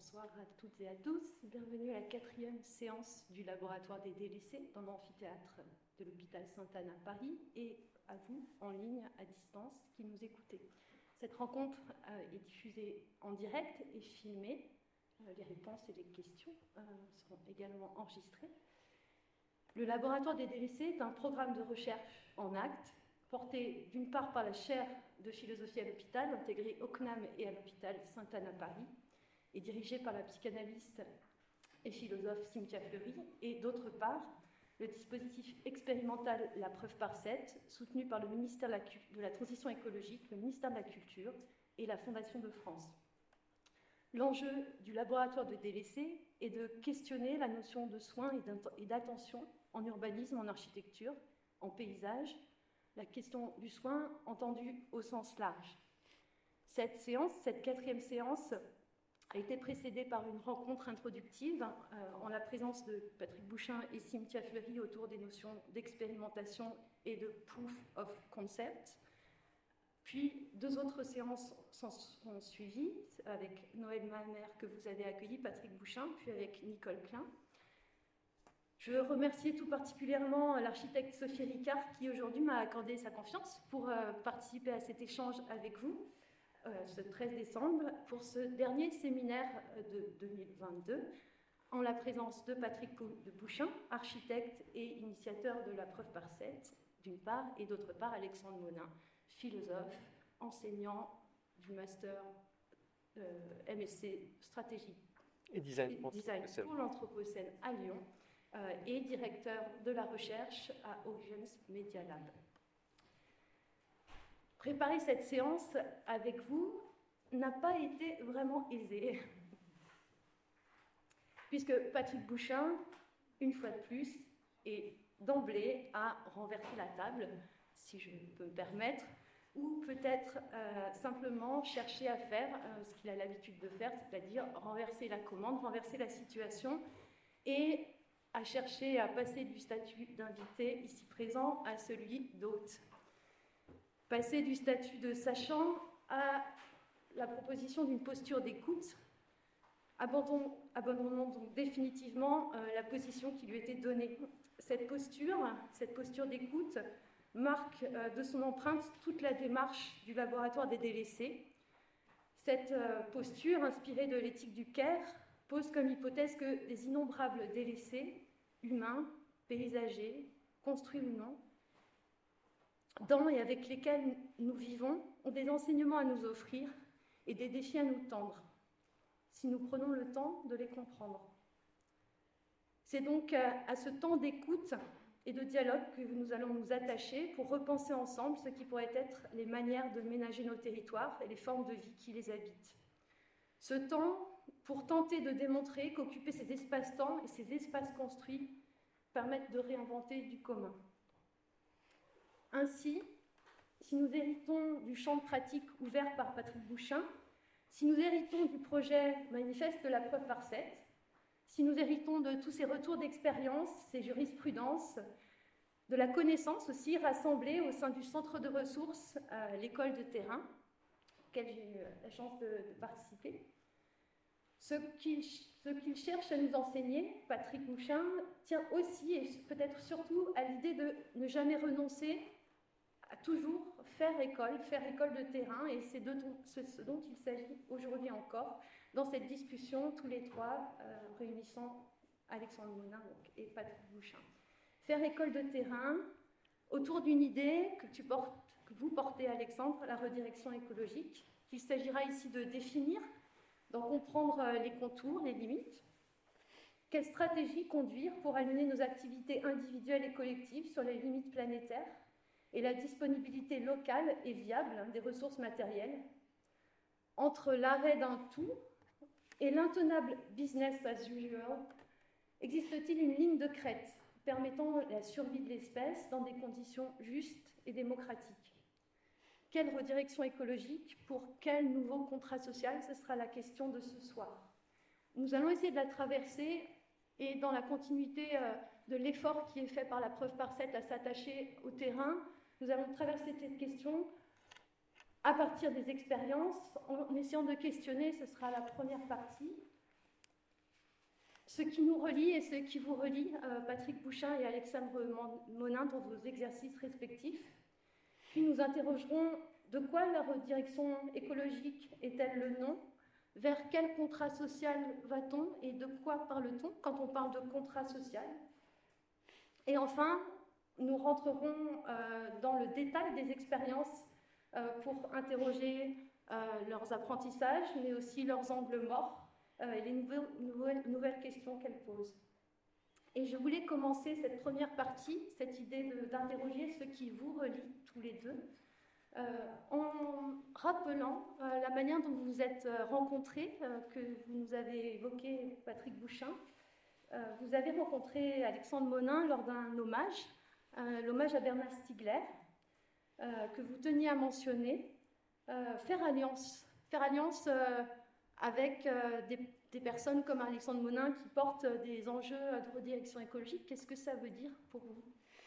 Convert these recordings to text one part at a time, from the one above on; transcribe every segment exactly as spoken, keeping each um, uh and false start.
Bonsoir à toutes et à tous. Bienvenue à la quatrième séance du laboratoire des délaissés dans l'amphithéâtre de l'hôpital Sainte-Anne à Paris et à vous en ligne à distance qui nous écoutez. Cette rencontre euh, est diffusée en direct et filmée. Euh, les réponses et les questions euh, seront également enregistrées. Le laboratoire des délaissés est un programme de recherche en actes porté d'une part par la chaire de philosophie à l'hôpital, intégrée au C N A M et à l'hôpital Sainte-Anne à Paris, et dirigé par la psychanalyste et philosophe Cynthia Fleury, et d'autre part, le dispositif expérimental La Preuve par sept, soutenu par le ministère de la, de la Transition écologique, le ministère de la Culture et la Fondation de France. L'enjeu du laboratoire de délaissés est de questionner la notion de soins et d'attention en urbanisme, en architecture, en paysage, la question du soin entendue au sens large. Cette séance, cette quatrième séance, a été précédée par une rencontre introductive euh, en la présence de Patrick Bouchain et Cynthia Fleury autour des notions d'expérimentation et de proof of concept. Puis deux autres séances s'en sont suivies, avec Noël Maher que vous avez accueilli, Patrick Bouchain, puis avec Nicole Klein. Je veux remercier tout particulièrement l'architecte Sophie Ricard qui aujourd'hui m'a accordé sa confiance pour euh, participer à cet échange avec vous euh, ce treize décembre pour ce dernier séminaire de deux mille vingt-deux en la présence de Patrick de Bouchain, architecte et initiateur de la Preuve par sept d'une part, et d'autre part Alexandre Monin, philosophe, enseignant du master euh, M S C stratégie et design, et design pour l'Anthropocène à Lyon, euh, et directeur de la recherche à Origins Media Lab. Préparer cette séance avec vous n'a pas été vraiment aisé, puisque Patrick Bouchain, une fois de plus, et d'emblée, a renversé la table, si je peux me permettre, ou peut-être euh, simplement chercher à faire euh, ce qu'il a l'habitude de faire, c'est-à-dire renverser la commande, renverser la situation, et à chercher à passer du statut d'invité ici présent à celui d'hôte. Passer du statut de sachant à la proposition d'une posture d'écoute, abandonnons, abandonnons donc définitivement euh, la position qui lui était donnée. Cette posture, cette posture d'écoute marque euh, de son empreinte toute la démarche du laboratoire des délaissés. Cette euh, posture, inspirée de l'éthique du Caire, pose comme hypothèse que des innombrables délaissés, humains, paysagers, construits ou non, dans et avec lesquels nous vivons, ont des enseignements à nous offrir et des défis à nous tendre, si nous prenons le temps de les comprendre. C'est donc à ce temps d'écoute et de dialogue que nous allons nous attacher pour repenser ensemble ce qui pourrait être les manières de ménager nos territoires et les formes de vie qui les habitent. Ce temps pour tenter de démontrer qu'occuper ces espaces-temps et ces espaces construits permettent de réinventer du commun. Ainsi, si nous héritons du champ de pratique ouvert par Patrick Bouchain, si nous héritons du projet manifeste de la Preuve par sept, si nous héritons de tous ces retours d'expérience, ces jurisprudences, de la connaissance aussi rassemblée au sein du centre de ressources, à l'école de terrain, auquel j'ai eu la chance de, de participer, ce qu'il, ce qu'il cherche à nous enseigner, Patrick Bouchain, tient aussi et peut-être surtout à l'idée de ne jamais renoncer à toujours faire école, faire école de terrain, et c'est de ce dont il s'agit aujourd'hui encore dans cette discussion, tous les trois, euh, réunissant Alexandre Monin donc, et Patrick Bouchain. Faire école de terrain autour d'une idée que, tu portes, que vous portez, Alexandre, la redirection écologique, qu'il s'agira ici de définir, d'en comprendre les contours, les limites. Quelle stratégie conduire pour aligner nos activités individuelles et collectives sur les limites planétaires et la disponibilité locale et viable des ressources matérielles, entre l'arrêt d'un tout et l'intenable business as usual, existe-t-il une ligne de crête permettant la survie de l'espèce dans des conditions justes et démocratiques? Quelle redirection écologique pour quel nouveau contrat social? Ce sera la question de ce soir. Nous allons essayer de la traverser et dans la continuité de l'effort qui est fait par la Preuve par sept à s'attacher au terrain, nous allons traverser cette question à partir des expériences, en essayant de questionner, ce sera la première partie, ce qui nous relie et ce qui vous relie, euh, Patrick Bouchain et Alexandre Monin, dans vos exercices respectifs. Puis nous interrogerons de quoi leur direction écologique est-elle le nom, vers quel contrat social va-t-on et de quoi parle-t-on quand on parle de contrat social. Et enfin, nous rentrerons euh, dans le détail des expériences euh, pour interroger euh, leurs apprentissages, mais aussi leurs angles morts euh, et les nouvelles, nouvelles, nouvelles questions qu'elles posent. Et je voulais commencer cette première partie, cette idée d'interroger ce qui vous relie tous les deux, euh, en rappelant euh, la manière dont vous vous êtes rencontrés, euh, que vous nous avez évoqué, Patrick Bouchain. Euh, vous avez rencontré Alexandre Monin lors d'un hommage, euh, l'hommage à Bernard Stiegler, euh, que vous teniez à mentionner. Euh, faire alliance, faire alliance euh, avec euh, des, des personnes comme Alexandre Monin qui portent des enjeux de redirection écologique, qu'est-ce que ça veut dire pour vous?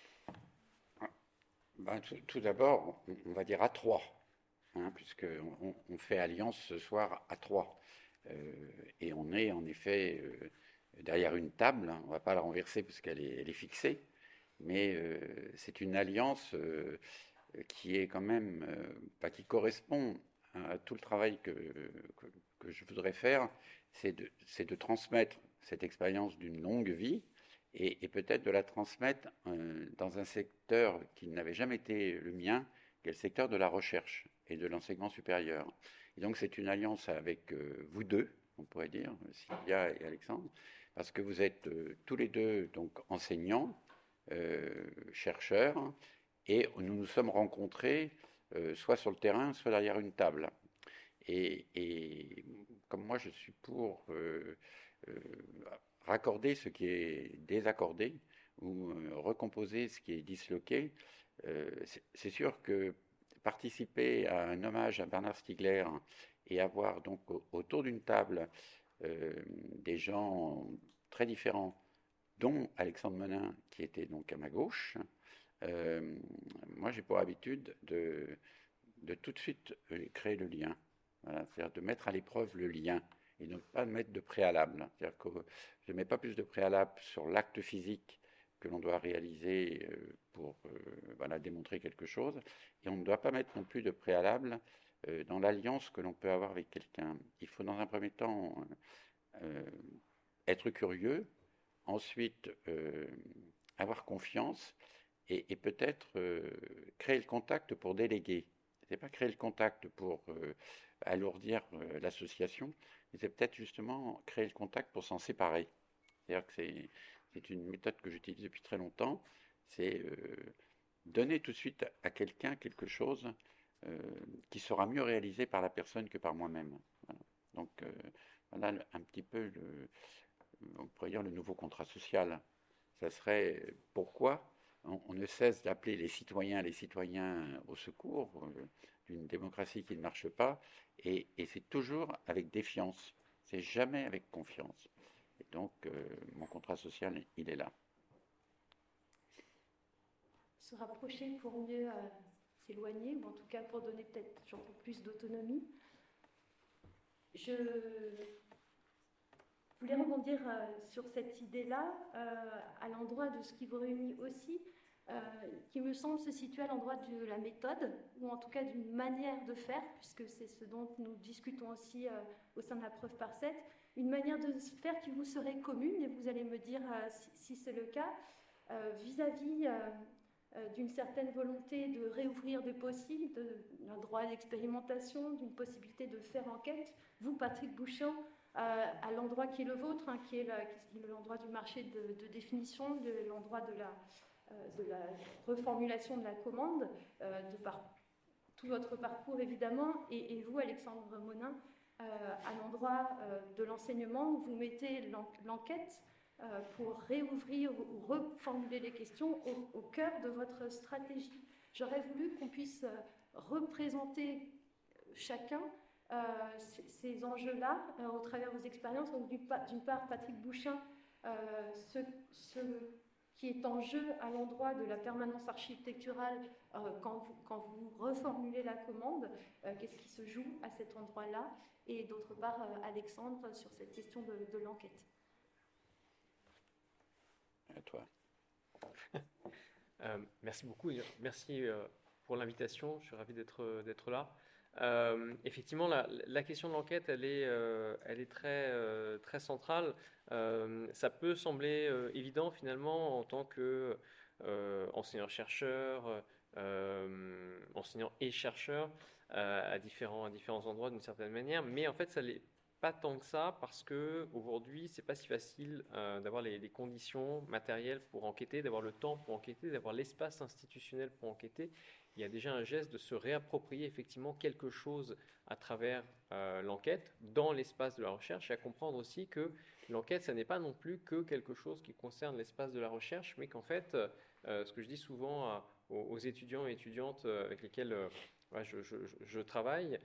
Ben, tout, tout d'abord, on va dire à trois, hein, puisqu'on on fait alliance ce soir à trois. Euh, et on est en effet euh, derrière une table, hein, on ne va pas la renverser puisqu'elle est, elle est fixée, mais euh, c'est une alliance euh, qui est quand même, euh, pas qui correspond à tout le travail que, que, que je voudrais faire, c'est de, c'est de transmettre cette expérience d'une longue vie et, et peut-être de la transmettre euh, dans un secteur qui n'avait jamais été le mien, qui est le secteur de la recherche et de l'enseignement supérieur. Et donc c'est une alliance avec euh, vous deux, on pourrait dire, Sylvia et Alexandre, parce que vous êtes euh, tous les deux donc enseignants, euh, chercheurs, et nous nous sommes rencontrés euh, soit sur le terrain, soit derrière une table. Et, et comme moi, je suis pour euh, euh, raccorder ce qui est désaccordé ou euh, recomposer ce qui est disloqué, euh, c'est sûr que participer à un hommage à Bernard Stiegler et avoir donc autour d'une table euh, des gens très différents, dont Alexandre Monin, qui était donc à ma gauche, euh, moi j'ai pour habitude de, de tout de suite créer le lien, voilà, c'est-à-dire de mettre à l'épreuve le lien et ne pas mettre de préalable. C'est-à-dire que je ne mets pas plus de préalable sur l'acte physique que l'on doit réaliser pour euh, voilà, démontrer quelque chose, et on ne doit pas mettre non plus de préalable euh, dans l'alliance que l'on peut avoir avec quelqu'un. Il faut dans un premier temps euh, être curieux, ensuite euh, avoir confiance, et, et peut-être euh, créer le contact pour déléguer. Ce n'est pas créer le contact pour euh, alourdir euh, l'association, mais c'est peut-être justement créer le contact pour s'en séparer. C'est-à-dire que c'est, c'est une méthode que j'utilise depuis très longtemps, c'est euh, donner tout de suite à quelqu'un quelque chose euh, qui sera mieux réalisé par la personne que par moi-même. Voilà. Donc euh, voilà un petit peu, le, on pourrait dire, le nouveau contrat social. Ça serait pourquoi on, on ne cesse d'appeler les citoyens les citoyens au secours euh, d'une démocratie qui ne marche pas, et, et c'est toujours avec défiance, c'est jamais avec confiance. Et donc, euh, mon contrat social, il est là. Se rapprocher pour mieux euh, s'éloigner, ou en tout cas pour donner peut-être un peu plus d'autonomie. Je voulais rebondir euh, sur cette idée-là, euh, à l'endroit de ce qui vous réunit aussi, euh, qui me semble se situer à l'endroit de la méthode, ou en tout cas d'une manière de faire, puisque c'est ce dont nous discutons aussi euh, au sein de la preuve par sept, une manière de faire qui vous serait commune, et vous allez me dire euh, si, si c'est le cas, euh, vis-à-vis euh, euh, d'une certaine volonté de réouvrir des possibles, de, d'un droit à l'expérimentation, d'une possibilité de faire enquête. Vous, Patrick Bouchain, euh, à l'endroit qui est le vôtre, hein, qui est, la, qui est l'endroit du marché de, de définition, de l'endroit de la, euh, de la reformulation de la commande, euh, de par tout votre parcours évidemment, et, et vous, Alexandre Monin, Euh, à l'endroit euh, de l'enseignement où vous mettez l'enquête euh, pour réouvrir ou reformuler les questions au, au cœur de votre stratégie. J'aurais voulu qu'on puisse euh, représenter chacun euh, ces, ces enjeux-là euh, au travers de vos expériences. Donc, d'une part, Patrick Bouchain, euh, ce, ce qui est en jeu à l'endroit de la permanence architecturale euh, quand, vous, quand vous reformulez la commande, euh, qu'est-ce qui se joue à cet endroit-là, et d'autre part, euh, Alexandre, sur cette question de, de l'enquête. à toi. euh, merci beaucoup. Merci euh, pour l'invitation. Je suis ravi d'être, d'être là. Euh, effectivement, la, la question de l'enquête, elle est, euh, elle est très, euh, très centrale. Euh, ça peut sembler euh, évident finalement en tant que euh, enseignant-chercheur, euh, enseignant et chercheur euh, à, différents, à différents endroits d'une certaine manière, mais en fait, ça l'est pas tant que ça parce que aujourd'hui, c'est pas si facile euh, d'avoir les, les conditions matérielles pour enquêter, d'avoir le temps pour enquêter, d'avoir l'espace institutionnel pour enquêter. Il y a déjà un geste de se réapproprier effectivement quelque chose à travers euh, l'enquête dans l'espace de la recherche et à comprendre aussi que l'enquête, ça n'est pas non plus que quelque chose qui concerne l'espace de la recherche, mais qu'en fait, euh, ce que je dis souvent à, aux, aux étudiants et étudiantes avec lesquels euh, ouais, je, je, je, travaille,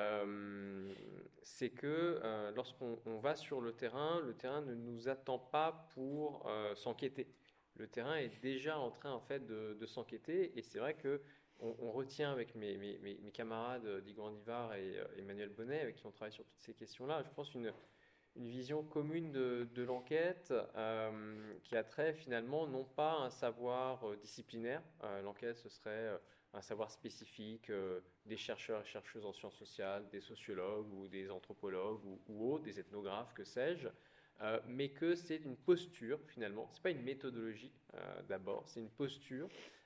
euh, c'est que euh, lorsqu'on on va sur le terrain, le terrain ne nous attend pas pour euh, s'enquêter. Le terrain est déjà en train en fait de, de s'enquêter et c'est vrai que on, on retient avec mes, mes, mes camarades Diego Andívar et euh, Emmanuel Bonnet, avec qui on travaille sur toutes ces questions-là, je pense une, une vision commune de, de l'enquête euh, qui a trait finalement non pas un savoir euh, disciplinaire, euh, l'enquête ce serait euh, un savoir spécifique euh, des chercheurs et chercheuses en sciences sociales, des sociologues ou des anthropologues ou, ou autres, des ethnographes, que sais-je, euh, mais que c'est une posture finalement, c'est pas une méthodologie euh, d'abord, c'est une posture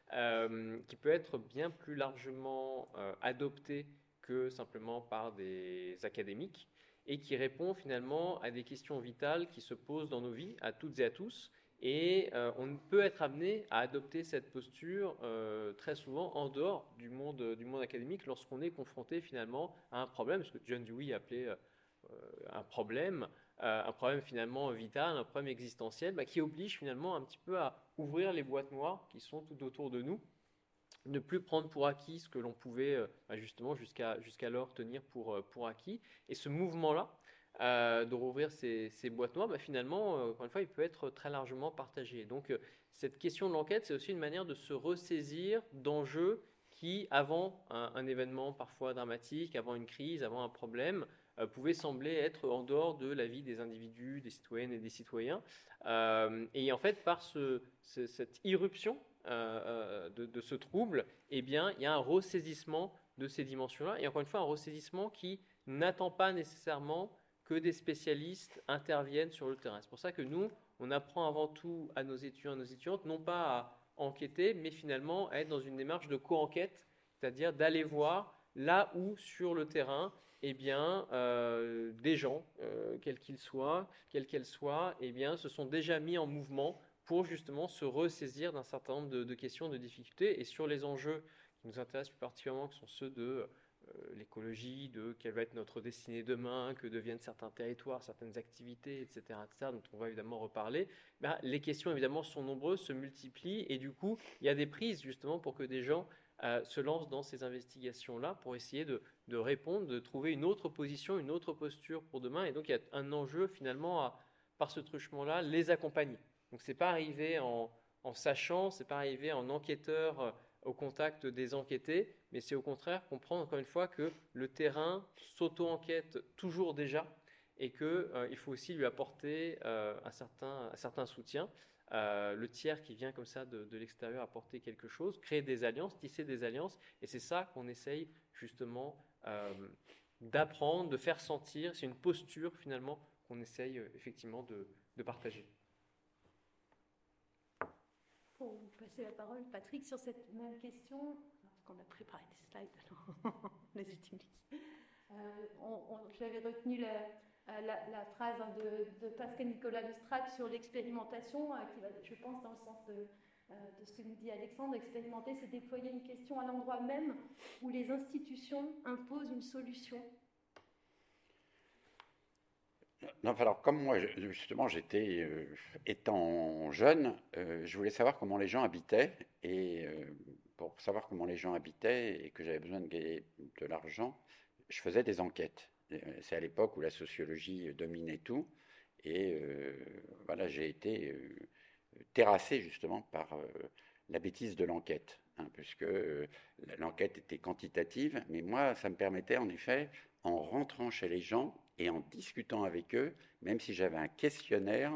euh, qui peut être bien plus largement euh, adoptée que simplement par des académiques et qui répond finalement à des questions vitales qui se posent dans nos vies, à toutes et à tous. Et euh, on peut être amené à adopter cette posture euh, très souvent en dehors du monde, du monde académique lorsqu'on est confronté finalement à un problème, ce que John Dewey appelait euh, un problème, euh, un problème finalement vital, un problème existentiel, bah, qui oblige finalement un petit peu à ouvrir les boîtes noires qui sont tout autour de nous, ne plus prendre pour acquis ce que l'on pouvait euh, justement jusqu'à jusqu'alors tenir pour, pour acquis. Et ce mouvement-là, euh, de rouvrir ces, ces boîtes noires, bah, finalement, euh, encore une fois, il peut être très largement partagé. Donc, euh, cette question de l'enquête, c'est aussi une manière de se ressaisir d'enjeux qui, avant un, un événement parfois dramatique, avant une crise, avant un problème, euh, pouvaient sembler être en dehors de la vie des individus, des citoyennes et des citoyens. Euh, et en fait, par ce, ce, cette irruption euh, de, de ce trouble, eh bien, il y a un ressaisissement de ces dimensions-là. Et encore une fois, un ressaisissement qui n'attend pas nécessairement que des spécialistes interviennent sur le terrain. C'est pour ça que nous, on apprend avant tout à nos étudiants et nos étudiantes, non pas à enquêter, mais finalement à être dans une démarche de co-enquête, c'est-à-dire d'aller voir là où, sur le terrain, eh bien, euh, des gens, euh, quels qu'ils soient, quelles qu'elles soient, eh bien, se sont déjà mis en mouvement pour justement se ressaisir d'un certain nombre de, de questions, de difficultés. Et sur les enjeux qui nous intéressent plus particulièrement, qui sont ceux de euh, l'écologie, de quelle va être notre destinée demain, que deviennent certains territoires, certaines activités, et cetera, et cetera, dont on va évidemment reparler, ben, les questions évidemment sont nombreuses, se multiplient, et du coup, il y a des prises justement pour que des gens euh, se lancent dans ces investigations-là pour essayer de, de répondre, de trouver une autre position, une autre posture pour demain. Et donc, il y a un enjeu finalement à, par ce truchement-là, les accompagner. Donc, c'est pas arriver en, en sachant, c'est pas arriver en enquêteur euh, au contact des enquêtés, mais c'est au contraire comprendre encore une fois que le terrain s'auto-enquête toujours déjà et qu'il euh, faut aussi lui apporter euh, un, certain, un certain soutien. Euh, le tiers qui vient comme ça de, de l'extérieur apporter quelque chose, créer des alliances, tisser des alliances, et c'est ça qu'on essaye justement euh, d'apprendre, de faire sentir. C'est une posture finalement qu'on essaye euh, effectivement de, de partager. Pour vous passer la parole, Patrick, sur cette même question, parce qu'on a préparé des slides, alors on les utilise. Euh, on, on, J'avais retenu la, la, la phrase hein, de, de Pascal Nicolas Lestrade sur l'expérimentation, euh, qui va, je pense, dans le sens de, euh, de ce que nous dit Alexandre. Expérimenter, c'est déployer une question à l'endroit même où les institutions imposent une solution. Non, alors comme moi, justement, j'étais, euh, étant jeune, euh, je voulais savoir comment les gens habitaient, et euh, pour savoir comment les gens habitaient et que j'avais besoin de gagner de l'argent, je faisais des enquêtes. C'est à l'époque où la sociologie dominait tout, et euh, voilà, j'ai été euh, terrassé justement par euh, la bêtise de l'enquête, hein, puisque euh, l'enquête était quantitative, mais moi, ça me permettait en effet, en rentrant chez les gens, et en discutant avec eux, même si j'avais un questionnaire, je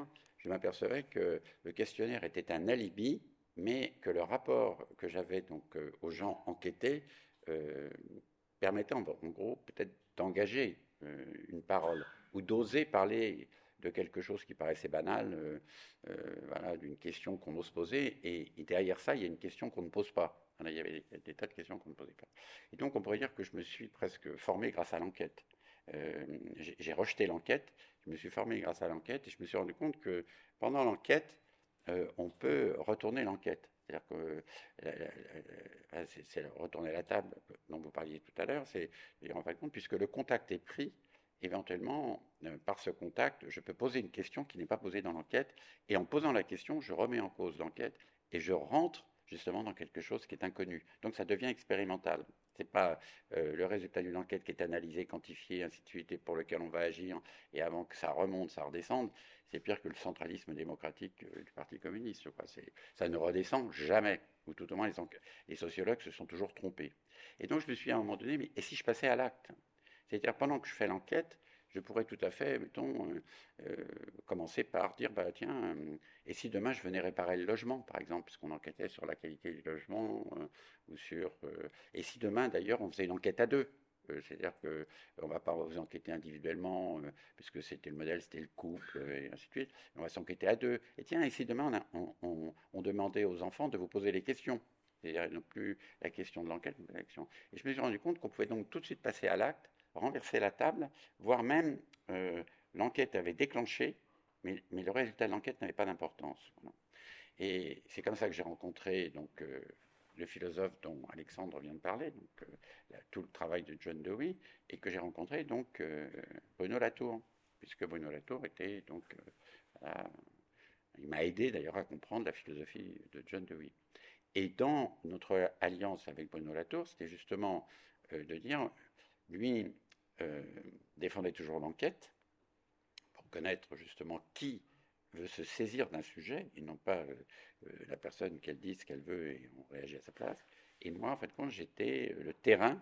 je m'apercevais que le questionnaire était un alibi, mais que le rapport que j'avais donc euh, aux gens enquêtés euh, permettait en, en gros peut-être d'engager euh, une parole ou d'oser parler de quelque chose qui paraissait banal, euh, euh, voilà, d'une question qu'on ose poser, et, et derrière ça, il y a une question qu'on ne pose pas. Alors, il y avait des, des tas de questions qu'on ne posait pas. Et donc, on pourrait dire que je me suis presque formé grâce à l'enquête. Euh, j'ai, j'ai rejeté l'enquête, je me suis formé grâce à l'enquête, et je me suis rendu compte que pendant l'enquête, euh, on peut retourner l'enquête. C'est-à-dire que euh, euh, c'est, c'est retourner la table dont vous parliez tout à l'heure, c'est en fin de compte, puisque le contact est pris, éventuellement, euh, par ce contact, je peux poser une question qui n'est pas posée dans l'enquête, et en posant la question, je remets en cause l'enquête, et je rentre justement dans quelque chose qui est inconnu. Donc ça devient expérimental. Ce n'est pas euh, le résultat d'une enquête qui est analysé, quantifié, ainsi de suite, et pour lequel on va agir, et avant que ça remonte, ça redescende. C'est pire que le centralisme démocratique euh, du Parti communiste. Je crois. C'est, ça ne redescend jamais, ou tout au moins les, les sociologues se sont toujours trompés. Et donc je me suis dit à un moment donné, mais et si je passais à l'acte? C'est-à-dire, pendant que je fais l'enquête, je pourrais tout à fait, mettons, euh, euh, commencer par dire, bah, tiens, euh, et si demain je venais réparer le logement, par exemple, puisqu'on enquêtait sur la qualité du logement, euh, ou sur... Euh, et si demain, d'ailleurs, on faisait une enquête à deux, euh, c'est-à-dire qu'on ne va pas vous enquêter individuellement, euh, puisque c'était le modèle, c'était le couple, euh, et ainsi de suite, on va s'enquêter à deux. Et tiens, et si demain, on, a, on, on, on demandait aux enfants de vous poser les questions, c'est-à-dire non plus la question de l'enquête, mais l'action. Et je me suis rendu compte qu'on pouvait donc tout de suite passer à l'acte, renverser la table, voire même euh, l'enquête avait déclenché, mais, mais le résultat de l'enquête n'avait pas d'importance. Voilà. Et c'est comme ça que j'ai rencontré donc, euh, le philosophe dont Alexandre vient de parler, donc, euh, là, tout le travail de John Dewey, et que j'ai rencontré donc, euh, Bruno Latour, puisque Bruno Latour était donc... Euh, voilà, il m'a aidé d'ailleurs à comprendre la philosophie de John Dewey. Et dans notre alliance avec Bruno Latour, c'était justement euh, de dire... Lui euh, défendait toujours l'enquête pour connaître justement qui veut se saisir d'un sujet et non pas euh, euh, la personne qu'elle dit ce qu'elle veut et on réagit à sa place. Et moi, en fait, quand j'étais le terrain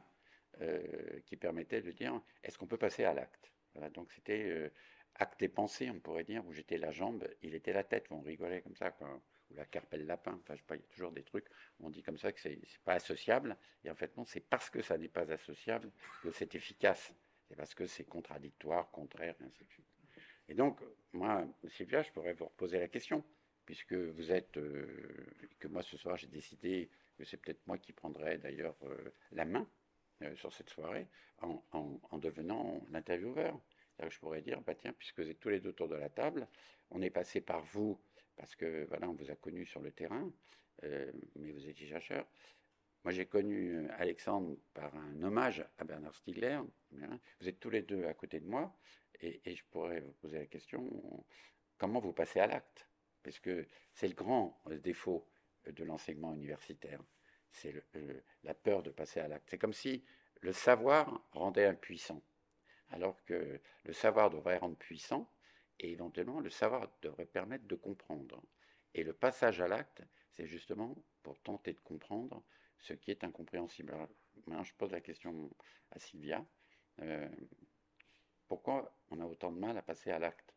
euh, qui permettait de dire est-ce qu'on peut passer à l'acte. Voilà, donc c'était euh, acte et pensée, on pourrait dire, où j'étais la jambe, il était la tête, on rigolait comme ça, quoi. Ou la carpelle lapin, enfin je sais pas, il y a toujours des trucs où on dit comme ça que c'est, c'est pas associable, et en fait non, c'est parce que ça n'est pas associable que c'est efficace, c'est parce que c'est contradictoire, contraire, et ainsi de suite. Et donc, moi, Sylvia, je pourrais vous reposer la question, puisque vous êtes, euh, que moi ce soir j'ai décidé que c'est peut-être moi qui prendrais d'ailleurs euh, la main euh, sur cette soirée, en, en, en devenant l'intervieweur. C'est-à-dire que je pourrais dire, bah tiens, puisque vous êtes tous les deux autour de la table, on est passé par vous, parce que voilà, on vous a connu sur le terrain, euh, mais vous étiez chercheur. Moi, j'ai connu Alexandre par un hommage à Bernard Stiegler. Vous êtes tous les deux à côté de moi, et, et je pourrais vous poser la question, comment vous passez à l'acte? Parce que c'est le grand défaut de l'enseignement universitaire, c'est le, le, la peur de passer à l'acte. C'est comme si le savoir rendait impuissant, alors que le savoir devrait rendre puissant, et éventuellement, le savoir devrait permettre de comprendre. Et le passage à l'acte, c'est justement pour tenter de comprendre ce qui est incompréhensible. Alors, maintenant, je pose la question à Sylvia. Euh, pourquoi on a autant de mal à passer à l'acte?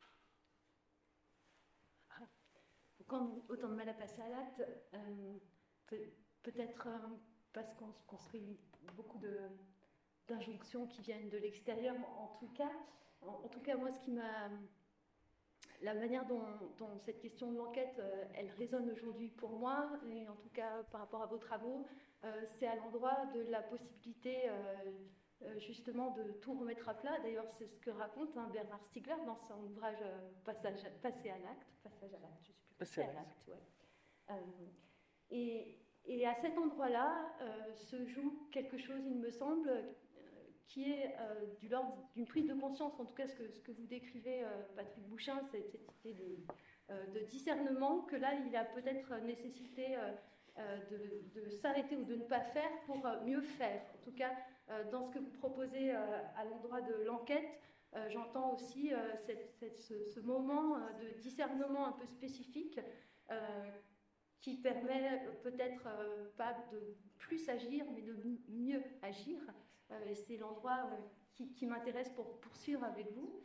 Pourquoi on a autant de mal à passer à l'acte euh, peut, Peut-être euh, parce qu'on se construit beaucoup de, d'injonctions qui viennent de l'extérieur, en tout cas. En, en tout cas, moi, ce qui m'a... La manière dont, dont cette question de l'enquête, euh, elle résonne aujourd'hui pour moi, et en tout cas par rapport à vos travaux, euh, c'est à l'endroit de la possibilité euh, euh, justement de tout remettre à plat. D'ailleurs, c'est ce que raconte hein, Bernard Stiegler dans son ouvrage euh, Passage à, Passer à l'acte. Passage à l'acte, je suis plus passé à l'acte, ouais. Euh, et, et à cet endroit-là euh, se joue quelque chose, il me semble, qui est euh, du l'ordre d'une prise de conscience, en tout cas ce que, ce que vous décrivez, euh, Patrick Bouchain, cette, cette idée de, euh, de discernement, que là, il a peut-être nécessité euh, euh, de, de s'arrêter ou de ne pas faire pour euh, mieux faire. En tout cas, euh, dans ce que vous proposez euh, à l'endroit de l'enquête, euh, j'entends aussi euh, cette, cette, ce, ce moment euh, de discernement un peu spécifique euh, qui permet peut-être euh, pas de plus agir, mais de mieux agir. Euh, et c'est l'endroit euh, qui, qui m'intéresse pour poursuivre avec vous.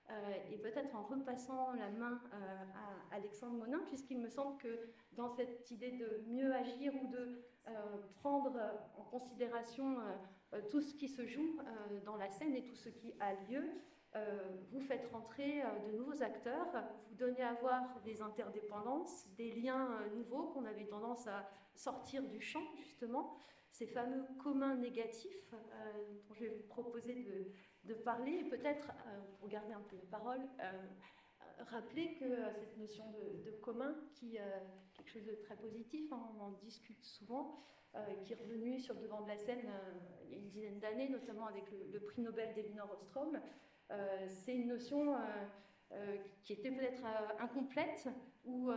euh, et peut-être en repassant la main euh, à Alexandre Monin, puisqu'il me semble que dans cette idée de mieux agir ou de euh, prendre en considération euh, tout ce qui se joue euh, dans la scène et tout ce qui a lieu, euh, vous faites rentrer euh, de nouveaux acteurs, vous donnez à voir des interdépendances, des liens euh, nouveaux qu'on avait tendance à sortir du champ, justement, ces fameux communs négatifs euh, dont je vais vous proposer de, de parler, et peut-être, euh, pour garder un peu de parole, euh, rappeler que euh, cette notion de, de commun, qui est euh, quelque chose de très positif, hein, on en discute souvent, euh, qui est revenu sur le devant de la scène euh, il y a une dizaine d'années, notamment avec le, le prix Nobel d'Elinor Ostrom, euh, c'est une notion euh, euh, qui était peut-être euh, incomplète ou euh,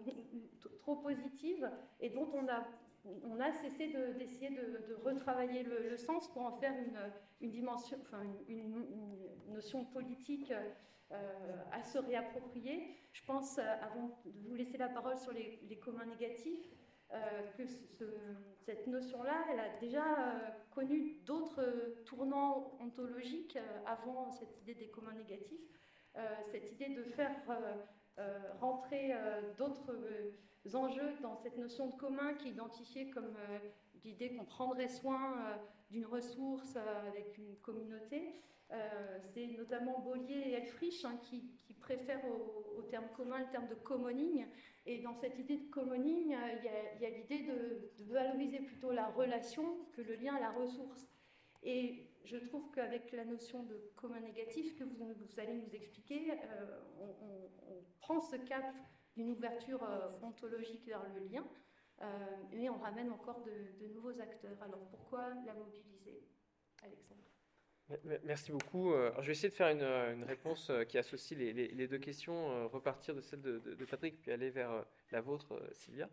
trop positive et dont on a, on a cessé de, d'essayer de, de retravailler le, le sens pour en faire une, une dimension, enfin une, une, une notion politique euh, à se réapproprier. Je pense, euh, avant de vous laisser la parole sur les, les communs négatifs, euh, que ce, cette notion-là, elle a déjà euh, connu d'autres tournants ontologiques euh, avant cette idée des communs négatifs. Euh, cette idée de faire euh, euh, rentrer euh, d'autres euh, enjeux dans cette notion de commun qui est identifiée comme euh, l'idée qu'on prendrait soin euh, d'une ressource euh, avec une communauté. Euh, c'est notamment Bollier et Elfrich hein, qui, qui préfèrent au, au terme commun le terme de commoning. Et dans cette idée de commoning, euh, il y a, il y a l'idée de, de valoriser plutôt la relation que le lien à la ressource. Et je trouve qu'avec la notion de commun négatif que vous, vous allez nous expliquer, euh, on, on, on prend ce cap d'une ouverture euh, ontologique vers le lien, euh, mais on ramène encore de, de nouveaux acteurs. Alors pourquoi la mobiliser, Alexandre ? Merci beaucoup. Alors, je vais essayer de faire une, une réponse qui associe les, les, les deux questions, repartir de celle de, de, de Patrick, puis aller vers la vôtre, Sylvia.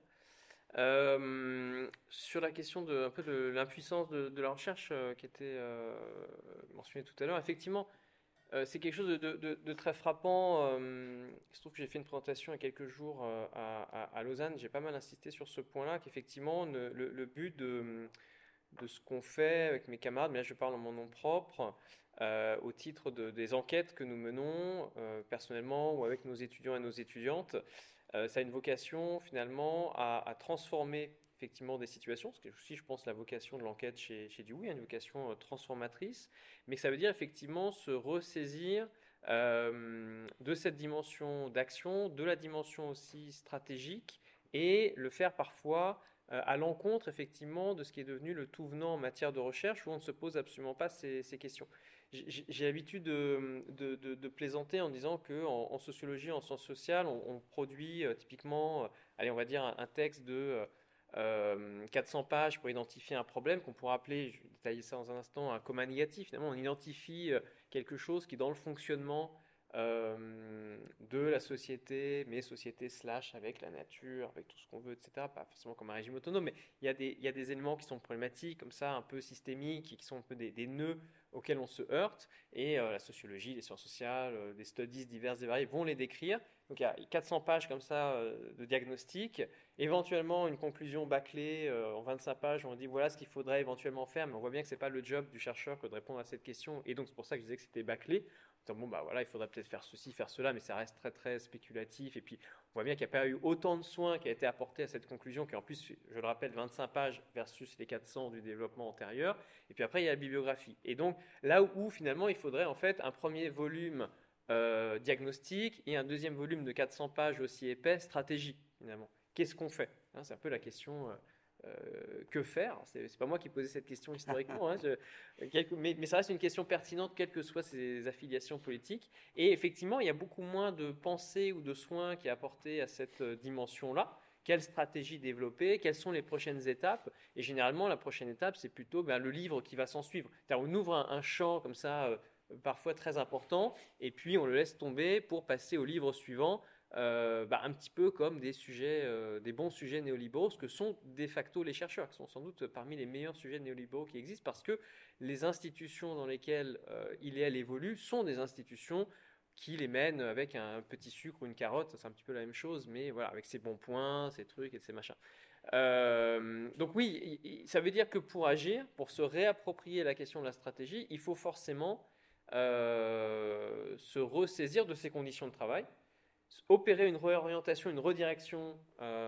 Euh, sur la question de, un peu de l'impuissance de, de la recherche euh, qui était euh, mentionnée tout à l'heure, effectivement, euh, c'est quelque chose de, de, de très frappant. Euh, il se trouve que j'ai fait une présentation il y a quelques jours euh, à, à, à Lausanne. J'ai pas mal insisté sur ce point-là, qu'effectivement, le, le, le but de de ce qu'on fait avec mes camarades, mais là je parle en mon nom propre, euh, au titre de, des enquêtes que nous menons euh, personnellement ou avec nos étudiants et nos étudiantes. Euh, ça a une vocation finalement à, à transformer effectivement des situations, ce qui est aussi je pense la vocation de l'enquête chez, chez Dewey, une vocation euh, transformatrice, mais ça veut dire effectivement se ressaisir euh, de cette dimension d'action, de la dimension aussi stratégique, et le faire parfois à l'encontre effectivement de ce qui est devenu le tout venant en matière de recherche où on ne se pose absolument pas ces, ces questions. J'ai, j'ai l'habitude de, de, de, de plaisanter en disant qu'en en sociologie, en sciences sociales, on, on produit euh, typiquement, euh, allez, on va dire un, un texte de euh, quatre cents pages pour identifier un problème qu'on pourrait appeler, je vais détailler ça dans un instant, un commun négatif. Finalement, on identifie quelque chose qui, dans le fonctionnement Euh, de la société, mais société slash avec la nature, avec tout ce qu'on veut, et cetera. Pas forcément comme un régime autonome, mais il y a des, il y a des éléments qui sont problématiques, comme ça, un peu systémiques, qui sont un peu des, des nœuds auxquels on se heurte, et euh, la sociologie, les sciences sociales, euh, des studies diverses et variées vont les décrire. Donc il y a quatre cents pages comme ça euh, de diagnostic, éventuellement une conclusion bâclée euh, en vingt-cinq pages où on dit voilà ce qu'il faudrait éventuellement faire, mais on voit bien que ce n'est pas le job du chercheur que de répondre à cette question, et donc c'est pour ça que je disais que c'était bâclé. Bon, bah voilà, il faudrait peut-être faire ceci, faire cela, mais ça reste très très spéculatif. Et puis, on voit bien qu'il n'y a pas eu autant de soins qui a été apporté à cette conclusion, qui en plus, je le rappelle, vingt-cinq pages versus les quatre cents du développement antérieur. Et puis après, il y a la bibliographie. Et donc, là où, où finalement, il faudrait en fait un premier volume euh, diagnostic et un deuxième volume de quatre cents pages aussi épais, stratégie, finalement. Qu'est-ce qu'on fait hein, c'est un peu la question... Euh, Euh, que faire? C'est, c'est pas moi qui posais cette question historiquement, hein, je, quelque, mais, mais ça reste une question pertinente, quelles que soient ses affiliations politiques. Et effectivement, il y a beaucoup moins de pensée ou de soins qui est apporté à cette dimension-là. Quelle stratégie développer? Quelles sont les prochaines étapes? Et généralement, la prochaine étape, c'est plutôt ben, le livre qui va s'en suivre. C'est-à-dire, on ouvre un, un champ comme ça, euh, parfois très important, et puis on le laisse tomber pour passer au livre suivant. Euh, bah, un petit peu comme des sujets, euh, des bons sujets néolibéraux, ce que sont de facto les chercheurs, qui sont sans doute parmi les meilleurs sujets néolibéraux qui existent, parce que les institutions dans lesquelles euh, il et elle évoluent sont des institutions qui les mènent avec un petit sucre ou une carotte, c'est un petit peu la même chose, mais voilà, avec ses bons points, ses trucs et ses machins. Euh, donc oui, ça veut dire que pour agir, pour se réapproprier la question de la stratégie, il faut forcément euh, se ressaisir de ses conditions de travail, opérer une réorientation, une redirection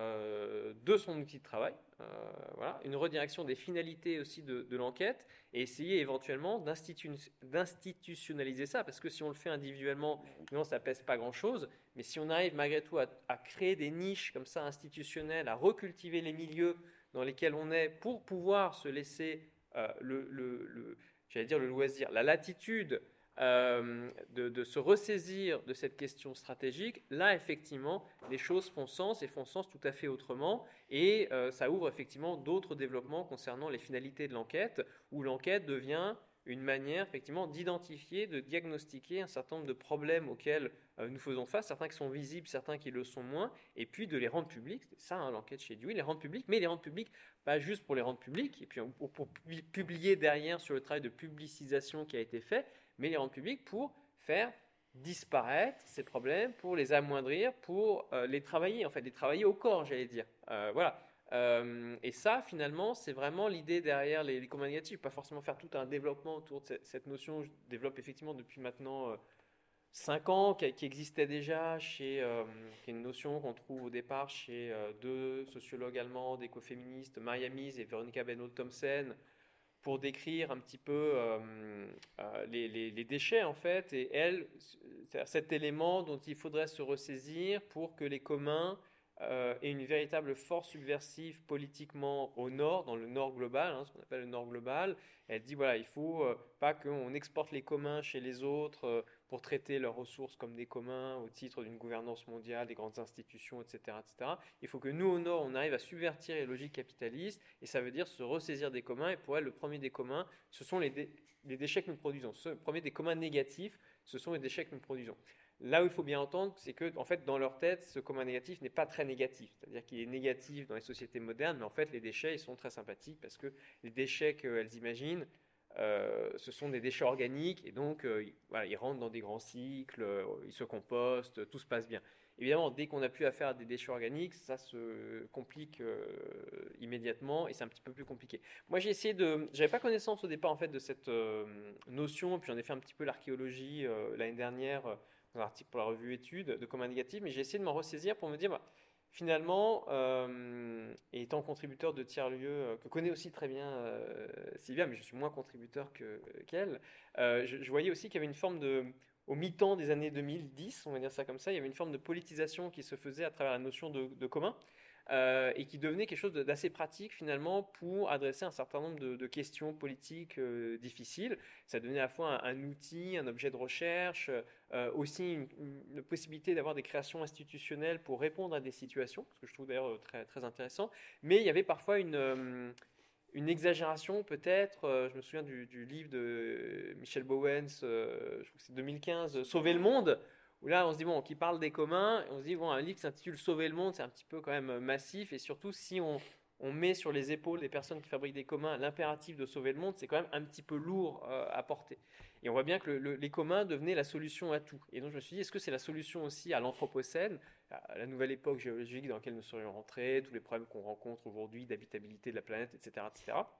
euh, de son outil de travail, euh, voilà, une redirection des finalités aussi de, de l'enquête, et essayer éventuellement d'institu d'institutionnaliser ça, parce que si on le fait individuellement, non, ça pèse pas grand-chose, mais si on arrive malgré tout à, à créer des niches comme ça institutionnelles, à recultiver les milieux dans lesquels on est pour pouvoir se laisser euh, le, le, le, j'allais dire le loisir, la latitude Euh, de, de se ressaisir de cette question stratégique, là, effectivement, les choses font sens et font sens tout à fait autrement. Et euh, ça ouvre effectivement d'autres développements concernant les finalités de l'enquête, où l'enquête devient une manière, effectivement, d'identifier, de diagnostiquer un certain nombre de problèmes auxquels euh, nous faisons face, certains qui sont visibles, certains qui le sont moins, et puis de les rendre publics. C'est ça, hein, l'enquête chez Dewey, les rendre publics, mais les rendre publics, pas juste pour les rendre publics, et puis pour, pour publier derrière sur le travail de publicisation qui a été fait, mais les rendre publics pour faire disparaître ces problèmes, pour les amoindrir, pour euh, les travailler, en fait, les travailler au corps, j'allais dire. Euh, voilà. Euh, et ça, finalement, c'est vraiment l'idée derrière les, les communs négatifs. Pas forcément faire tout un développement autour de cette, cette notion. Je développe effectivement depuis maintenant euh, cinq ans, qui, qui existait déjà, chez, euh, qui est une notion qu'on trouve au départ chez euh, deux sociologues allemands, écoféministes, Maria Mies et Veronica Benoit-Thomsen, pour décrire un petit peu euh, euh, les, les, les déchets, en fait, et elle, c'est cet élément dont il faudrait se ressaisir pour que les communs euh, aient une véritable force subversive politiquement au nord, dans le nord global, hein, ce qu'on appelle le nord global. Elle dit, voilà, il ne faut euh, pas qu'on exporte les communs chez les autres euh, pour traiter leurs ressources comme des communs au titre d'une gouvernance mondiale, des grandes institutions, et cetera, et cetera. Il faut que nous, au nord, on arrive à subvertir les logiques capitalistes, et ça veut dire se ressaisir des communs. Et pour elle, le premier des communs, ce sont les, dé les déchets que nous produisons. Le premier des communs négatifs, ce sont les déchets que nous produisons. Là où il faut bien entendre, c'est que, en fait, dans leur tête, ce commun négatif n'est pas très négatif. C'est-à-dire qu'il est négatif dans les sociétés modernes, mais en fait, les déchets, ils sont très sympathiques parce que les déchets qu'elles imaginent, euh, ce sont des déchets organiques et donc, euh, voilà, ils rentrent dans des grands cycles, euh, ils se compostent, tout se passe bien. Évidemment, dès qu'on n'a plus affaire à des déchets organiques, ça se complique euh, immédiatement et c'est un petit peu plus compliqué. Moi, j'ai essayé de... J'avais pas connaissance au départ, en fait, de cette euh, notion, puis j'en ai fait un petit peu l'archéologie euh, l'année dernière, euh, dans un article pour la revue Études de commun négatif, mais j'ai essayé de m'en ressaisir pour me dire, bah, finalement, euh, étant contributeur de tiers-lieux, euh, que connaît aussi très bien euh, Sylvia, mais je suis moins contributeur qu'elle, qu euh, je, je voyais aussi qu'il y avait une forme de... Au mi-temps des années deux mille dix, on va dire ça comme ça, il y avait une forme de politisation qui se faisait à travers la notion de, de commun, euh, et qui devenait quelque chose d'assez pratique finalement pour adresser un certain nombre de, de questions politiques euh, difficiles. Ça devenait à la fois un, un outil, un objet de recherche, euh, aussi une, une possibilité d'avoir des créations institutionnelles pour répondre à des situations, ce que je trouve d'ailleurs très, très intéressant. Mais il y avait parfois une... Euh, une exagération peut-être, euh, je me souviens du, du livre de Michel Bowens, euh, je crois que c'est deux mille quinze, Sauver le monde, où là on se dit, bon, qui parle des communs, et on se dit, bon, un livre qui s'intitule Sauver le monde, c'est un petit peu quand même massif, et surtout si on, on met sur les épaules des personnes qui fabriquent des communs l'impératif de sauver le monde, c'est quand même un petit peu lourd euh, à porter. Et on voit bien que le, le, les communs devenaient la solution à tout. Et donc je me suis dit, est-ce que c'est la solution aussi à l'anthropocène, à la nouvelle époque géologique dans laquelle nous serions rentrés, tous les problèmes qu'on rencontre aujourd'hui d'habitabilité de la planète, et cetera, et cetera.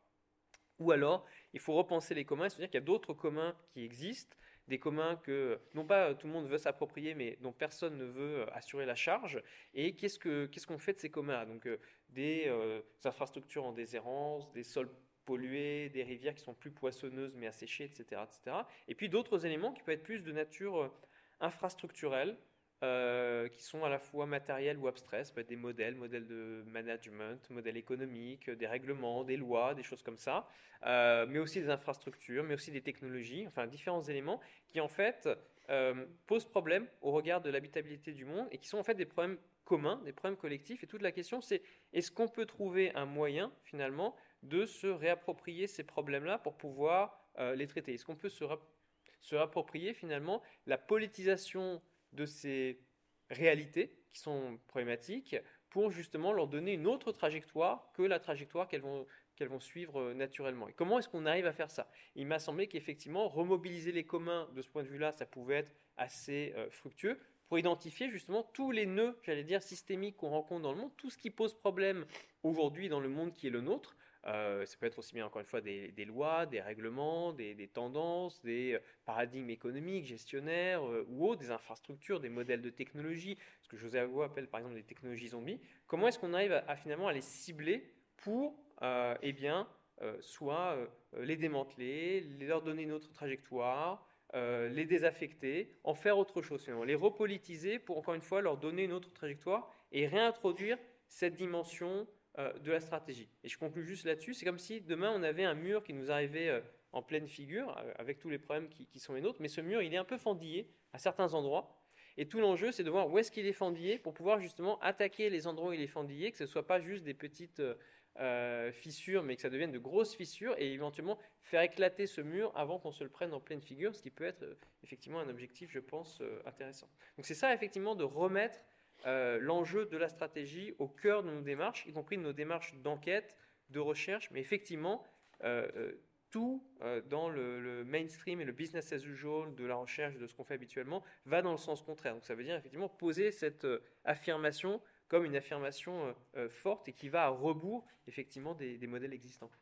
Ou alors, il faut repenser les communs et se dire qu'il y a d'autres communs qui existent, des communs que non pas tout le monde veut s'approprier, mais dont personne ne veut assurer la charge. Et qu'est-ce que qu'est-ce qu'on fait de ces communs? Donc euh, des euh, infrastructures en déshérence, des sols pollués, des rivières qui sont plus poissonneuses mais asséchées, et cetera, et cetera. Et puis d'autres éléments qui peuvent être plus de nature infrastructurelle, Euh, qui sont à la fois matériels ou abstraits. Ça peut être des modèles, modèles de management, modèles économiques, des règlements, des lois, des choses comme ça, euh, mais aussi des infrastructures, mais aussi des technologies, enfin différents éléments qui en fait euh, posent problème au regard de l'habitabilité du monde et qui sont en fait des problèmes communs, des problèmes collectifs. Et toute la question c'est, est-ce qu'on peut trouver un moyen finalement de se réapproprier ces problèmes-là pour pouvoir euh, les traiter? Est-ce qu'on peut se, se réapproprier finalement la politisation de ces réalités qui sont problématiques pour justement leur donner une autre trajectoire que la trajectoire qu'elles vont, qu'elles vont suivre naturellement. Et comment est-ce qu'on arrive à faire ça? Il m'a semblé qu'effectivement, remobiliser les communs de ce point de vue-là, ça pouvait être assez euh, fructueux pour identifier justement tous les nœuds, j'allais dire, systémiques qu'on rencontre dans le monde, tout ce qui pose problème aujourd'hui dans le monde qui est le nôtre, Euh, ça peut être aussi bien, encore une fois, des, des lois, des règlements, des, des tendances, des paradigmes économiques, gestionnaires euh, ou autres, des infrastructures, des modèles de technologie, ce que José Aguo appelle par exemple des technologies zombies. Comment est-ce qu'on arrive à, à finalement à les cibler pour euh, eh bien, euh, soit euh, les démanteler, les leur donner une autre trajectoire, euh, les désaffecter, en faire autre chose, finalement, les repolitiser pour encore une fois leur donner une autre trajectoire et réintroduire cette dimension euh, de la stratégie. Et je conclue juste là-dessus, c'est comme si demain on avait un mur qui nous arrivait euh, en pleine figure, euh, avec tous les problèmes qui, qui sont les nôtres, mais ce mur il est un peu fendillé à certains endroits. Et tout l'enjeu, c'est de voir où est-ce qu'il est fendillé pour pouvoir justement attaquer les endroits où il est fendillé, que ce ne soit pas juste des petites euh, fissures, mais que ça devienne de grosses fissures et éventuellement faire éclater ce mur avant qu'on se le prenne en pleine figure, ce qui peut être euh, effectivement un objectif, je pense, euh, intéressant. Donc c'est ça, effectivement, de remettre euh, l'enjeu de la stratégie au cœur de nos démarches, y compris de nos démarches d'enquête, de recherche, mais effectivement, euh, euh, tout euh, dans le, le mainstream et le business as usual de la recherche, de ce qu'on fait habituellement, va dans le sens contraire. Donc ça veut dire effectivement poser cette euh, affirmation comme une affirmation euh, euh, forte et qui va à rebours effectivement des, des modèles existants.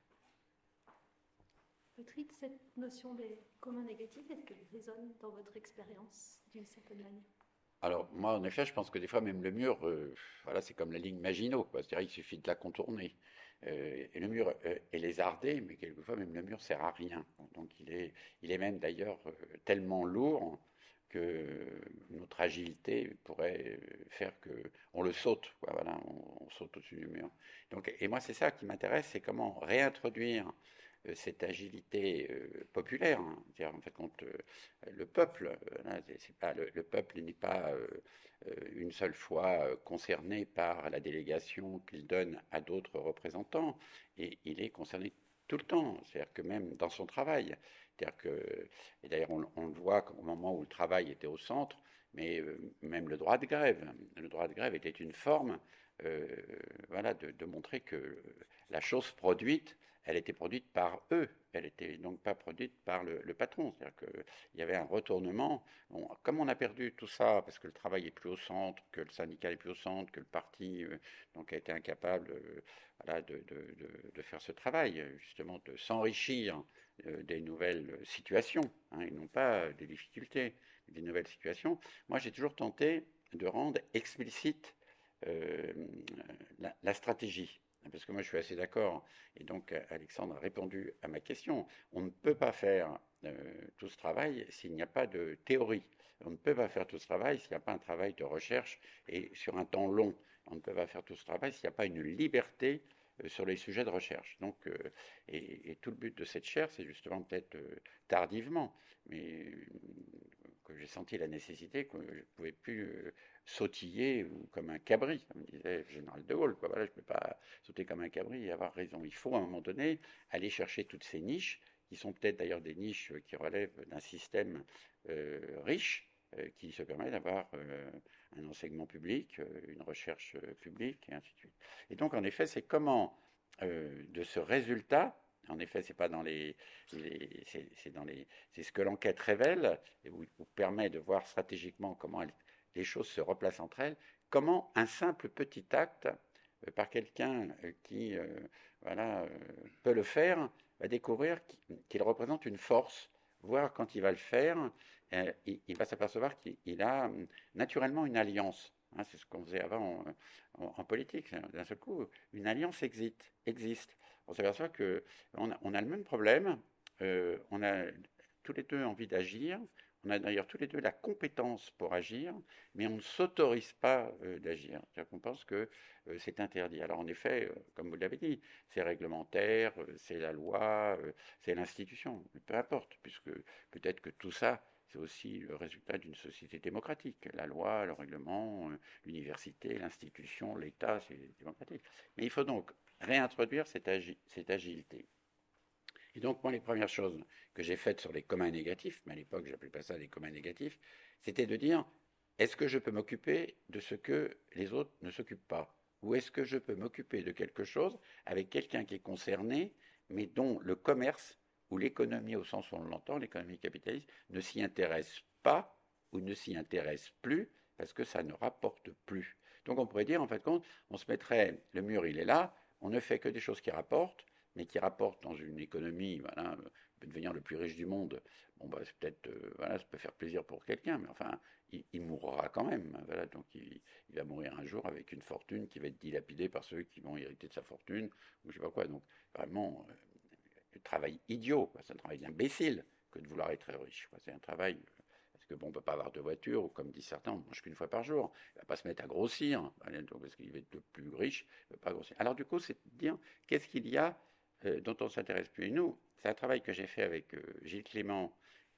Patrick, cette notion des communs négatifs, est-ce qu'elle résonne dans votre expérience d'une certaine manière? Alors, moi, en effet, je pense que des fois, même le mur, euh, voilà, c'est comme la ligne Maginot, quoi. C'est-à-dire il suffit de la contourner. Euh, et le mur euh, est lézardé, mais quelquefois, même le mur sert à rien. Donc, il est, il est même d'ailleurs euh, tellement lourd que notre agilité pourrait faire qu'on le saute, quoi, voilà, on, on saute au-dessus du mur. Donc, et moi, c'est ça qui m'intéresse, c'est comment réintroduire euh, cette agilité euh, populaire, hein. C'est-à-dire, en fait, quand euh, le peuple, euh, c'est pas, le, le peuple n'est pas euh, euh, une seule fois euh, concerné par la délégation qu'il donne à d'autres représentants, et il est concerné tout le temps, c'est-à-dire que même dans son travail, c'est-à-dire que, et d'ailleurs on, on le voit au moment où le travail était au centre, mais euh, même le droit de grève, le droit de grève était une forme, euh, voilà, de, de montrer que la chose produite, elle était produite par eux, elle n'était donc pas produite par le, le patron, c'est-à-dire qu'il y avait un retournement. Bon, comme on a perdu tout ça, parce que le travail est plus au centre, que le syndicat est plus au centre, que le parti euh, donc a été incapable euh, voilà, de, de, de, de faire ce travail, justement de s'enrichir euh, des nouvelles situations, hein, et non pas euh, des difficultés, des nouvelles situations. Moi, j'ai toujours tenté de rendre explicite euh, la, la stratégie. Parce que moi, je suis assez d'accord, et donc Alexandre a répondu à ma question. On ne peut pas faire euh, tout ce travail s'il n'y a pas de théorie. On ne peut pas faire tout ce travail s'il n'y a pas un travail de recherche et sur un temps long. On ne peut pas faire tout ce travail s'il n'y a pas une liberté euh, sur les sujets de recherche. Donc, euh, et, et tout le but de cette chaire, c'est justement peut-être euh, tardivement, mais euh, que j'ai senti la nécessité que je ne pouvais plus euh, sautiller ou comme un cabri, comme disait le général de Gaulle, quoi. Voilà, je ne peux pas sauter comme un cabri et avoir raison. Il faut à un moment donné aller chercher toutes ces niches, qui sont peut-être d'ailleurs des niches qui relèvent d'un système euh, riche, euh, qui se permet d'avoir euh, un enseignement public, euh, une recherche euh, publique, et ainsi de suite. Et donc, en effet, c'est comment, euh, de ce résultat, en effet, c'est pas dans les, les c'est, c'est dans les, c'est ce que l'enquête révèle et vous, vous permet de voir stratégiquement comment elle, les choses se replacent entre elles. Comment un simple petit acte euh, par quelqu'un euh, qui, euh, voilà, euh, peut le faire, va découvrir qu'il, qu'il représente une force. Voir quand il va le faire, euh, il, il va s'apercevoir qu'il a euh, naturellement une alliance. Hein, c'est ce qu'on faisait avant en, en, en politique. D'un seul coup, une alliance existe. existe. On s'aperçoit qu'on a, on a le même problème, euh, on a tous les deux envie d'agir, on a d'ailleurs tous les deux la compétence pour agir, mais on ne s'autorise pas euh, d'agir. C'est-à-dire qu'on pense que euh, c'est interdit. Alors en effet, euh, comme vous l'avez dit, c'est réglementaire, euh, c'est la loi, euh, c'est l'institution, peu importe, puisque peut-être que tout ça, c'est aussi le résultat d'une société démocratique. La loi, le règlement, euh, l'université, l'institution, l'État, c'est démocratique. Mais il faut donc réintroduire cette, agi- cette agilité. Et donc, moi, les premières choses que j'ai faites sur les communs négatifs, mais à l'époque, je n'appelais pas ça des communs négatifs, c'était de dire, est-ce que je peux m'occuper de ce que les autres ne s'occupent pas? Ou est-ce que je peux m'occuper de quelque chose avec quelqu'un qui est concerné, mais dont le commerce ou l'économie, au sens où on l'entend, l'économie capitaliste, ne s'y intéresse pas ou ne s'y intéresse plus parce que ça ne rapporte plus. Donc, on pourrait dire, en fait, on se mettrait, le mur, il est là, on ne fait que des choses qui rapportent, mais qui rapporte dans une économie, voilà, peut devenir le plus riche du monde, bon, bah, c'est peut-être, euh, voilà, ça peut faire plaisir pour quelqu'un, mais enfin, il, il mourra quand même, voilà, donc il, il va mourir un jour avec une fortune qui va être dilapidée par ceux qui vont hériter de sa fortune, ou je sais pas quoi, donc vraiment, euh, un travail idiot, quoi, c'est un travail d'imbécile que de vouloir être très riche, quoi, c'est un travail... Parce que bon, on ne peut pas avoir de voiture, ou comme disent certains, on ne mange qu'une fois par jour. Il ne va pas se mettre à grossir, parce qu'il va être le plus riche, il ne va pas grossir. Alors du coup, c'est de dire, qu'est-ce qu'il y a euh, dont on ne s'intéresse plus. Et nous, c'est un travail que j'ai fait avec euh, Gilles Clément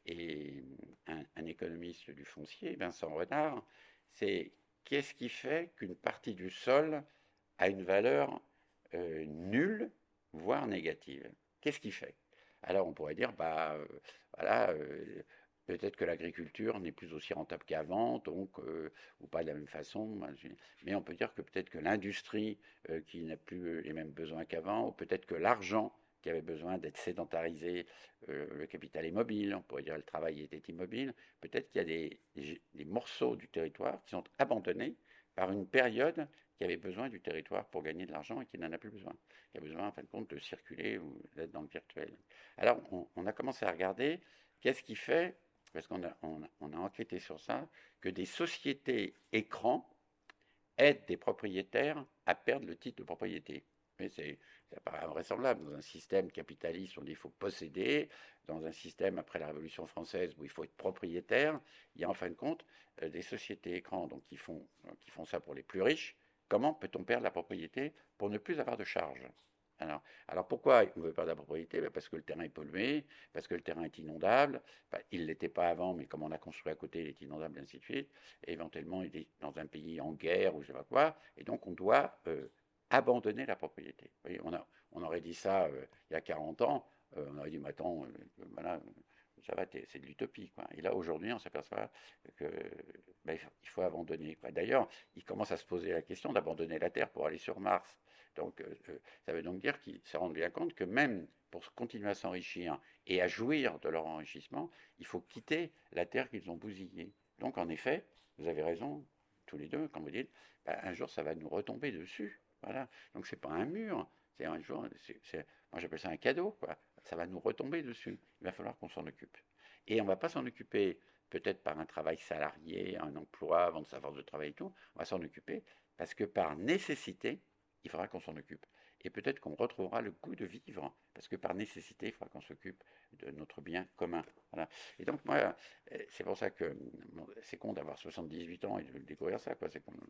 et un, un économiste du foncier, Vincent Renard, c'est qu'est-ce qui fait qu'une partie du sol a une valeur euh, nulle, voire négative. Qu'est-ce qui fait? Alors on pourrait dire, bah euh, voilà, euh, peut-être que l'agriculture n'est plus aussi rentable qu'avant, donc euh, ou pas de la même façon. Mais on peut dire que peut-être que l'industrie euh, qui n'a plus les mêmes besoins qu'avant, ou peut-être que l'argent qui avait besoin d'être sédentarisé, euh, le capital est mobile, on pourrait dire que le travail était immobile. Peut-être qu'il y a des, des, des morceaux du territoire qui sont abandonnés par une période qui avait besoin du territoire pour gagner de l'argent et qui n'en a plus besoin, qui a besoin en fin de compte de circuler ou d'être dans le virtuel. Alors on, on a commencé à regarder qu'est-ce qui fait, parce qu'on a, on, on a enquêté sur ça, que des sociétés écrans aident des propriétaires à perdre le titre de propriété. Mais c'est, ça paraît invraisemblable. Dans un système capitaliste où il faut posséder, dans un système après la Révolution française où il faut être propriétaire, il y a en fin de compte euh, des sociétés écrans donc, qui, font, qui font ça pour les plus riches. Comment peut-on perdre la propriété pour ne plus avoir de charges? Alors, alors pourquoi on veut perdre la propriété? Parce que le terrain est pollué, parce que le terrain est inondable. Enfin, il ne l'était pas avant, mais comme on a construit à côté, il est inondable, et ainsi de suite. Et éventuellement, il est dans un pays en guerre ou je ne sais pas quoi. Et donc, on doit euh, abandonner la propriété. Vous voyez, on, a, on aurait dit ça euh, il y a quarante ans. Euh, on aurait dit, mais attends, euh, voilà, ça va, c'est de l'utopie. Quoi. Et là, aujourd'hui, on s'aperçoit que ben, il faut abandonner. Quoi. D'ailleurs, il commence à se poser la question d'abandonner la Terre pour aller sur Mars. Donc, euh, ça veut donc dire qu'ils se rendent bien compte que même pour continuer à s'enrichir et à jouir de leur enrichissement, il faut quitter la terre qu'ils ont bousillée. Donc, en effet, vous avez raison, tous les deux, quand vous dites, bah, un jour, ça va nous retomber dessus. Voilà. Donc, c'est pas un mur, c'est un jour, c'est, c'est, moi j'appelle ça un cadeau, quoi. Ça va nous retomber dessus. Il va falloir qu'on s'en occupe. Et on ne va pas s'en occuper peut-être par un travail salarié, un emploi, vendre sa force de travail et tout. On va s'en occuper parce que par nécessité, il faudra qu'on s'en occupe. Et peut-être qu'on retrouvera le goût de vivre, parce que par nécessité, il faudra qu'on s'occupe de notre bien commun. Voilà. Et donc, moi, c'est pour ça que bon, c'est con d'avoir soixante-dix-huit ans et de découvrir ça. Quoi. C'est con.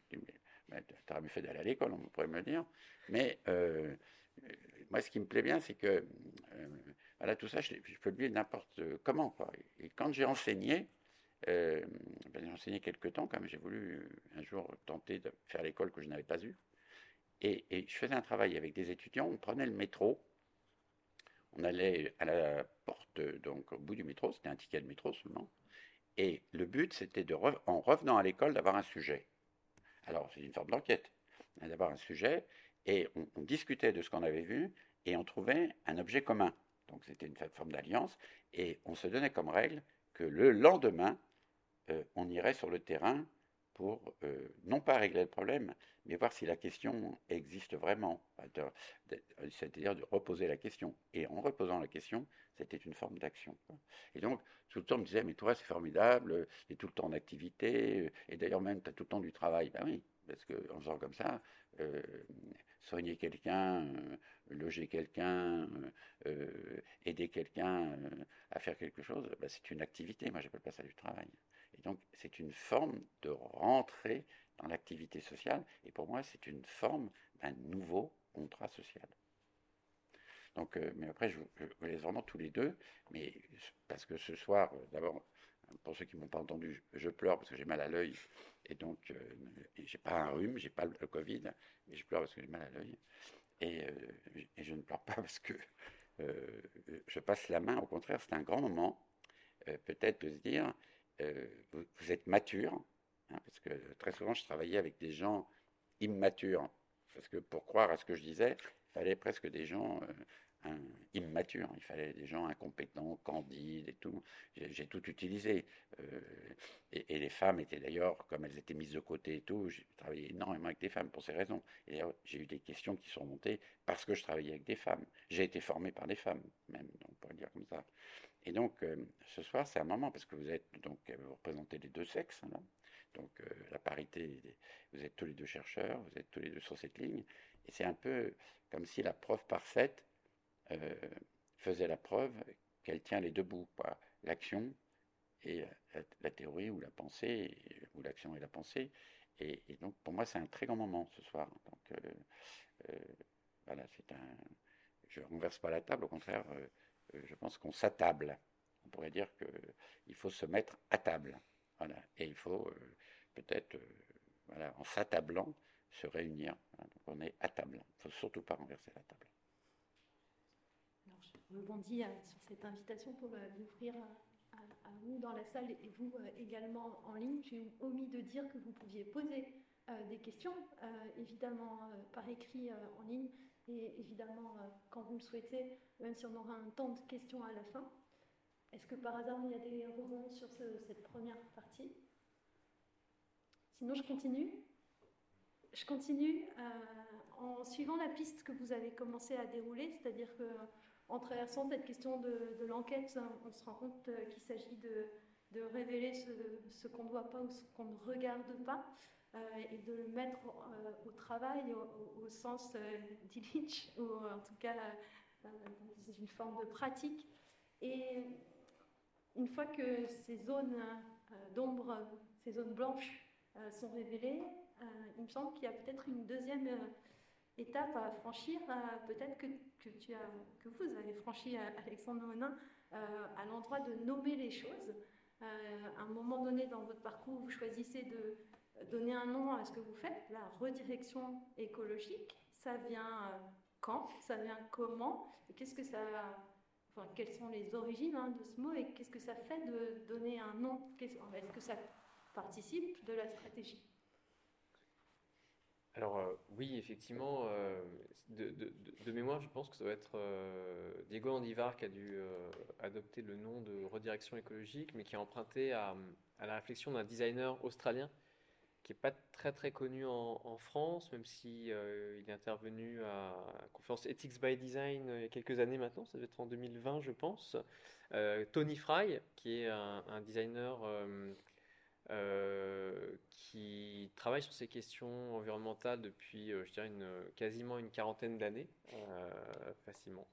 T'aurais mieux fait d'aller à l'école, on pourrait me le dire. Mais euh, moi, ce qui me plaît bien, c'est que euh, voilà, tout ça, je, je peux le vivre n'importe comment. Quoi. Et quand j'ai enseigné, euh, ben, j'ai enseigné quelques temps, comme j'ai voulu un jour tenter de faire l'école que je n'avais pas eue. Et, et je faisais un travail avec des étudiants, on prenait le métro, on allait à la porte, donc au bout du métro, c'était un ticket de métro seulement, et le but c'était, de re- en revenant à l'école, d'avoir un sujet. Alors c'est une forme d'enquête, d'avoir un sujet, et on, on discutait de ce qu'on avait vu, et on trouvait un objet commun. Donc c'était une forme d'alliance, et on se donnait comme règle que le lendemain, euh, on irait sur le terrain pour euh, non pas régler le problème, mais voir si la question existe vraiment, c'est-à-dire de reposer la question. Et en reposant la question, c'était une forme d'action. Et donc, tout le temps, on me disait, mais toi, c'est formidable, tu es tout le temps en activité, et d'ailleurs même, tu as tout le temps du travail. Ben oui, parce qu'en faisant comme ça, euh, soigner quelqu'un, euh, loger quelqu'un, euh, aider quelqu'un euh, à faire quelque chose, ben, c'est une activité. Moi, j'appelle pas ça du travail. Et donc, c'est une forme de rentrer dans l'activité sociale. Et pour moi, c'est une forme d'un nouveau contrat social. Donc, euh, mais après, je, je vous laisse vraiment tous les deux. Mais parce que ce soir, euh, d'abord, pour ceux qui ne m'ont pas entendu, je pleure parce que j'ai mal à l'œil. Et donc, euh, j'ai pas un rhume, j'ai pas le Covid, mais je pleure parce que j'ai mal à l'œil. Et, euh, et je ne pleure pas parce que euh, je passe la main. Au contraire, c'est un grand moment, euh, peut-être de se dire, euh, vous, vous êtes mature, hein, parce que très souvent, je travaillais avec des gens immatures. Parce que pour croire à ce que je disais, il fallait presque des gens euh, un, immatures. Il fallait des gens incompétents, candides et tout. J'ai, j'ai tout utilisé. Euh, et, et les femmes étaient d'ailleurs, comme elles étaient mises de côté et tout, j'ai travaillé énormément avec des femmes pour ces raisons. Et d'ailleurs, j'ai eu des questions qui sont montées parce que je travaillais avec des femmes. J'ai été formé par des femmes, même, on pourrait dire comme ça. Et donc, euh, ce soir, c'est un moment, parce que vous êtes, donc, vous représentez les deux sexes, hein, là. Donc, euh, la parité, vous êtes tous les deux chercheurs, vous êtes tous les deux sur cette ligne. Et c'est un peu comme si la preuve par sept euh, faisait la preuve qu'elle tient les deux bouts, quoi. L'action et la, la théorie ou la pensée, ou l'action et la pensée. Et, et donc, pour moi, c'est un très grand moment ce soir. Donc, euh, euh, voilà, c'est un. Je ne renverse pas la table, au contraire, euh, je pense qu'on s'attable. On pourrait dire qu'il faut se mettre à table. Voilà. Et il faut euh, peut-être, euh, voilà, en s'attablant, se réunir. Voilà. Donc on est à table. Il ne faut surtout pas renverser la table. Alors, je rebondis euh, sur cette invitation pour euh, l'ouvrir à, à, à vous dans la salle et vous euh, également en ligne. J'ai omis de dire que vous pouviez poser euh, des questions, euh, évidemment euh, par écrit euh, en ligne, et évidemment euh, quand vous le souhaitez, même si on aura un temps de questions à la fin. Est-ce que par hasard il y a des rebonds sur ce, cette première partie? Sinon, je continue. Je continue euh, en suivant la piste que vous avez commencé à dérouler, c'est-à-dire qu'en traversant cette question de, de l'enquête, on se rend compte qu'il s'agit de, de révéler ce, ce qu'on ne voit pas ou ce qu'on ne regarde pas, euh, et de le mettre euh, au travail, au, au sens euh, d'Illich, ou en tout cas euh, dans une forme de pratique. Et une fois que ces zones euh, d'ombre, ces zones blanches euh, sont révélées, euh, il me semble qu'il y a peut-être une deuxième euh, étape à franchir, euh, peut-être que, que, tu as, que vous avez franchi, Alexandre Monin, euh, à l'endroit de nommer les choses. Euh, à un moment donné dans votre parcours, vous choisissez de donner un nom à ce que vous faites, la redirection écologique. Ça vient euh, quand? Ça vient comment? Et qu'est-ce que ça... Enfin, quelles sont les origines hein, de ce mot et qu'est-ce que ça fait de donner un nom? Est-ce que ça participe de la stratégie? Alors euh, oui, effectivement, euh, de, de, de mémoire, je pense que ça doit être euh, Diego Andivar qui a dû euh, adopter le nom de redirection écologique, mais qui a emprunté à, à la réflexion d'un designer australien qui n'est pas très très connu en, en France, même si euh, il est intervenu à la conférence Ethics by Design euh, il y a quelques années maintenant, ça doit être en deux mille vingt je pense. Euh, Tony Fry, qui est un, un designer euh, euh, qui travaille sur ces questions environnementales depuis, euh, je dirais, une, quasiment une quarantaine d'années, euh, facilement,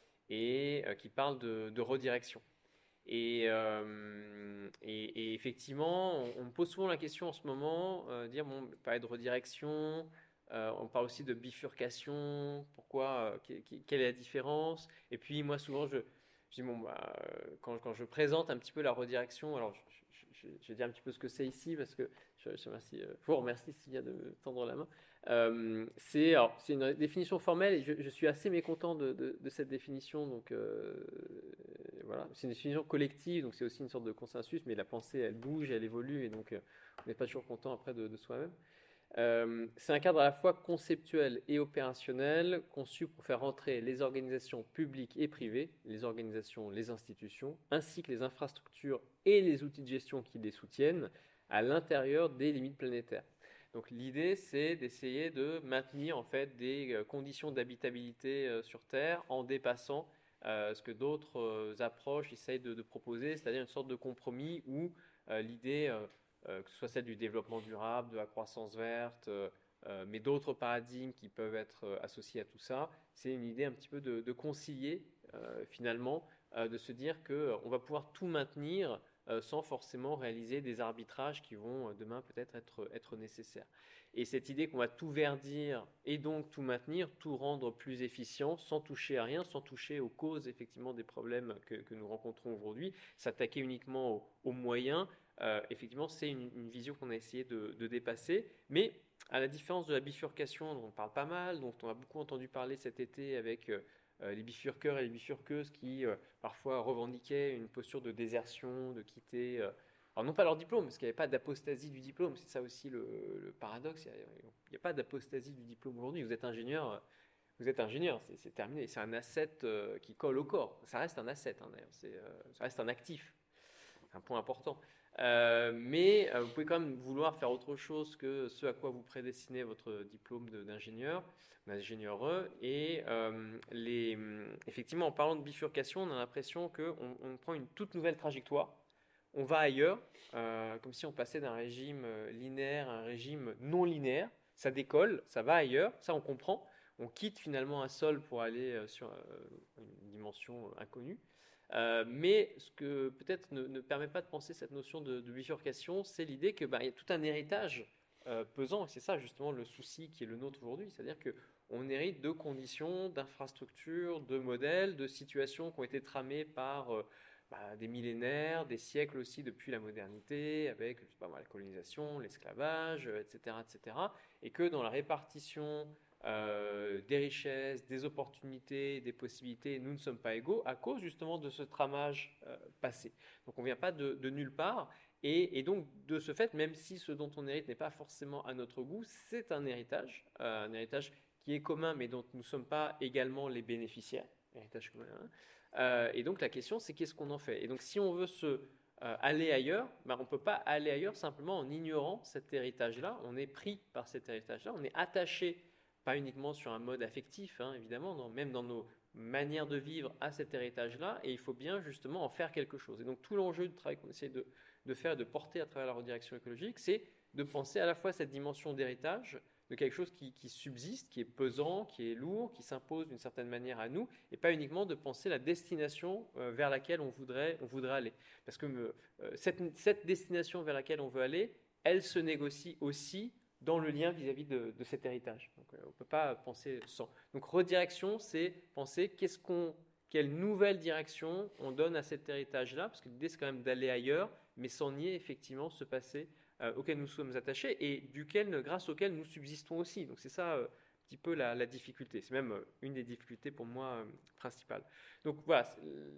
et euh, qui parle de, de redirection. Et, euh, et, et effectivement, on, on me pose souvent la question en ce moment, euh, dire, bon, parler de redirection, euh, on parle aussi de bifurcation, pourquoi, euh, quelle est la différence? Et puis moi souvent, je, je dis, bon, bah, quand, quand je présente un petit peu la redirection, alors je, je, je, je vais dire un petit peu ce que c'est ici, parce que je, je, remercie, je vous remercie Sylvia de me tendre la main. Euh, c'est, alors, c'est une définition formelle et je, je suis assez mécontent de, de, de cette définition. Donc, euh, voilà. C'est une définition collective, donc c'est aussi une sorte de consensus, mais la pensée, elle bouge, elle évolue et donc euh, on n'est pas toujours content après de, de soi-même. Euh, c'est un cadre à la fois conceptuel et opérationnel conçu pour faire rentrer les organisations publiques et privées, les organisations, les institutions, ainsi que les infrastructures et les outils de gestion qui les soutiennent à l'intérieur des limites planétaires. Donc l'idée, c'est d'essayer de maintenir en fait des conditions d'habitabilité euh, sur Terre en dépassant euh, ce que d'autres euh, approches essayent de, de proposer, c'est-à-dire une sorte de compromis où euh, l'idée, euh, euh, que ce soit celle du développement durable, de la croissance verte, euh, euh, mais d'autres paradigmes qui peuvent être euh, associés à tout ça, c'est une idée un petit peu de, de concilier euh, finalement, euh, de se dire qu'on va pouvoir tout maintenir Euh, sans forcément réaliser des arbitrages qui vont euh, demain peut-être être, être nécessaires. Et cette idée qu'on va tout verdir et donc tout maintenir, tout rendre plus efficient, sans toucher à rien, sans toucher aux causes effectivement des problèmes que, que nous rencontrons aujourd'hui, s'attaquer uniquement aux, aux moyens, euh, effectivement c'est une, une vision qu'on a essayé de, de dépasser, mais à la différence de la bifurcation dont on parle pas mal, dont on a beaucoup entendu parler cet été avec euh, Euh, les bifurqueurs et les bifurqueuses qui euh, parfois revendiquaient une posture de désertion, de quitter, euh, alors non pas leur diplôme, parce qu'il n'y avait pas d'apostasie du diplôme, c'est ça aussi le, le paradoxe, il n'y a, a pas d'apostasie du diplôme aujourd'hui, vous êtes ingénieur, vous êtes ingénieur, c'est, c'est terminé. C'est un asset euh, qui colle au corps. Ça reste un asset, hein, d'ailleurs. C'est, euh, ça reste un actif. C'est un point important. Euh, mais euh, vous pouvez quand même vouloir faire autre chose que ce à quoi vous prédestinez votre diplôme de, d'ingénieur, d'ingénieur. Et euh, les, effectivement, en parlant de bifurcation, on a l'impression qu'on on prend une toute nouvelle trajectoire. On va ailleurs, euh, comme si on passait d'un régime linéaire à un régime non linéaire. Ça décolle, ça va ailleurs, ça on comprend. On quitte finalement un sol pour aller sur une dimension inconnue. Euh, mais ce que peut-être ne, ne permet pas de penser cette notion de, de bifurcation, c'est l'idée qu'il bah, y a tout un héritage euh, pesant, et c'est ça justement le souci qui est le nôtre aujourd'hui, c'est-à-dire qu'on hérite de conditions, d'infrastructures, de modèles, de situations qui ont été tramées par euh, bah, des millénaires, des siècles aussi depuis la modernité, avec je sais pas, la colonisation, l'esclavage, et cetera, et cetera, et que dans la répartition Euh, des richesses, des opportunités, des possibilités, nous ne sommes pas égaux à cause justement de ce tramage euh, passé. Donc on ne vient pas de, de nulle part et, et donc de ce fait, même si ce dont on hérite n'est pas forcément à notre goût, c'est un héritage, euh, un héritage qui est commun mais dont nous ne sommes pas également les bénéficiaires, héritage commun. Hein. Euh, et donc la question c'est qu'est-ce qu'on en fait? Et donc si on veut se euh, aller ailleurs, ben, on ne peut pas aller ailleurs simplement en ignorant cet héritage-là, on est pris par cet héritage-là, on est attaché pas uniquement sur un mode affectif, hein, évidemment, non, même dans nos manières de vivre à cet héritage-là, et il faut bien justement en faire quelque chose. Et donc tout l'enjeu du travail qu'on essaie de, de faire et de porter à travers la redirection écologique, c'est de penser à la fois cette dimension d'héritage, de quelque chose qui, qui subsiste, qui est pesant, qui est lourd, qui s'impose d'une certaine manière à nous, et pas uniquement de penser la destination euh, vers laquelle on voudrait, on voudrait aller. Parce que euh, cette, cette destination vers laquelle on veut aller, elle se négocie aussi dans le lien vis-à-vis de, de cet héritage. Donc, euh, on ne peut pas penser sans. Donc, redirection, c'est penser qu'est-ce qu'on, quelle nouvelle direction on donne à cet héritage-là, parce que l'idée, c'est quand même d'aller ailleurs, mais sans nier effectivement ce passé euh, auquel nous sommes attachés et duquel, grâce auquel nous subsistons aussi. Donc, c'est ça euh, un petit peu la, la difficulté. C'est même euh, une des difficultés pour moi euh, principales. Donc, voilà.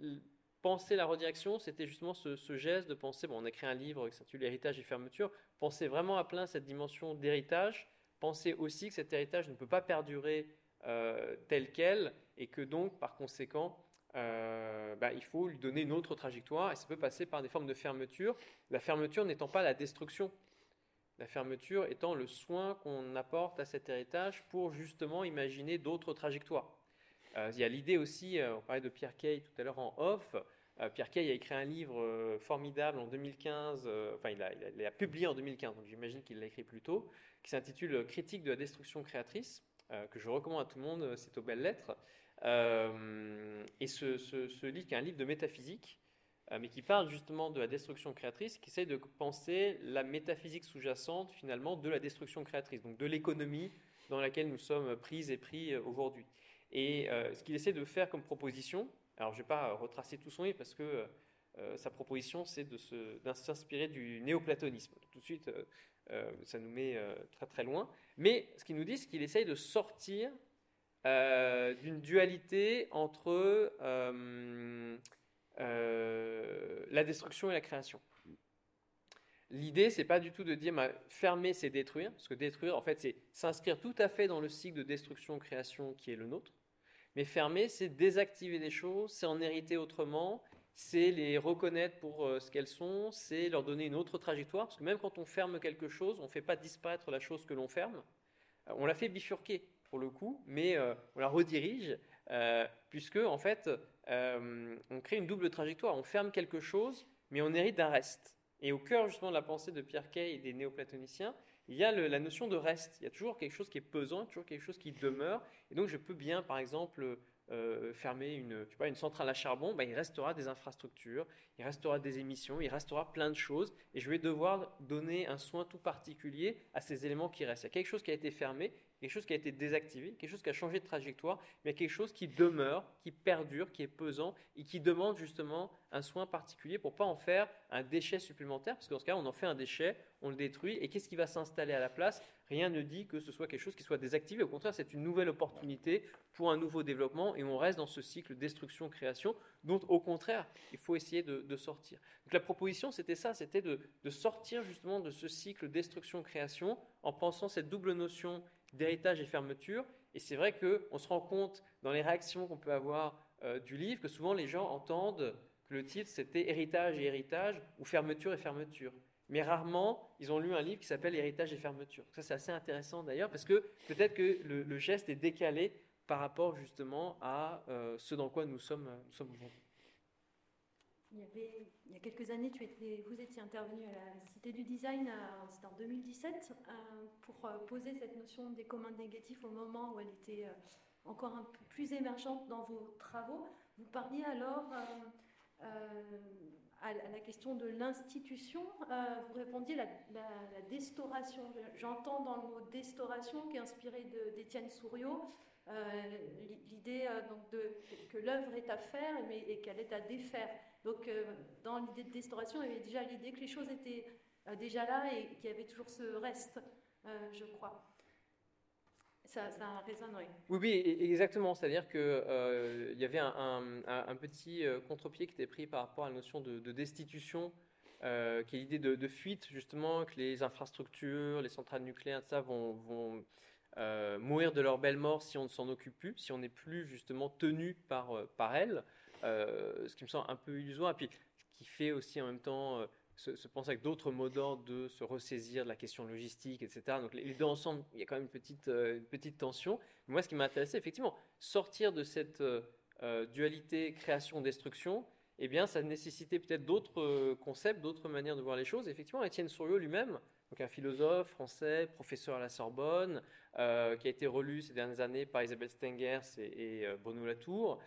Penser la redirection, c'était justement ce, ce geste de penser, bon, on a écrit un livre qui s'intitule Héritage et fermeture, penser vraiment à plein cette dimension d'héritage, penser aussi que cet héritage ne peut pas perdurer euh, tel quel, et que donc, par conséquent, euh, bah, il faut lui donner une autre trajectoire, et ça peut passer par des formes de fermeture, la fermeture n'étant pas la destruction, la fermeture étant le soin qu'on apporte à cet héritage pour justement imaginer d'autres trajectoires. Euh, il y a l'idée aussi, euh, on parlait de Pierre Kay tout à l'heure en off, euh, Pierre Kay a écrit un livre euh, formidable en deux mille quinze, euh, enfin il a, il, a, il a publié en deux mille quinze, donc j'imagine qu'il l'a écrit plus tôt, qui s'intitule Critique de la destruction créatrice, euh, que je recommande à tout le monde, c'est aux belles lettres. Euh, et ce, ce, ce livre qui est un livre de métaphysique, euh, mais qui parle justement de la destruction créatrice, qui essaie de penser la métaphysique sous-jacente finalement de la destruction créatrice, donc de l'économie dans laquelle nous sommes prises et pris aujourd'hui. Et euh, ce qu'il essaie de faire comme proposition, alors je ne vais pas retracer tout son livre parce que euh, sa proposition c'est de, se, de s'inspirer du néoplatonisme. Tout de suite, euh, euh, ça nous met euh, très très loin. Mais ce qu'il nous dit, c'est qu'il essaye de sortir euh, d'une dualité entre euh, euh, la destruction et la création. L'idée, c'est pas du tout de dire bah, fermer, c'est détruire, parce que détruire, en fait, c'est s'inscrire tout à fait dans le cycle de destruction-création qui est le nôtre. Mais fermer, c'est désactiver des choses, c'est en hériter autrement, c'est les reconnaître pour euh, ce qu'elles sont, c'est leur donner une autre trajectoire, parce que même quand on ferme quelque chose, on ne fait pas disparaître la chose que l'on ferme, euh, on la fait bifurquer pour le coup, mais euh, on la redirige, euh, puisque en fait, euh, on crée une double trajectoire, on ferme quelque chose, mais on hérite d'un reste. Et au cœur justement de la pensée de Pierre Kay et des néoplatoniciens, il y a le, la notion de reste. Il y a toujours quelque chose qui est pesant, toujours quelque chose qui demeure. Et donc je peux bien, par exemple, euh, fermer une, tu vois, une centrale à charbon, ben, il restera des infrastructures, il restera des émissions, il restera plein de choses. Et je vais devoir donner un soin tout particulier à ces éléments qui restent. Il y a quelque chose qui a été fermé, quelque chose qui a été désactivé, quelque chose qui a changé de trajectoire, mais quelque chose qui demeure, qui perdure, qui est pesant et qui demande justement un soin particulier pour ne pas en faire un déchet supplémentaire, parce que dans ce cas, on en fait un déchet, on le détruit, et qu'est-ce qui va s'installer à la place? Rien ne dit que ce soit quelque chose qui soit désactivé. Au contraire, c'est une nouvelle opportunité pour un nouveau développement, et on reste dans ce cycle destruction-création, dont au contraire, il faut essayer de, de sortir. Donc la proposition, c'était ça, c'était de, de sortir justement de ce cycle destruction-création en pensant cette double notion d'héritage et fermeture. Et c'est vrai qu'on se rend compte dans les réactions qu'on peut avoir euh, du livre que souvent les gens entendent que le titre c'était héritage et héritage ou fermeture et fermeture. Mais rarement, ils ont lu un livre qui s'appelle Héritage et fermeture. Ça, c'est assez intéressant d'ailleurs, parce que peut-être que le, le geste est décalé par rapport justement à euh, ce dans quoi nous sommes, nous sommes aujourd'hui. Il y avait, il y a quelques années, tu étais, vous étiez intervenu à la Cité du Design, c'était en deux mille dix-sept, euh, pour euh, poser cette notion des communs négatifs au moment où elle était euh, encore un peu plus émergente dans vos travaux. Vous parliez alors... Euh, euh, à la question de l'institution, euh, vous répondiez la, la, la déstauration. J'entends dans le mot déstauration qui est inspiré d'Étienne Souriau, euh, l'idée euh, donc de, que l'œuvre est à faire mais, et qu'elle est à défaire. Donc euh, dans l'idée de déstauration, il y avait déjà l'idée que les choses étaient euh, déjà là et qu'il y avait toujours ce reste, euh, je crois. Ça, ça résonne, oui. Oui, oui, exactement. C'est-à-dire qu'il euh, y avait un, un, un petit contre-pied qui était pris par rapport à la notion de, de destitution, euh, qui est l'idée de, de fuite, justement, que les infrastructures, les centrales nucléaires, tout ça, vont, vont euh, mourir de leur belle mort si on ne s'en occupe plus, si on n'est plus, justement, tenu par, par elles, euh, ce qui me semble un peu illusoire, et puis qui fait aussi en même temps... Euh, Se, se penser avec d'autres mots d'ordre de se ressaisir de la question logistique, et cetera. Donc les deux ensemble, il y a quand même une petite, euh, une petite tension. Mais moi, ce qui m'a intéressé, effectivement, sortir de cette euh, dualité création-destruction, eh bien, ça nécessitait peut-être d'autres euh, concepts, d'autres manières de voir les choses. Et effectivement, Étienne Souriau lui-même, donc un philosophe français, professeur à la Sorbonne, euh, qui a été relu ces dernières années par Isabelle Stengers et, et euh, Bruno Latour,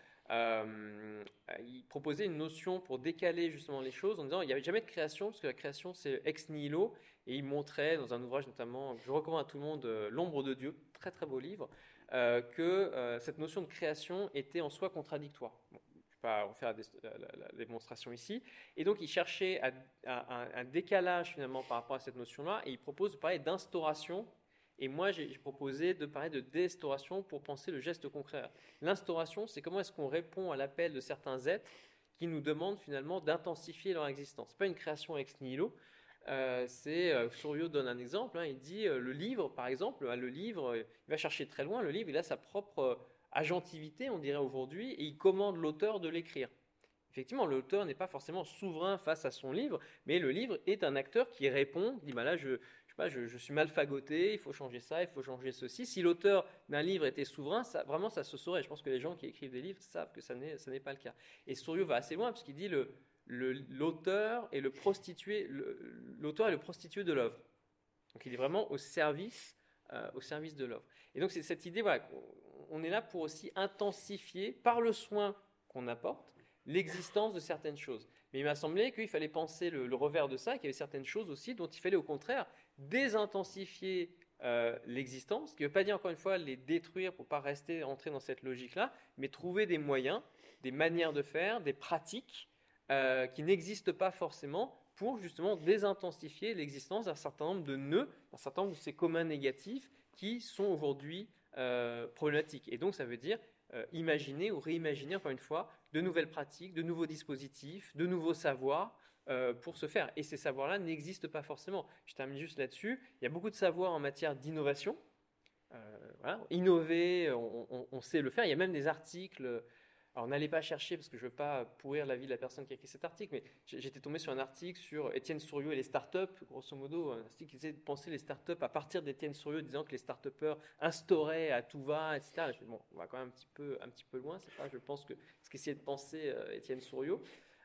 Euh, il proposait une notion pour décaler justement les choses en disant il n'y avait jamais de création parce que la création c'est ex nihilo, et il montrait dans un ouvrage notamment que je recommande à tout le monde, euh, L'ombre de Dieu, très très beau livre, euh, que euh, cette notion de création était en soi contradictoire. Bon, je ne vais pas en faire la, la, la, la démonstration ici, et donc il cherchait à, à, à un décalage finalement par rapport à cette notion-là, et il propose de parler d'instauration. Et moi, j'ai proposé de parler de déstauration pour penser le geste concret. L'instauration, c'est comment est-ce qu'on répond à l'appel de certains êtres qui nous demandent finalement d'intensifier leur existence. Ce n'est pas une création ex nihilo. Euh, c'est, euh, Souriau donne un exemple, hein, il dit euh, le livre, par exemple, hein, le livre, il va chercher très loin, le livre, il a sa propre euh, agentivité, on dirait aujourd'hui, et il commande l'auteur de l'écrire. Effectivement, l'auteur n'est pas forcément souverain face à son livre, mais le livre est un acteur qui répond, dit bah là, je... Je, sais pas, je, je suis mal fagoté, il faut changer ça, il faut changer ceci. Si l'auteur d'un livre était souverain, ça, vraiment ça se saurait. Je pense que les gens qui écrivent des livres savent que ça n'est, ça n'est pas le cas. Et Souriau va assez loin parce qu'il dit le, le, l'auteur est le prostitué, le, l'auteur est le prostitué de l'œuvre. Donc il est vraiment au service, euh, au service de l'œuvre. Et donc c'est cette idée, voilà, on est là pour aussi intensifier par le soin qu'on apporte l'existence de certaines choses. Mais il m'a semblé qu'il fallait penser le, le revers de ça, qu'il y avait certaines choses aussi dont il fallait au contraire désintensifier euh, l'existence, ce qui ne veut pas dire encore une fois les détruire pour ne pas rester, entrer dans cette logique-là, mais trouver des moyens, des manières de faire, des pratiques euh, qui n'existent pas forcément pour justement désintensifier l'existence d'un certain nombre de nœuds, d'un certain nombre de ces communs négatifs qui sont aujourd'hui euh, problématiques. Et donc ça veut dire euh, imaginer ou réimaginer encore une fois de nouvelles pratiques, de nouveaux dispositifs, de nouveaux savoirs, Euh, pour se faire. Et ces savoirs-là n'existent pas forcément. Je termine juste là-dessus. Il y a beaucoup de savoirs en matière d'innovation. Euh, voilà. Innover, on, on, on sait le faire. Il y a même des articles. Alors, n'allez pas chercher parce que je ne veux pas pourrir la vie de la personne qui a écrit cet article, mais j'étais tombé sur un article sur Étienne Souriau et les startups, grosso modo, un article qui disait de penser les startups à partir d'Étienne Souriau, disant que les startupeurs instauraient à tout va, et cetera. Je me dis, bon, on va quand même un petit peu, un petit peu loin. C'est pas, je pense, que ce qu'essayait de penser euh, Étienne Souriau.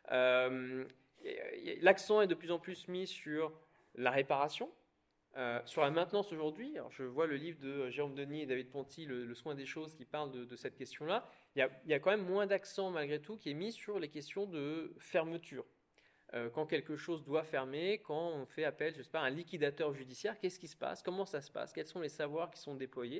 Euh, L'accent est de plus en plus mis sur la réparation, euh, sur la maintenance aujourd'hui. Alors, je vois le livre de Jérôme Denis et David Ponty, Le, le soin des choses, qui parle de, de cette question-là. Il y, a, il y a quand même moins d'accent, malgré tout, qui est mis sur les questions de fermeture. Euh, quand quelque chose doit fermer, quand on fait appel, je sais pas, à un liquidateur judiciaire, qu'est-ce qui se passe? Comment ça se passe? Quels sont les savoirs qui sont déployés?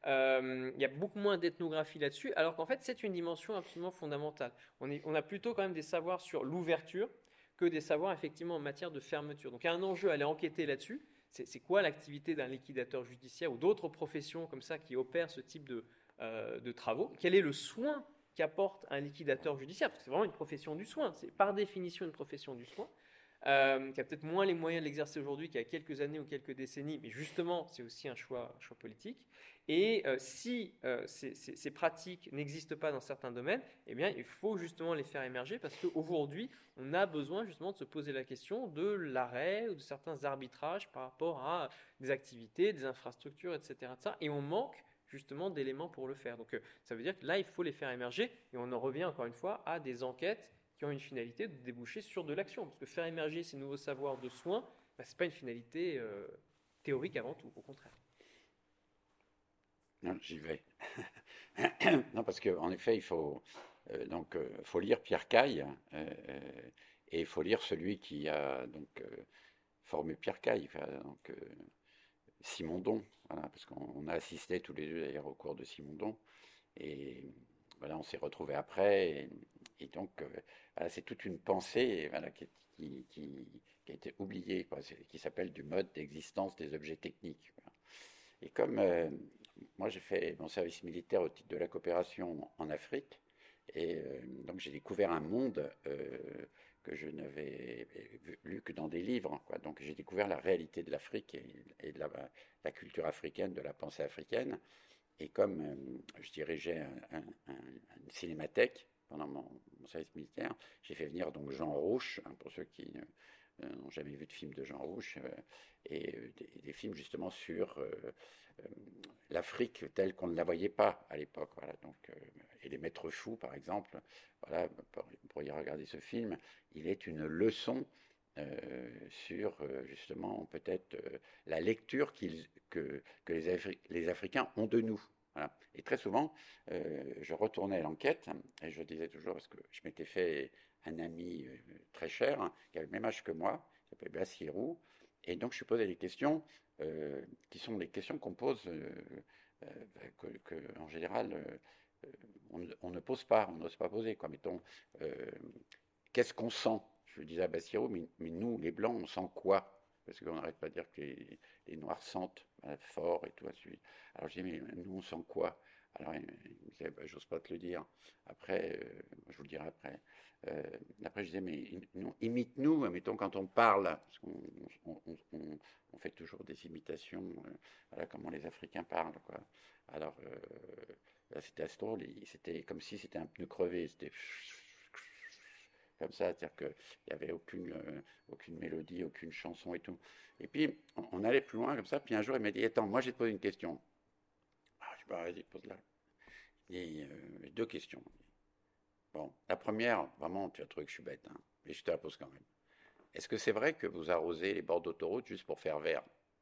Euh, il y a beaucoup moins d'ethnographie là-dessus, alors qu'en fait, c'est une dimension absolument fondamentale. On, est, on a plutôt quand même des savoirs sur l'ouverture, que des savoirs effectivement en matière de fermeture. Donc il y a un enjeu à aller enquêter là-dessus. C'est, c'est quoi l'activité d'un liquidateur judiciaire ou d'autres professions comme ça qui opèrent ce type de, euh, de travaux? Quel est le soin qu'apporte un liquidateur judiciaire? Parce que c'est vraiment une profession du soin. C'est par définition une profession du soin. euh, qui a peut-être moins les moyens de l'exercer aujourd'hui qu'il y a quelques années ou quelques décennies, mais justement, c'est aussi un choix, un choix politique. Et euh, si euh, ces, ces, ces pratiques n'existent pas dans certains domaines, eh bien, il faut justement les faire émerger parce qu'aujourd'hui, on a besoin justement de se poser la question de l'arrêt ou de certains arbitrages par rapport à des activités, des infrastructures, et cetera de ça, et on manque justement d'éléments pour le faire. Donc, euh, ça veut dire que là, il faut les faire émerger, et on en revient encore une fois à des enquêtes qui ont une finalité de déboucher sur de l'action. Parce que faire émerger ces nouveaux savoirs de soins, bah, ce n'est pas une finalité euh, théorique avant tout, au contraire. Non, j'y vais. Non, parce qu'en effet, il faut, euh, donc, euh, faut lire Pierre Caille, euh, et il faut lire celui qui a donc, euh, formé Pierre Caille, enfin, donc, euh, Simondon, voilà, parce qu'on a assisté tous les deux d'ailleurs au cours de Simondon, et voilà, on s'est retrouvés après, et, et donc euh, voilà, c'est toute une pensée voilà, qui, qui, qui, qui a été oubliée, quoi, qui s'appelle du mode d'existence des objets techniques. Voilà. Et comme euh, moi j'ai fait mon service militaire au titre de la coopération en Afrique, et euh, donc j'ai découvert un monde euh, que je n'avais lu que dans des livres, quoi. Donc j'ai découvert la réalité de l'Afrique et, et de la, la culture africaine, de la pensée africaine. Et comme euh, je dirigeais un, un, un, une cinémathèque pendant mon, mon service militaire, j'ai fait venir donc Jean Rouch, hein, pour ceux qui euh, n'ont jamais vu de film de Jean Rouch, euh, et euh, des, des films justement sur euh, euh, l'Afrique telle qu'on ne la voyait pas à l'époque. Voilà, donc, euh, et Les Maîtres Fous, par exemple, voilà, pour, pour y regarder ce film, il est une leçon euh, sur euh, justement peut-être euh, la lecture qu'ils, que, que les, Afri- les Africains ont de nous. Voilà. Et très souvent, euh, je retournais à l'enquête et je disais toujours, parce que je m'étais fait un ami euh, très cher, hein, qui avait le même âge que moi, qui s'appelle Bassirou, et donc je lui posais des questions euh, qui sont des questions qu'on pose, euh, euh, que, que, en général, euh, on, on ne pose pas, on n'ose pas poser. Quoi. Mettons, euh, qu'est-ce qu'on sent? Je lui disais à Bassirou, mais, mais nous, les Blancs, on sent quoi? Parce qu'on n'arrête pas de dire que les, les Noirs sentent voilà, fort et tout. Alors je dis, mais nous, on sent quoi? Alors il me disait, bah, j'ose pas te le dire. Après, euh, je vous le dirai après. Euh, après, je disais, mais non, imite-nous, mettons, quand on parle, parce qu'on on, on, on, on fait toujours des imitations, euh, voilà comment les Africains parlent, quoi. Alors, euh, là, c'était assez drôle, c'était comme si c'était un pneu crevé, c'était comme ça, c'est-à-dire qu'il n'y avait aucune, euh, aucune mélodie, aucune chanson et tout. Et puis, on, on allait plus loin comme ça, puis un jour, il m'a dit, attends, moi, je vais te poser une question. Ah, je dis, bah, vas-y, pose-la. Et euh, deux questions. Bon, la première, vraiment, tu vas trouver que je suis bête, hein, mais je te la pose quand même. Est-ce que c'est vrai que vous arrosez les bords d'autoroute juste pour faire vert?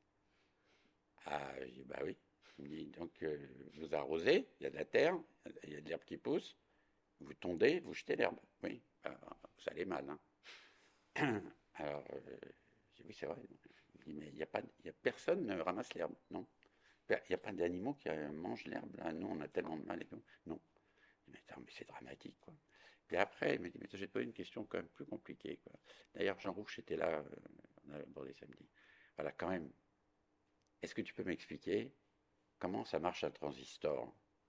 Ah, je dis, bah oui. Il me dit, donc, euh, vous arrosez, il y a de la terre, il y a de l'herbe qui pousse, vous tondez, vous jetez l'herbe. Oui, alors, vous allez mal, hein. Alors, euh, j'ai dit, oui, c'est vrai. Il me dit, mais il n'y a, pas, il y a personne ne ramasse l'herbe, non. Il n'y a pas d'animaux qui euh, mangent l'herbe, là. Nous, on a tellement de mal et tout. Non. Je dis, mais, mais c'est dramatique, quoi. Puis après, il me dit, mais j'ai posé une question quand même plus compliquée, quoi. D'ailleurs, Jean Rouch était là, euh, on a abordé samedi. Voilà, quand même, est-ce que tu peux m'expliquer comment ça marche un transistor?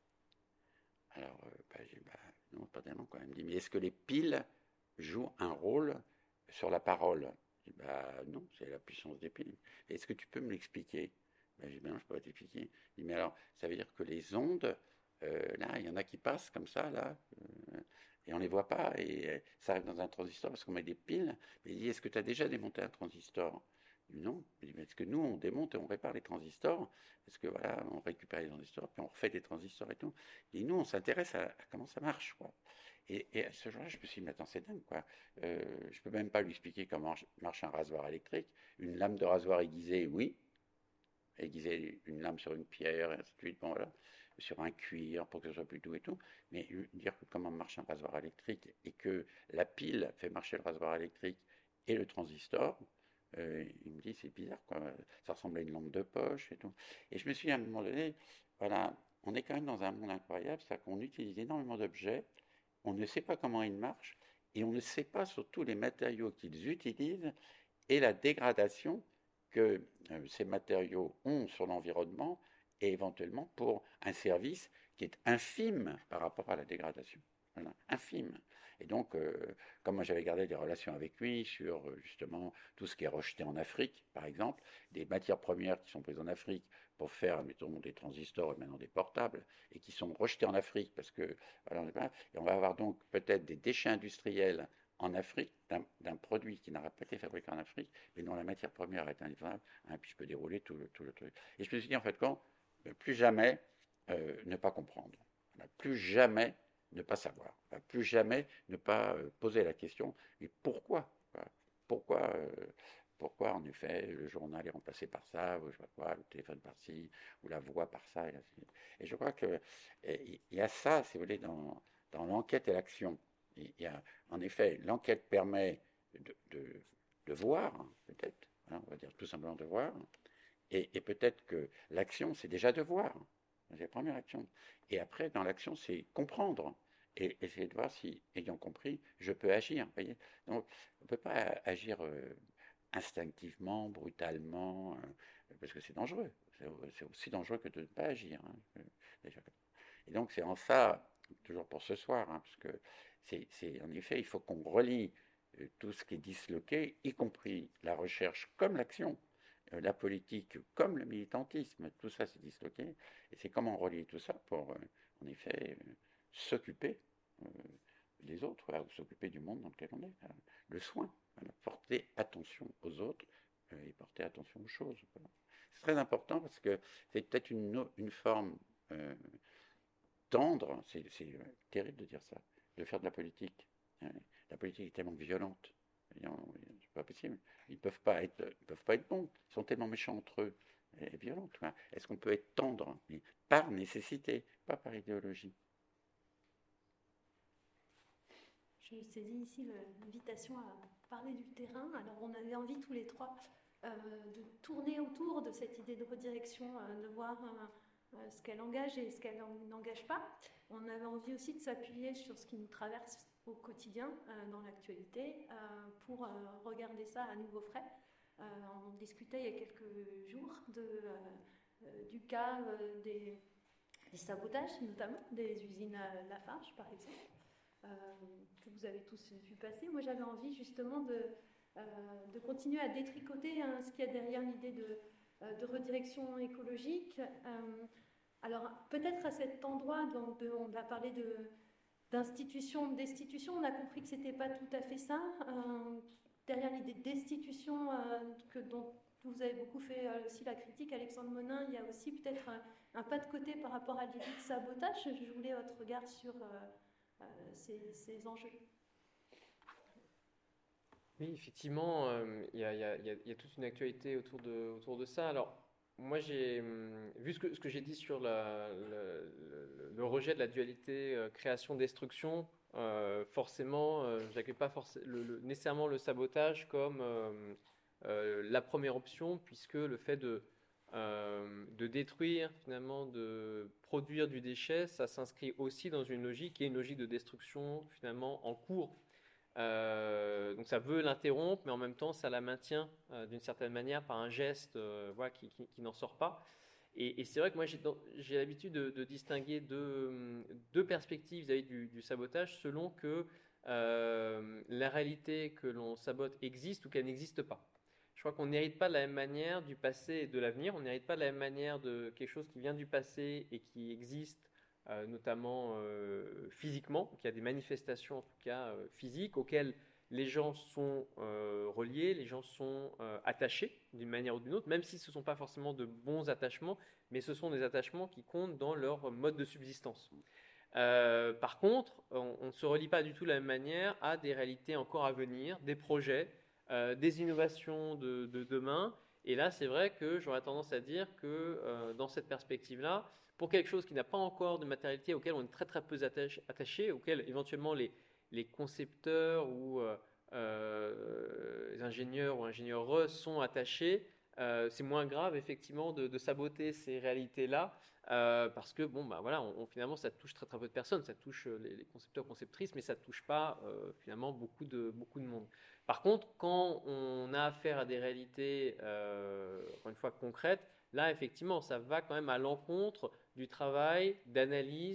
Alors, euh, bah, j'ai dit, bah, non, pas tellement, quoi. Il me dit, mais est-ce que les piles jouent un rôle sur la parole? Je dis, bah non, c'est la puissance des piles. Est-ce que tu peux me l'expliquer? Ben, je dis, ben non, je ne peux pas t'expliquer. Il dit, mais alors, ça veut dire que les ondes, euh, là, il y en a qui passent comme ça, là, euh, et on ne les voit pas, et euh, ça arrive dans un transistor parce qu'on met des piles. Mais il dit, est-ce que tu as déjà démonté un transistor? Je dis, non. Il dit, mais est-ce que nous, on démonte et on répare les transistors? Parce que voilà, on récupère les transistors, puis on refait des transistors et tout. Il dit, nous, on s'intéresse à, à comment ça marche, quoi. Et, et à ce jour-là, je me suis dit, mais attends, c'est dingue, quoi. Euh, je ne peux même pas lui expliquer comment marche un rasoir électrique. Une lame de rasoir aiguisée, oui. Aiguiser une lame sur une pierre, et ainsi de suite, bon, voilà. Sur un cuir, pour que ce soit plus doux et tout. Mais dire comment marche un rasoir électrique et que la pile fait marcher le rasoir électrique et le transistor, euh, il me dit, c'est bizarre, quoi. Ça ressemble à une lampe de poche et tout. Et je me suis dit, à un moment donné, voilà, on est quand même dans un monde incroyable, c'est-à-dire qu'on utilise énormément d'objets, on ne sait pas comment ils marchent, et on ne sait pas surtout les matériaux qu'ils utilisent et la dégradation que euh, ces matériaux ont sur l'environnement et éventuellement pour un service qui est infime par rapport à la dégradation. Voilà, infime. Et donc, euh, comme moi j'avais gardé des relations avec lui sur justement tout ce qui est rejeté en Afrique, par exemple, des matières premières qui sont prises en Afrique pour faire, mettons, des transistors et maintenant des portables, et qui sont rejetés en Afrique, parce que, alors, et on va avoir donc peut-être des déchets industriels en Afrique, d'un, d'un produit qui n'aura pas été fabriqué en Afrique, mais dont la matière première est indépendable, hein, puis je peux dérouler tout le, tout le truc. Et je me suis dit, en fait, quand, plus jamais euh, ne pas comprendre, plus jamais ne pas savoir, plus jamais ne pas euh, poser la question, et pourquoi Pourquoi euh, pourquoi, en effet, le journal est remplacé par ça, ou je sais pas quoi, le téléphone par ci, ou la voix par ça, et ainsi de suite. Et je crois qu'il y a ça, si vous voulez, dans, dans l'enquête et l'action. Il y a, en effet, l'enquête permet de, de, de voir, hein, peut-être, hein, on va dire tout simplement de voir, et, et peut-être que l'action, c'est déjà de voir. C'est la première action. Et après, dans l'action, c'est comprendre et essayer de voir si, ayant compris, je peux agir. Voyez. Donc, on ne peut pas agir euh, instinctivement, brutalement, euh, parce que c'est dangereux. C'est, c'est aussi dangereux que de ne pas agir. Hein, déjà. Et donc, c'est en ça, toujours pour ce soir, hein, parce que c'est, c'est, en effet, il faut qu'on relie euh, tout ce qui est disloqué, y compris la recherche comme l'action. Euh, la politique comme le militantisme, tout ça c'est disloqué, et c'est comment relier tout ça pour, euh, en effet, euh, s'occuper euh, des autres, voilà, ou s'occuper du monde dans lequel on est. Voilà. Le soin, voilà, porter attention aux autres euh, et porter attention aux choses. Voilà. C'est très important parce que c'est peut-être une, une forme euh, tendre, c'est, c'est euh, terrible de dire ça, de faire de la politique. Hein. La politique est tellement violente. C'est pas possible. Ils ne peuvent pas être, ils peuvent pas être bons. Ils sont tellement méchants entre eux et violents. Est-ce qu'on peut être tendre, mais par nécessité, pas par idéologie? Je saisis ici l'invitation à parler du terrain. Alors, on avait envie tous les trois euh, de tourner autour de cette idée de redirection, euh, de voir euh, ce qu'elle engage et ce qu'elle n'engage pas. On avait envie aussi de s'appuyer sur ce qui nous traverse au quotidien, euh, dans l'actualité, euh, pour euh, regarder ça à nouveau frais. Euh, on discutait il y a quelques jours de, euh, du cas euh, des, des sabotages, notamment des usines à Lafarge, par exemple, euh, que vous avez tous vu passer. Moi, j'avais envie justement de, euh, de continuer à détricoter hein, ce qu'il y a derrière l'idée de, euh, de redirection écologique. Euh, alors, peut-être à cet endroit, donc, de, on a parlé de d'institution, de destitution, on a compris que ce n'était pas tout à fait ça. Euh, derrière l'idée de destitution, euh, que, dont vous avez beaucoup fait euh, aussi la critique, Alexandre Monin, il y a aussi peut-être un, un pas de côté par rapport à l'idée de sabotage. Je voulais votre regard sur euh, euh, ces, ces enjeux. Oui, effectivement, euh, il y a, y a- y a- y a toute une actualité autour de, autour de ça. Alors, moi, j'ai hum, vu ce que, ce que j'ai dit sur la- le, le- le rejet de la dualité euh, création-destruction. Euh, forcément, euh, j'accueille pas forc- le- le- nécessairement le sabotage comme euh, euh, la première option, puisque le fait de, euh, de détruire, finalement, de produire du déchet, ça s'inscrit aussi dans une logique qui est une logique de destruction, finalement, en cours. Euh, donc ça veut l'interrompre, mais en même temps ça la maintient euh, d'une certaine manière par un geste euh, voilà, qui, qui- qui n'en sort pas. Et, et c'est vrai que moi j'ai, dans- j'ai l'habitude de, de distinguer deux, deux perspectives vis-à-vis du, du sabotage selon que euh, la réalité que l'on sabote existe ou qu'elle n'existe pas. Je crois qu'on n'hérite pas de la même manière du passé et de l'avenir, on n'hérite pas de la même manière de quelque chose qui vient du passé et qui existe euh, notamment euh, physiquement. Donc, il y a des manifestations en tout cas euh, physiques auxquelles les gens sont euh, reliés, les gens sont euh, attachés d'une manière ou d'une autre, même si ce ne sont pas forcément de bons attachements, mais ce sont des attachements qui comptent dans leur mode de subsistance. Euh, par contre, on, on ne se relie pas du tout de la même manière à des réalités encore à venir, des projets, euh, des innovations de, de demain. Et là, c'est vrai que j'aurais tendance à dire que euh, dans cette perspective-là, pour quelque chose qui n'a pas encore de matérialité, auquel on est très très peu attaché, attaché auquel éventuellement les, les concepteurs ou euh, euh, les ingénieurs ou ingénieurs sont attachés, euh, c'est moins grave effectivement de, de saboter ces réalités-là. Euh, parce que bon, bah, voilà, on, on, finalement, ça touche très très peu de personnes, ça touche les, les concepteurs, conceptrices, mais ça ne touche pas euh, finalement beaucoup de, beaucoup de monde. Par contre, quand on a affaire à des réalités, euh, encore une fois, concrètes, là, effectivement, ça va quand même à l'encontre du travail d'analyse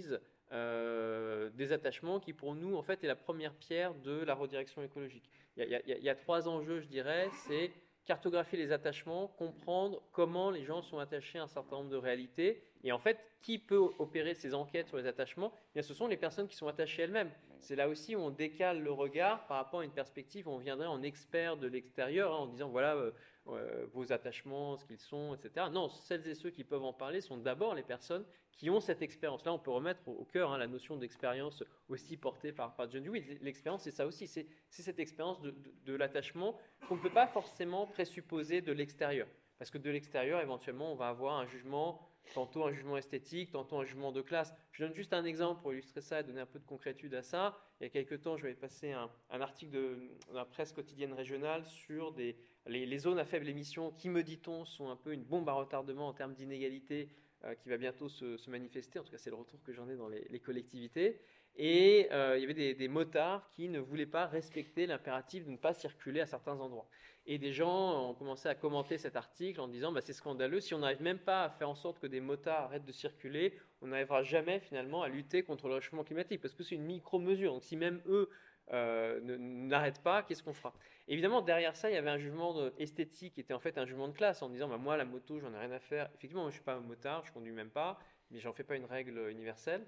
euh, des attachements qui, pour nous, en fait, est la première pierre de la redirection écologique. Il y a, il y a, il y a trois enjeux, je dirais, c'est cartographier les attachements, comprendre comment les gens sont attachés à un certain nombre de réalités. Et en fait, qui peut opérer ces enquêtes sur les attachements? Eh bien, ce sont les personnes qui sont attachées elles-mêmes. C'est là aussi où on décale le regard par rapport à une perspective où on viendrait en expert de l'extérieur, hein, en disant voilà euh, euh, vos attachements, ce qu'ils sont, et cetera. Non, celles et ceux qui peuvent en parler sont d'abord les personnes qui ont cette expérience. Là, on peut remettre au, au cœur hein, la notion d'expérience aussi portée par, par John Dewey. L'expérience, c'est ça aussi, c'est cette expérience de, de, de l'attachement qu'on ne peut pas forcément présupposer de l'extérieur. Parce que de l'extérieur, éventuellement, on va avoir un jugement, tantôt un jugement esthétique, tantôt un jugement de classe. Je donne juste un exemple pour illustrer ça et donner un peu de concrétude à ça. Il y a quelques temps, je vais passer un, un article de, de la presse quotidienne régionale sur des, les, les zones à faible émission qui, me dit-on, sont un peu une bombe à retardement en termes d'inégalité euh, qui va bientôt se, se manifester. En tout cas, c'est le retour que j'en ai dans les, les collectivités. Et euh, il y avait des, des motards qui ne voulaient pas respecter l'impératif de ne pas circuler à certains endroits. Et des gens ont commencé à commenter cet article en disant bah, c'est scandaleux, si on n'arrive même pas à faire en sorte que des motards arrêtent de circuler, on n'arrivera jamais finalement à lutter contre le réchauffement climatique, parce que c'est une micro-mesure. Donc si même eux euh, n'arrêtent pas, qu'est-ce qu'on fera? Évidemment, derrière ça, il y avait un jugement de, esthétique qui était en fait un jugement de classe, en disant bah, moi la moto, j'en ai rien à faire. Effectivement, moi, je ne suis pas un motard, je ne conduis même pas, mais j'en fais pas une règle universelle.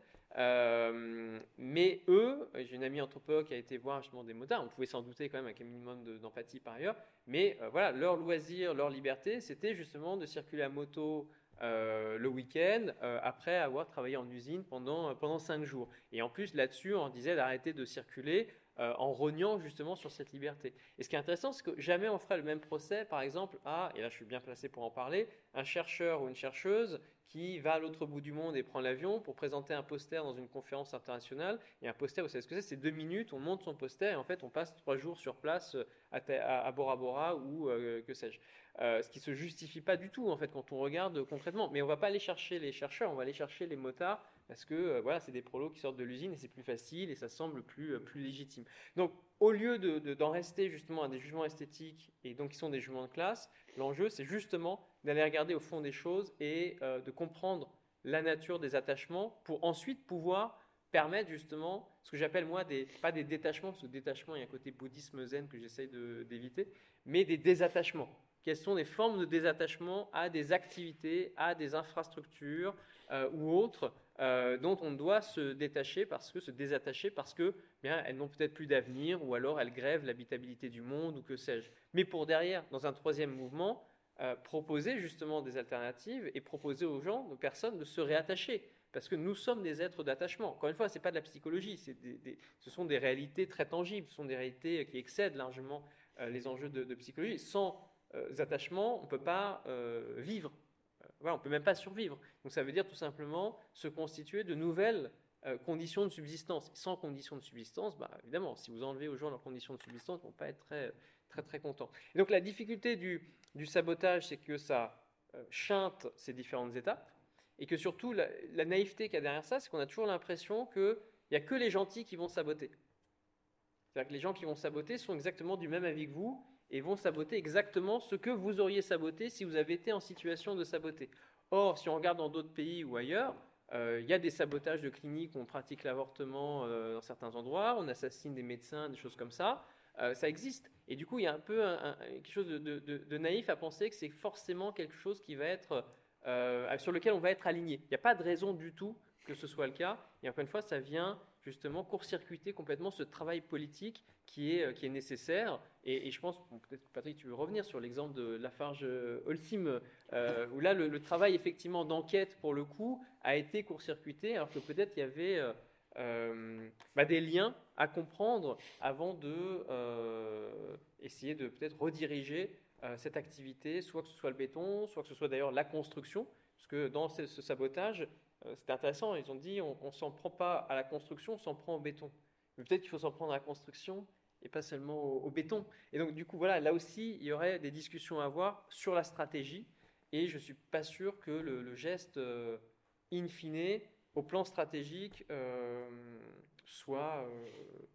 Euh, mais eux, j'ai une amie anthropologue qui a été voir justement des motards, on pouvait s'en douter quand même avec un minimum d'empathie par ailleurs, mais euh, voilà, leur loisir, leur liberté, c'était justement de circuler à moto euh, le week-end euh, après avoir travaillé en usine pendant, pendant cinq jours. Et en plus, là-dessus, on disait d'arrêter de circuler euh, en rognant justement sur cette liberté. Et ce qui est intéressant, c'est que jamais on ferait le même procès, par exemple, à, et là je suis bien placé pour en parler, un chercheur ou une chercheuse qui va à l'autre bout du monde et prend l'avion pour présenter un poster dans une conférence internationale. Et un poster, vous savez ce que c'est? C'est deux minutes, on monte son poster et en fait on passe trois jours sur place à, à, à Bora Bora ou euh, que sais-je. Euh, ce qui ne se justifie pas du tout en fait quand on regarde concrètement. Mais on ne va pas aller chercher les chercheurs, on va aller chercher les motards parce que euh, voilà, c'est des prolos qui sortent de l'usine et c'est plus facile et ça semble plus, euh, plus légitime. Donc au lieu de, de, d'en rester justement à des jugements esthétiques et donc qui sont des jugements de classe, l'enjeu c'est justement d'aller regarder au fond des choses et euh, de comprendre la nature des attachements pour ensuite pouvoir permettre justement ce que j'appelle moi, des, pas des détachements, parce que détachement, il y a un côté bouddhisme zen que j'essaye d'éviter, mais des désattachements. Quelles sont les formes de désattachement à des activités, à des infrastructures euh, ou autres euh, dont on doit se détacher, parce que se désattacher parce que bien, elles n'ont peut-être plus d'avenir ou alors elles grèvent l'habitabilité du monde ou que sais-je. Mais pour derrière, dans un troisième mouvement, Euh, proposer justement des alternatives et proposer aux gens, aux personnes, de se réattacher. Parce que nous sommes des êtres d'attachement. Encore une fois, ce n'est pas de la psychologie, des, des, ce sont des réalités très tangibles, ce sont des réalités qui excèdent largement euh, les enjeux de, de psychologie. Sans euh, attachement, on ne peut pas euh, vivre. Euh, voilà, on ne peut même pas survivre. Donc ça veut dire tout simplement se constituer de nouvelles euh, conditions de subsistance. Et sans conditions de subsistance, bah, évidemment, si vous enlevez aux gens leurs conditions de subsistance, ils ne vont pas être très, très, très contents. Et donc la difficulté du du sabotage, c'est que ça euh, chinte ces différentes étapes et que surtout, la, la naïveté qu'il y a derrière ça, c'est qu'on a toujours l'impression qu'il n'y a que les gentils qui vont saboter. C'est-à-dire que les gens qui vont saboter sont exactement du même avis que vous et vont saboter exactement ce que vous auriez saboté si vous avez été en situation de saboter. Or, si on regarde dans d'autres pays ou ailleurs, euh, il y a des sabotages de cliniques où on pratique l'avortement euh, dans certains endroits, on assassine des médecins, des choses comme ça. Euh, ça existe. Et du coup, il y a un peu un, un, quelque chose de, de, de naïf à penser que c'est forcément quelque chose qui va être, euh, sur lequel on va être aligné. Il n'y a pas de raison du tout que ce soit le cas. Et encore une fois, ça vient justement court-circuiter complètement ce travail politique qui est, qui est nécessaire. Et, et je pense, bon, peut-être Patrick, tu veux revenir sur l'exemple de Lafarge-Holcim, euh, où là, le, le travail effectivement d'enquête, pour le coup, a été court-circuité, alors que peut-être il y avait... Euh, Euh, bah des liens à comprendre avant de euh, essayer de peut-être rediriger euh, cette activité, soit que ce soit le béton, soit que ce soit d'ailleurs la construction, parce que dans ce, ce sabotage, euh, c'était intéressant, ils ont dit on ne s'en prend pas à la construction, on s'en prend au béton. Mais peut-être qu'il faut s'en prendre à la construction et pas seulement au, au béton. Et donc du coup, voilà, là aussi, il y aurait des discussions à avoir sur la stratégie, et je ne suis pas sûr que le, le geste euh, in fine, au plan stratégique, euh, soit euh,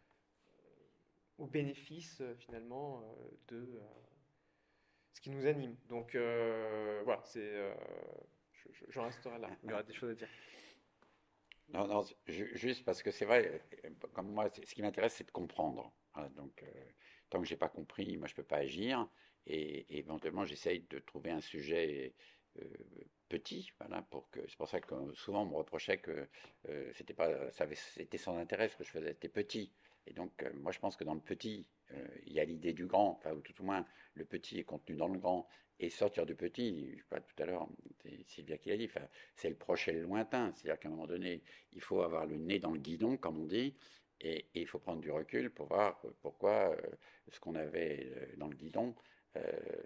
au bénéfice euh, finalement euh, de euh, ce qui nous anime. Donc euh, voilà, c'est, euh, je, j'en resterai là. Il y aura des choses à dire. Non, non, ju- juste parce que c'est vrai, euh, comme moi, c'est- ce qui m'intéresse, c'est de comprendre. Voilà, donc, euh, tant que j'ai pas compris, moi, je peux pas agir. Et, et éventuellement, j'essaye de trouver un sujet euh, petit, voilà, pour que. C'est pour ça que euh, souvent, on me reprochait que euh, c'était pas, ça avait- c'était sans intérêt ce que je faisais, c'était petit. Et donc, euh, moi, je pense que dans le petit, euh, il y a l'idée du grand, enfin, ou tout au moins, le petit est contenu dans le grand. Et sortir du petit, je sais pas, tout à l'heure, c'est Sylvia qui l'a dit, enfin, c'est le proche et le lointain. C'est-à-dire qu'à un moment donné, il faut avoir le nez dans le guidon, comme on dit, et, et il faut prendre du recul pour voir pourquoi euh, ce qu'on avait euh, dans le guidon euh,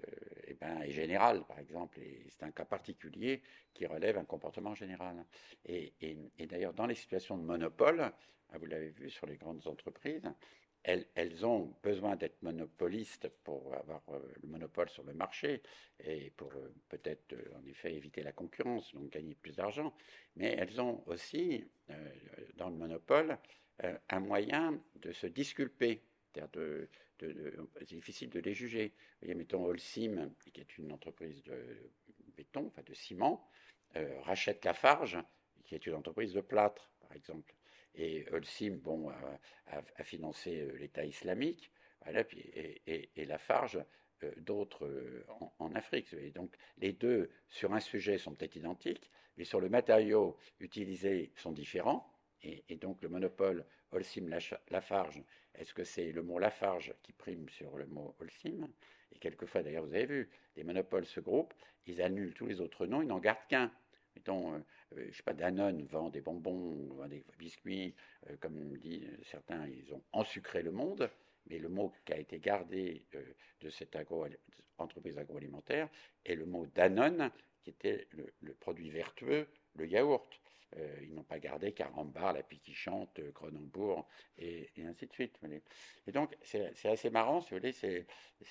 eh ben, est général, par exemple, et c'est un cas particulier qui relève un comportement général. Et, et, et d'ailleurs, dans les situations de monopole, vous l'avez vu sur les grandes entreprises, elles, elles ont besoin d'être monopolistes pour avoir euh, le monopole sur le marché et pour euh, peut-être, euh, en effet, éviter la concurrence, donc gagner plus d'argent. Mais elles ont aussi, euh, dans le monopole, euh, un moyen de se disculper. C'est-à-dire de, de, de, c'est difficile de les juger. Vous voyez, mettons Holcim, qui est une entreprise de béton, enfin de ciment, euh, rachète Lafarge, qui est une entreprise de plâtre, par exemple. Et Holcim, bon, a, a, a financé euh, l'État islamique, voilà, puis, et, et, et Lafarge, euh, d'autres euh, en, en Afrique. Et donc, les deux, sur un sujet, sont peut-être identiques, mais sur le matériau utilisé, sont différents. Et, et donc, le monopole Holcim-Lafarge, est-ce que c'est le mot Lafarge qui prime sur le mot Holcim? Et quelquefois, d'ailleurs, vous avez vu, les monopoles se groupent, ils annulent tous les autres noms, ils n'en gardent qu'un. Mettons, euh, euh, je sais pas, Danone vend des bonbons, vend des biscuits, euh, comme dit certains, ils ont ensucré le monde, mais le mot qui a été gardé euh, de cette agro entreprise agroalimentaire est le mot Danone, qui était le, le produit vertueux, le yaourt. Euh, ils n'ont pas gardé Carambar, La Pie qui chante, Cronenbourg, et, et ainsi de suite. Et donc, c'est assez marrant, si vous voulez, c'est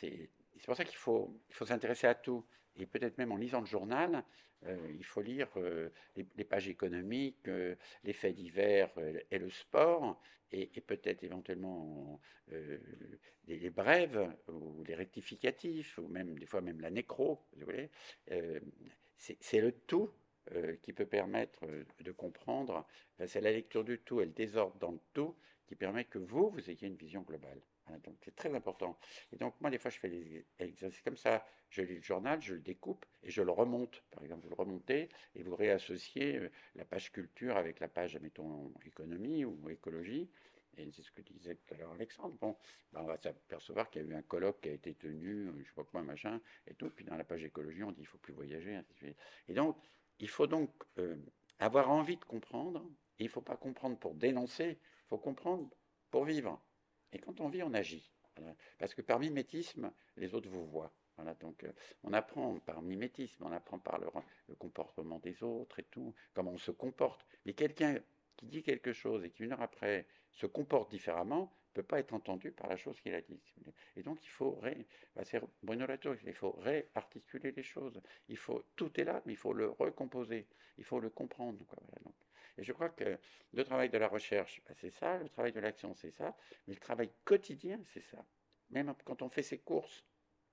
pour ça qu'il faut, il faut s'intéresser à tout. Et peut-être même en lisant le journal, euh, il faut lire euh, les, les, pages économiques, euh, les faits divers euh, et le sport, et, et peut-être éventuellement euh, les, les brèves ou les rectificatifs, ou même des fois même la nécro, vous voyez. Euh, c'est le tout euh, qui peut permettre euh, de comprendre, enfin, c'est la lecture du tout et le désordre dans le tout qui permet que vous, vous ayez une vision globale. Voilà, donc c'est très important. Et donc moi, des fois, je fais des exercices comme ça. Je lis le journal, je le découpe et je le remonte. Par exemple, vous le remontez et vous réassociez euh, la page culture avec la page, mettons, économie ou écologie. Et c'est ce que disait tout à l'heure Alexandre. Bon, ben on va s'apercevoir qu'il y a eu un colloque qui a été tenu, je sais pas quoi, machin, et tout. Puis dans la page écologie, on dit qu'il ne faut plus voyager, ainsi de suite. Et donc, il faut donc euh, avoir envie de comprendre. Et il ne faut pas comprendre pour dénoncer, il faut comprendre pour vivre. Et quand on vit, on agit. Voilà. Parce que par mimétisme, les autres vous voient. Voilà, donc euh, on apprend par mimétisme, on apprend par le, le, comportement des autres et tout, comment on se comporte. Mais quelqu'un qui dit quelque chose et qui une heure après se comporte différemment, ne peut pas être entendu par la chose qu'il a dit. Et donc il faut, ré, bah c'est Bruno Latour, il faut réarticuler les choses. Il faut, tout est là, mais il faut le recomposer, il faut le comprendre. Quoi, voilà, donc. Et je crois que le travail de la recherche, bah, c'est ça, le travail de l'action, c'est ça, mais le travail quotidien, c'est ça. Même quand on fait ses courses,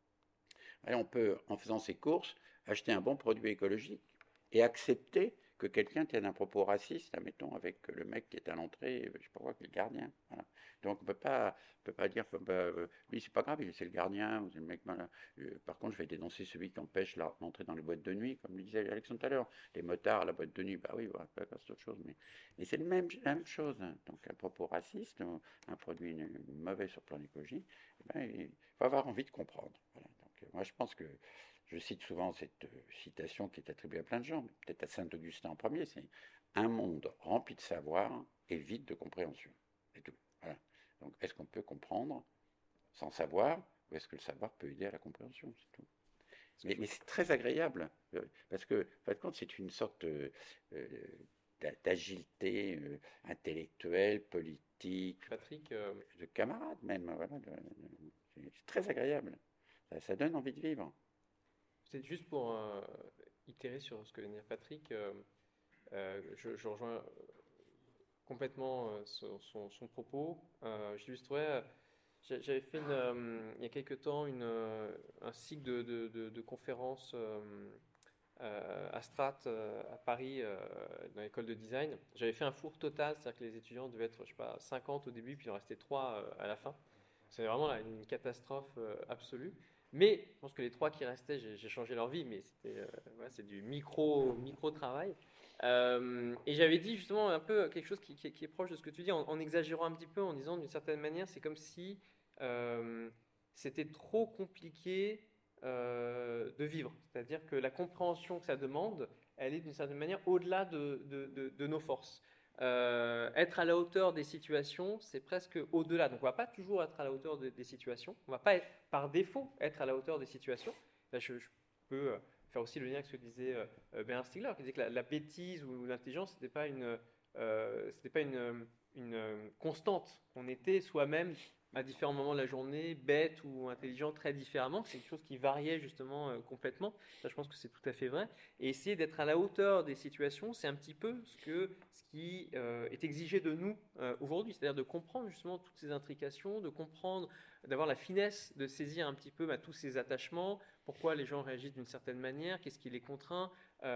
on peut, en faisant ses courses, acheter un bon produit écologique et accepter que quelqu'un tienne un propos raciste, admettons, avec le mec qui est à l'entrée, je ne sais pas quoi, qui est le gardien. Voilà. Donc on ne peut pas, peut pas dire, bah, euh, lui c'est pas grave, c'est le gardien, ou c'est le mec. Voilà. Euh, par contre, je vais dénoncer celui qui empêche l'entrée dans les boîtes de nuit, comme le disait Alexandre tout à l'heure. Les motards à la boîte de nuit, bah oui, voilà, c'est autre chose. Mais, mais c'est même, la même chose. Hein. Donc un propos raciste, un produit mauvais sur le plan écologique, eh ben, il faut avoir envie de comprendre. Voilà. Donc, moi, je pense que je cite souvent cette citation qui est attribuée à plein de gens, peut-être à Saint-Augustin en premier, c'est un monde rempli de savoir et vide de compréhension. C'est tout. Voilà. Donc, est-ce qu'on peut comprendre sans savoir, ou est-ce que le savoir peut aider à la compréhension? C'est tout. Mais, mais c'est très agréable, parce que, en fin de compte, c'est une sorte euh, d'agilité euh, intellectuelle, politique, Patrick, euh... de camarade même. Voilà, c'est très agréable. Ça, ça donne envie de vivre. C'est juste pour euh, itérer sur ce que vient de dire Patrick. Euh, euh, je, je rejoins complètement euh, son, son, son propos. Euh, J'illustrerai. J'avais fait une, euh, il y a quelque temps une, euh, un cycle de, de, de, de conférences euh, euh, à Strat, euh, à Paris, euh, dans l'école de design. J'avais fait un four total, c'est-à-dire que les étudiants devaient être, je sais pas, cinquante au début, puis il en restait trois euh, à la fin. C'est vraiment là, une catastrophe euh, absolue. Mais je pense que les trois qui restaient, j'ai, j'ai changé leur vie, mais c'était, euh, voilà, c'est du micro, micro-travail. Euh, et j'avais dit justement un peu quelque chose qui, qui, qui est proche de ce que tu dis, en, en exagérant un petit peu, en disant d'une certaine manière, c'est comme si euh, c'était trop compliqué euh, de vivre. C'est-à-dire que la compréhension que ça demande, elle est d'une certaine manière au-delà de, de, de, de nos forces. Euh, être à la hauteur des situations, c'est presque au-delà. Donc on ne va pas toujours être à la hauteur de, des situations. On ne va pas être, par défaut être à la hauteur des situations. Là, je, je peux faire aussi le lien avec ce que disait euh, Bernard Stiegler, qui disait que la, la bêtise ou l'intelligence, ce n'était pas, une, euh, c'était pas une, une constante. On était soi-même à différents moments de la journée, bête ou intelligent très différemment. C'est quelque chose qui variait justement euh, complètement. Ça, je pense que c'est tout à fait vrai. Et essayer d'être à la hauteur des situations, c'est un petit peu ce, que, ce qui euh, est exigé de nous euh, aujourd'hui. C'est-à-dire de comprendre justement toutes ces intrications, de comprendre, d'avoir la finesse de saisir un petit peu bah, tous ces attachements, pourquoi les gens réagissent d'une certaine manière, qu'est-ce qui les contraint,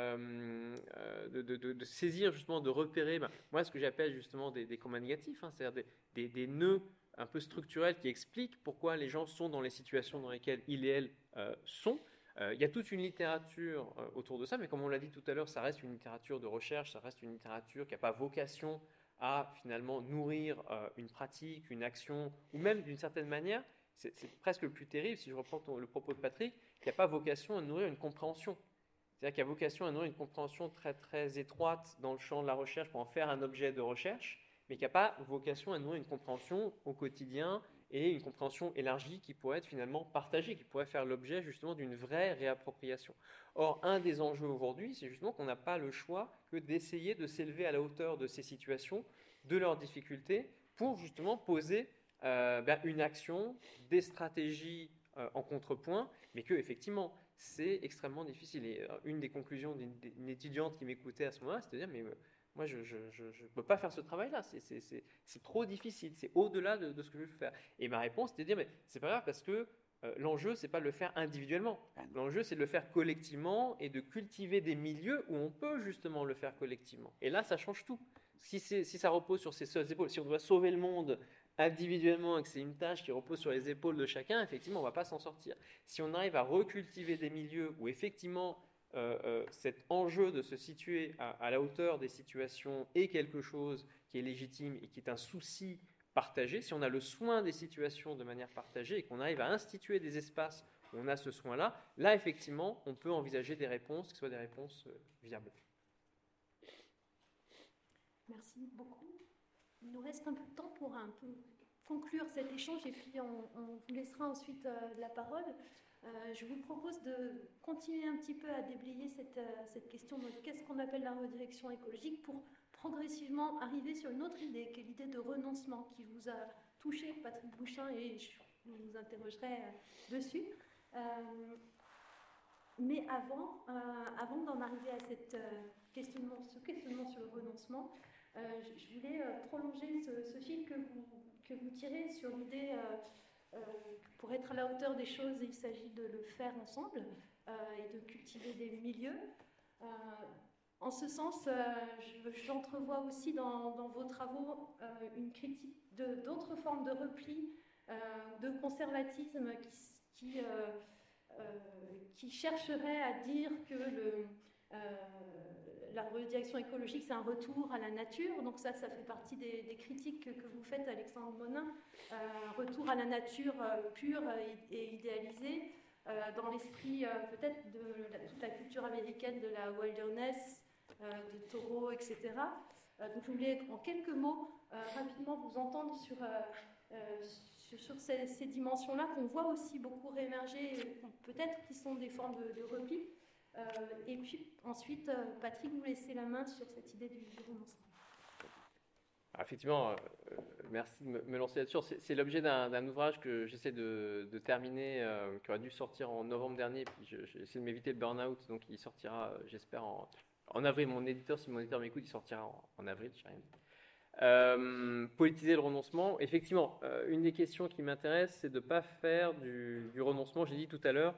euh, euh, de, de, de, de saisir justement, de repérer, bah, moi ce que j'appelle justement des, des combats négatifs, hein, c'est-à-dire des, des, des nœuds un peu structurels qui expliquent pourquoi les gens sont dans les situations dans lesquelles ils et elles euh, sont. Euh, il y a toute une littérature euh, autour de ça, mais comme on l'a dit tout à l'heure, ça reste une littérature de recherche, ça reste une littérature qui n'a pas vocation à finalement nourrir euh, une pratique, une action, ou même d'une certaine manière, c'est, c'est presque le plus terrible, si je reprends ton, le propos de Patrick, qui n'a pas vocation à nourrir une compréhension. C'est-à-dire qu'il y a vocation à nourrir une compréhension très très étroite dans le champ de la recherche pour en faire un objet de recherche, mais qui n'a pas vocation à nourrir une compréhension au quotidien et une compréhension élargie qui pourrait être finalement partagée, qui pourrait faire l'objet justement d'une vraie réappropriation. Or, un des enjeux aujourd'hui, c'est justement qu'on n'a pas le choix que d'essayer de s'élever à la hauteur de ces situations, de leurs difficultés, pour justement poser euh, ben, une action, des stratégies euh, en contrepoint, mais que effectivement, c'est extrêmement difficile. Et euh, une des conclusions d'une, d'une étudiante qui m'écoutait à ce moment-là, c'est de dire, mais euh, moi, je ne peux pas faire ce travail-là, c'est, c'est, c'est, c'est trop difficile, c'est au-delà de, de ce que je veux faire. Et ma réponse, c'était de dire, mais c'est pas grave parce que euh, l'enjeu, c'est pas de le faire individuellement. L'enjeu, c'est de le faire collectivement et de cultiver des milieux où on peut justement le faire collectivement. Et là, ça change tout. Si, c'est, si ça repose sur ses seules épaules, si on doit sauver le monde individuellement et que c'est une tâche qui repose sur les épaules de chacun, effectivement, on ne va pas s'en sortir. Si on arrive à recultiver des milieux où effectivement Euh, euh, cet enjeu de se situer à, à la hauteur des situations est quelque chose qui est légitime et qui est un souci partagé, si on a le soin des situations de manière partagée et qu'on arrive à instituer des espaces où on a ce soin-là, là, effectivement, on peut envisager des réponses qui soient des réponses euh, viables. Merci beaucoup. Il nous reste un peu de temps pour un peu conclure cet échange et puis on, on vous laissera ensuite euh, la parole. Euh, je vous propose de continuer un petit peu à déblayer cette, euh, cette question de qu'est-ce qu'on appelle la redirection écologique pour progressivement arriver sur une autre idée, qui est l'idée de renoncement qui vous a touché, Patrick Bouchain, et je vous interrogerai euh, dessus. Euh, mais avant, euh, avant d'en arriver à cette, euh, questionnement, ce questionnement sur le renoncement, euh, je, je voulais euh, prolonger ce, ce fil que vous, que vous tirez sur l'idée... Euh, Euh, pour être à la hauteur des choses, il s'agit de le faire ensemble euh, et de cultiver des milieux. Euh, en ce sens, euh, je, j'entrevois aussi dans, dans vos travaux euh, une critique de, d'autres formes de repli, euh, de conservatisme qui, qui, euh, euh, qui chercheraient à dire que le, euh, la redirection écologique, c'est un retour à la nature. Donc ça, ça fait partie des, des critiques que, que vous faites, Alexandre Monin. Euh, retour à la nature euh, pure et, et idéalisée, euh, dans l'esprit euh, peut-être de la, toute la culture américaine de la wilderness, euh, de taureaux, et cetera. Euh, donc je voulais en quelques mots euh, rapidement vous entendre sur, euh, euh, sur, sur ces, ces dimensions-là qu'on voit aussi beaucoup réémerger, peut-être qui sont des formes de, de repli. Euh, et puis ensuite, euh, Patrick, vous laissez la main sur cette idée du, du renoncement. Alors effectivement, euh, merci de me, me lancer là-dessus. C'est, c'est l'objet d'un, d'un ouvrage que j'essaie de, de terminer, euh, qui aurait dû sortir en novembre dernier, puis je, j'ai essayé de m'éviter le burn-out, donc il sortira, euh, j'espère, en, en avril. Mon éditeur, si mon éditeur m'écoute, il sortira en, en avril, je sais rien. Euh, politiser le renoncement. Effectivement, euh, une des questions qui m'intéresse, c'est de ne pas faire du, du renoncement, j'ai dit tout à l'heure,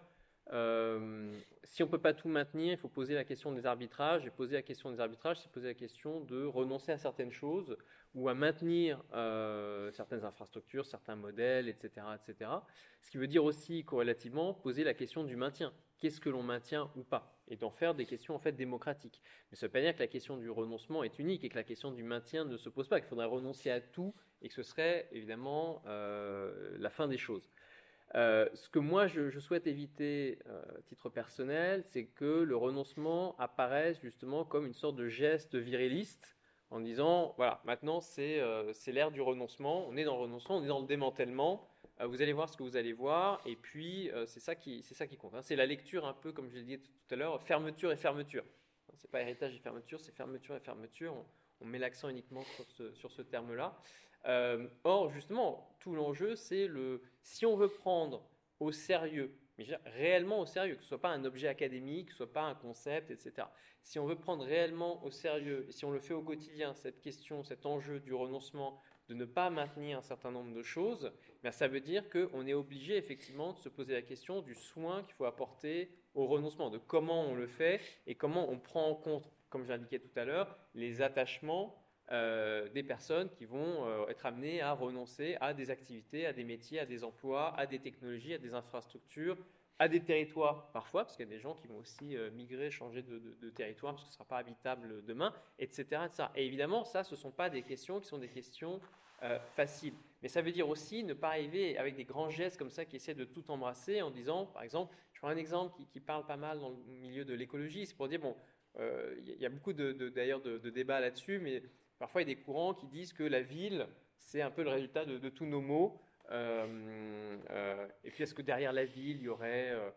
Euh, si on ne peut pas tout maintenir, il faut poser la question des arbitrages. Et poser la question des arbitrages, c'est poser la question de renoncer à certaines choses ou à maintenir euh, certaines infrastructures, certains modèles, et cetera, et cetera. Ce qui veut dire aussi, corrélativement, poser la question du maintien. Qu'est-ce que l'on maintient ou pas? Et d'en faire des questions en fait démocratiques. Mais ça ne veut pas dire que la question du renoncement est unique et que la question du maintien ne se pose pas, qu'il faudrait renoncer à tout et que ce serait évidemment euh, la fin des choses. Euh, ce que moi je, je souhaite éviter euh, à titre personnel, c'est que le renoncement apparaisse justement comme une sorte de geste viriliste en disant voilà, maintenant c'est euh, c'est l'ère du renoncement, on est dans le renoncement, on est dans le démantèlement, euh, vous allez voir ce que vous allez voir, et puis euh, c'est ça qui, c'est ça qui compte. Hein. C'est la lecture un peu, comme je l'ai dit tout à l'heure, fermeture et fermeture. C'est pas héritage et fermeture, c'est fermeture et fermeture. On, on met l'accent uniquement sur ce, sur ce terme-là. Euh, or, justement, tout l'enjeu, c'est le si on veut prendre au sérieux, mais je veux dire, réellement au sérieux, que ce ne soit pas un objet académique, que ce ne soit pas un concept, et cetera. Si on veut prendre réellement au sérieux, et si on le fait au quotidien, cette question, cet enjeu du renoncement, de ne pas maintenir un certain nombre de choses, ben ça veut dire qu'on est obligé effectivement de se poser la question du soin qu'il faut apporter au renoncement, de comment on le fait et comment on prend en compte, comme je l'indiquais tout à l'heure, les attachements Euh, des personnes qui vont euh, être amenées à renoncer à des activités, à des métiers, à des emplois, à des technologies, à des infrastructures, à des territoires parfois, parce qu'il y a des gens qui vont aussi euh, migrer, changer de, de, de territoire parce que ce ne sera pas habitable demain, et cetera, et cetera. Et évidemment, ça, ce ne sont pas des questions qui sont des questions euh, faciles. Mais ça veut dire aussi ne pas arriver avec des grands gestes comme ça qui essaient de tout embrasser en disant, par exemple, je prends un exemple qui, qui parle pas mal dans le milieu de l'écologie, c'est pour dire, bon, il euh, y, y a beaucoup de, de, d'ailleurs de, de débats là-dessus, mais parfois, il y a des courants qui disent que la ville, c'est un peu le résultat de, de tous nos maux. Euh, euh, et puis, est-ce que derrière la ville, il y aurait euh,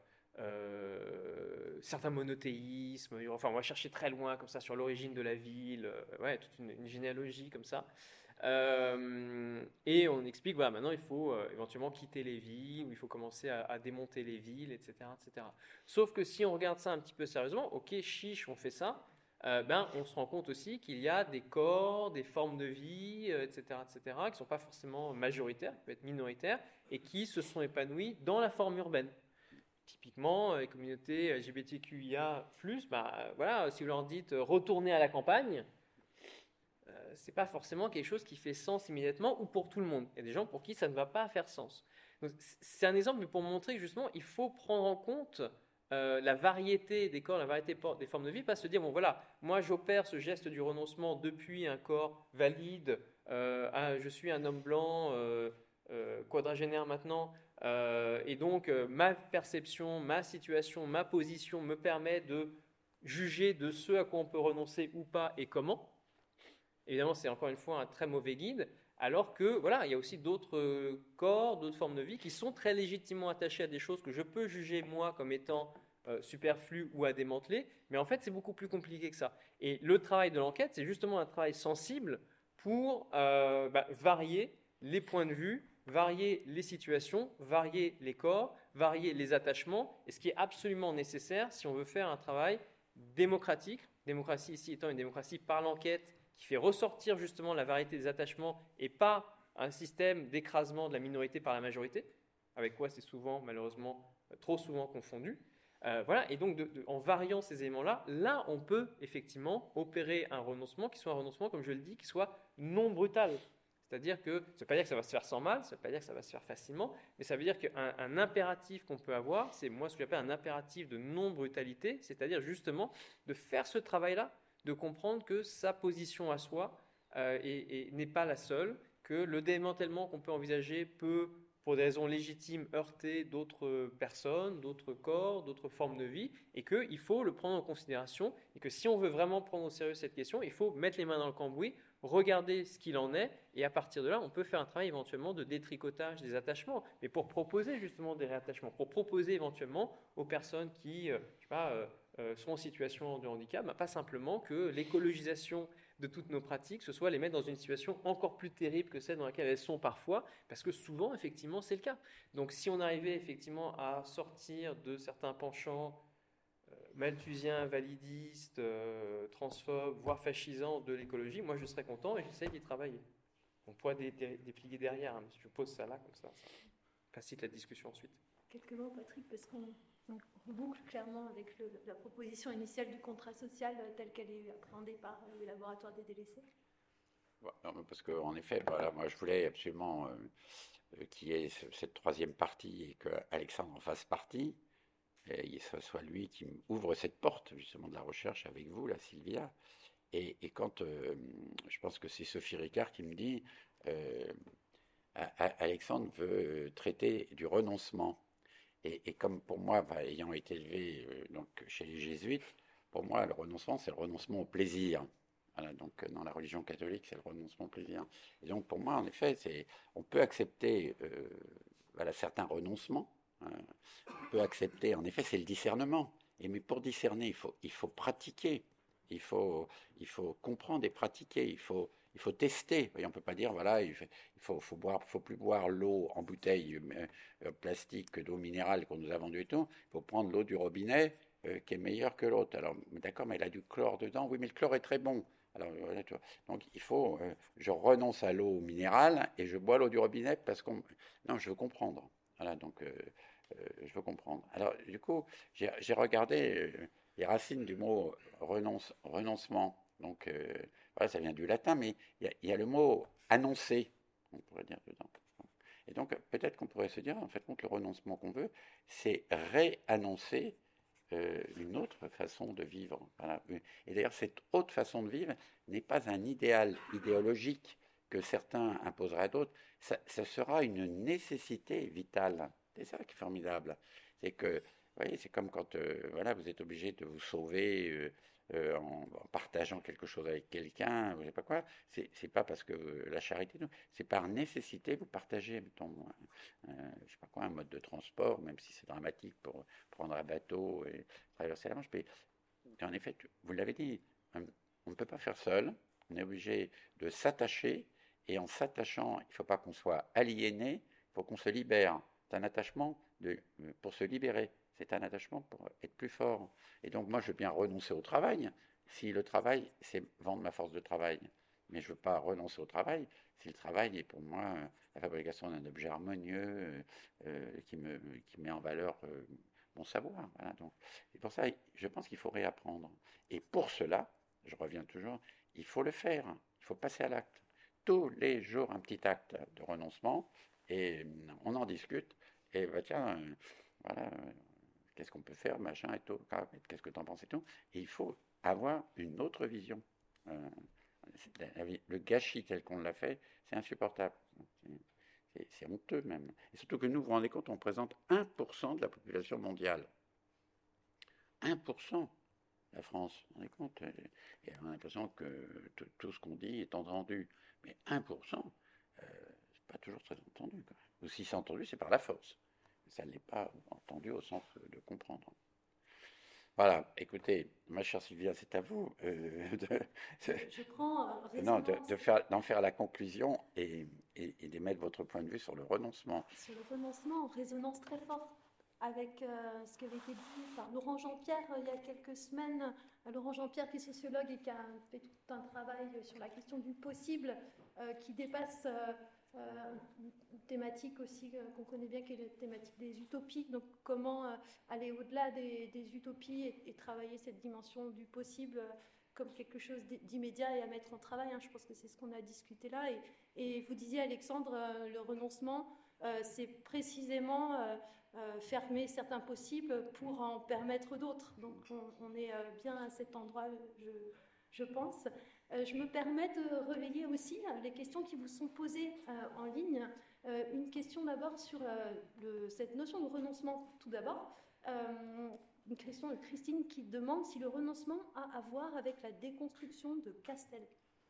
euh, certains monothéismes? Enfin, on va chercher très loin, comme ça, sur l'origine de la ville. Euh, ouais, toute une, une généalogie comme ça. Euh, et on explique, voilà, maintenant, il faut euh, éventuellement quitter les villes, ou il faut commencer à, à démonter les villes, et cetera, et cetera. Sauf que si on regarde ça un petit peu sérieusement, ok, chiche, on fait ça. Euh, ben, on se rend compte aussi qu'il y a des corps, des formes de vie, euh, et cetera, et cetera, qui ne sont pas forcément majoritaires, qui peuvent être minoritaires, et qui se sont épanouis dans la forme urbaine. Typiquement, les communautés L G B T Q I A plus, ben, voilà, si vous leur dites euh, retourner à la campagne, euh, ce n'est pas forcément quelque chose qui fait sens immédiatement ou pour tout le monde. Il y a des gens pour qui ça ne va pas faire sens. Donc, c'est un exemple pour montrer que justement, il faut prendre en compte Euh, la variété des corps, la variété des formes de vie, pas se dire, bon voilà, moi j'opère ce geste du renoncement depuis un corps valide, euh, ah, je suis un homme blanc, euh, euh, quadragénaire maintenant, euh, et donc euh, ma perception, ma situation, ma position me permet de juger de ce à quoi on peut renoncer ou pas et comment. Évidemment, c'est encore une fois un très mauvais guide, alors que voilà, il y a aussi d'autres corps, d'autres formes de vie qui sont très légitimement attachés à des choses que je peux juger moi comme étant euh, superflues ou à démanteler, mais en fait c'est beaucoup plus compliqué que ça. Et le travail de l'enquête, c'est justement un travail sensible pour euh, bah, varier les points de vue, varier les situations, varier les corps, varier les attachements, et ce qui est absolument nécessaire si on veut faire un travail démocratique, démocratie ici étant une démocratie par l'enquête, qui fait ressortir justement la variété des attachements et pas un système d'écrasement de la minorité par la majorité, avec quoi c'est souvent, malheureusement, trop souvent confondu. Euh, voilà, et donc de, de, en variant ces éléments-là, là, on peut effectivement opérer un renoncement qui soit un renoncement, comme je le dis, qui soit non brutal. C'est-à-dire que, ça ne veut pas dire que ça va se faire sans mal, ça ne veut pas dire que ça va se faire facilement, mais ça veut dire qu'un un impératif qu'on peut avoir, c'est moi ce que j'appelle un impératif de non-brutalité, c'est-à-dire justement de faire ce travail-là, de comprendre que sa position à soi euh, n'est pas la seule, que le démantèlement qu'on peut envisager peut, pour des raisons légitimes, heurter d'autres personnes, d'autres corps, d'autres formes de vie, et qu'il faut le prendre en considération, et que si on veut vraiment prendre au sérieux cette question, il faut mettre les mains dans le cambouis, regarder ce qu'il en est, et à partir de là, on peut faire un travail éventuellement de détricotage des attachements, mais pour proposer justement des réattachements, pour proposer éventuellement aux personnes qui, euh, je sais pas, euh, euh, sont en situation de handicap, bah, pas simplement que l'écologisation de toutes nos pratiques, ce soit les mettre dans une situation encore plus terrible que celle dans laquelle elles sont parfois, parce que souvent, effectivement, c'est le cas. Donc si on arrivait effectivement à sortir de certains penchants euh, malthusiens, validistes, euh, transphobes, voire fascisants de l'écologie, moi je serais content et j'essaie d'y travailler. On pourrait dé dé déplier derrière, hein, mais je pose ça là, comme ça, ça facilite la discussion ensuite. Quelques mots, Patrick, parce qu'on Donc, on boucle clairement avec le, la proposition initiale du contrat social euh, telle qu'elle est appréhendée par euh, le laboratoire des délaissés. Bon, non, parce qu'en effet, voilà, moi je voulais absolument euh, qu'il y ait ce- cette troisième partie et que Alexandre en fasse partie, et que ce soit lui qui ouvre cette porte justement de la recherche avec vous, la Sylvia. Et, et quand euh, je pense que c'est Sophie Ricard qui me dit euh, A- A- Alexandre veut traiter du renoncement. Et, et comme pour moi, bah, ayant été élevé euh, donc, chez les jésuites, pour moi, le renoncement, c'est le renoncement au plaisir. Voilà, donc euh, dans la religion catholique, c'est le renoncement au plaisir. Et donc pour moi, en effet, c'est, on peut accepter euh, voilà, certains renoncements. Hein. On peut accepter, en effet, c'est le discernement. Et mais pour discerner, il faut, il faut pratiquer. Il faut, il faut comprendre et pratiquer. Il faut, il faut tester. Et on ne peut pas dire, voilà, il faut, faut, boire, faut plus boire l'eau en bouteille euh, plastique que d'eau minérale qu'on nous a vendue et tout. Il faut prendre l'eau du robinet euh, qui est meilleure que l'autre. Alors, d'accord, mais elle a du chlore dedans. Oui, mais le chlore est très bon. Alors, voilà, tu vois. Donc, il faut, euh, je renonce à l'eau minérale et je bois l'eau du robinet parce qu'on, non, je veux comprendre. Voilà, donc, euh, euh, je veux comprendre. Alors, du coup, j'ai, j'ai regardé euh, les racines du mot renonce, renoncement. Donc, euh, voilà, ça vient du latin, mais il y, y, a le mot annoncer, on pourrait dire dedans. Et donc, peut-être qu'on pourrait se dire, en fait, le renoncement qu'on veut, c'est réannoncer euh, une autre façon de vivre. Voilà. Et d'ailleurs, cette autre façon de vivre n'est pas un idéal idéologique que certains imposeraient à d'autres, ça, ça sera une nécessité vitale. C'est ça qui est formidable. C'est que, vous voyez, c'est comme quand euh, voilà, vous êtes obligé de vous sauver euh, euh, en, en partageant quelque chose avec quelqu'un, je ne sais pas quoi. C'est, c'est pas parce que euh, la charité, non, c'est par nécessité. Vous partagez, mettons, euh, je sais pas quoi, un mode de transport, même si c'est dramatique pour prendre un bateau et traverser la Manche. Mais en effet, vous l'avez dit, on ne peut pas faire seul. On est obligé de s'attacher. Et en s'attachant, il ne faut pas qu'on soit aliéné, il faut qu'on se libère. C'est un attachement de, pour se libérer. C'est un attachement pour être plus fort. Et donc moi, je veux bien renoncer au travail, si le travail, c'est vendre ma force de travail. Mais je ne veux pas renoncer au travail, si le travail est pour moi la fabrication d'un objet harmonieux euh, qui, me, qui met en valeur euh, mon savoir. Voilà. Donc, c'est pour ça, je pense qu'il faut réapprendre. Et pour cela, je reviens toujours, il faut le faire, il faut passer à l'acte. Tous les jours, un petit acte de renoncement, et on en discute, et bah, tiens, euh, voilà, euh, qu'est-ce qu'on peut faire, machin et tout, qu'est-ce que tu en penses et tout. Et il faut avoir une autre vision. Euh, le gâchis tel qu'on l'a fait, c'est insupportable. C'est, c'est honteux même. Et surtout que nous, vous vous rendez compte, on représente un pour cent de la population mondiale. un pour cent la France, vous vous rendez compte. Et on a l'impression que tout ce qu'on dit est entendu. Mais un pour cent, euh, c'est pas toujours très entendu. Quand même. Ou si c'est entendu, c'est par la force. Ça n'est pas entendu au sens de comprendre. Voilà, écoutez, ma chère Sylvia, c'est à vous euh, de, je, je prends euh, non, de, de faire, d'en faire la conclusion et, et, et d'émettre votre point de vue sur le renoncement. Sur le renoncement, en résonance très forte avec euh, ce qui avait été dit par Laurent Jean-Pierre euh, il y a quelques semaines. Euh, Laurent Jean-Pierre qui est sociologue et qui a fait tout un travail sur la question du possible euh, qui dépasse euh, euh, une thématique aussi euh, qu'on connaît bien qui est la thématique des utopies. Donc comment euh, aller au-delà des, des utopies et, et travailler cette dimension du possible euh, comme quelque chose d'immédiat et à mettre en travail. Hein. Je pense que c'est ce qu'on a discuté là. Et, et vous disiez, Alexandre, euh, le renoncement, euh, c'est précisément euh, euh, fermer certains possibles pour en permettre d'autres. Donc on, on est euh, bien à cet endroit, je, je pense. Euh, je me permets de relayer aussi euh, les questions qui vous sont posées euh, en ligne. Euh, une question d'abord sur euh, le, cette notion de renoncement, tout d'abord. Euh, Une question de Christine qui demande si le renoncement a à voir avec la déconstruction de Castel.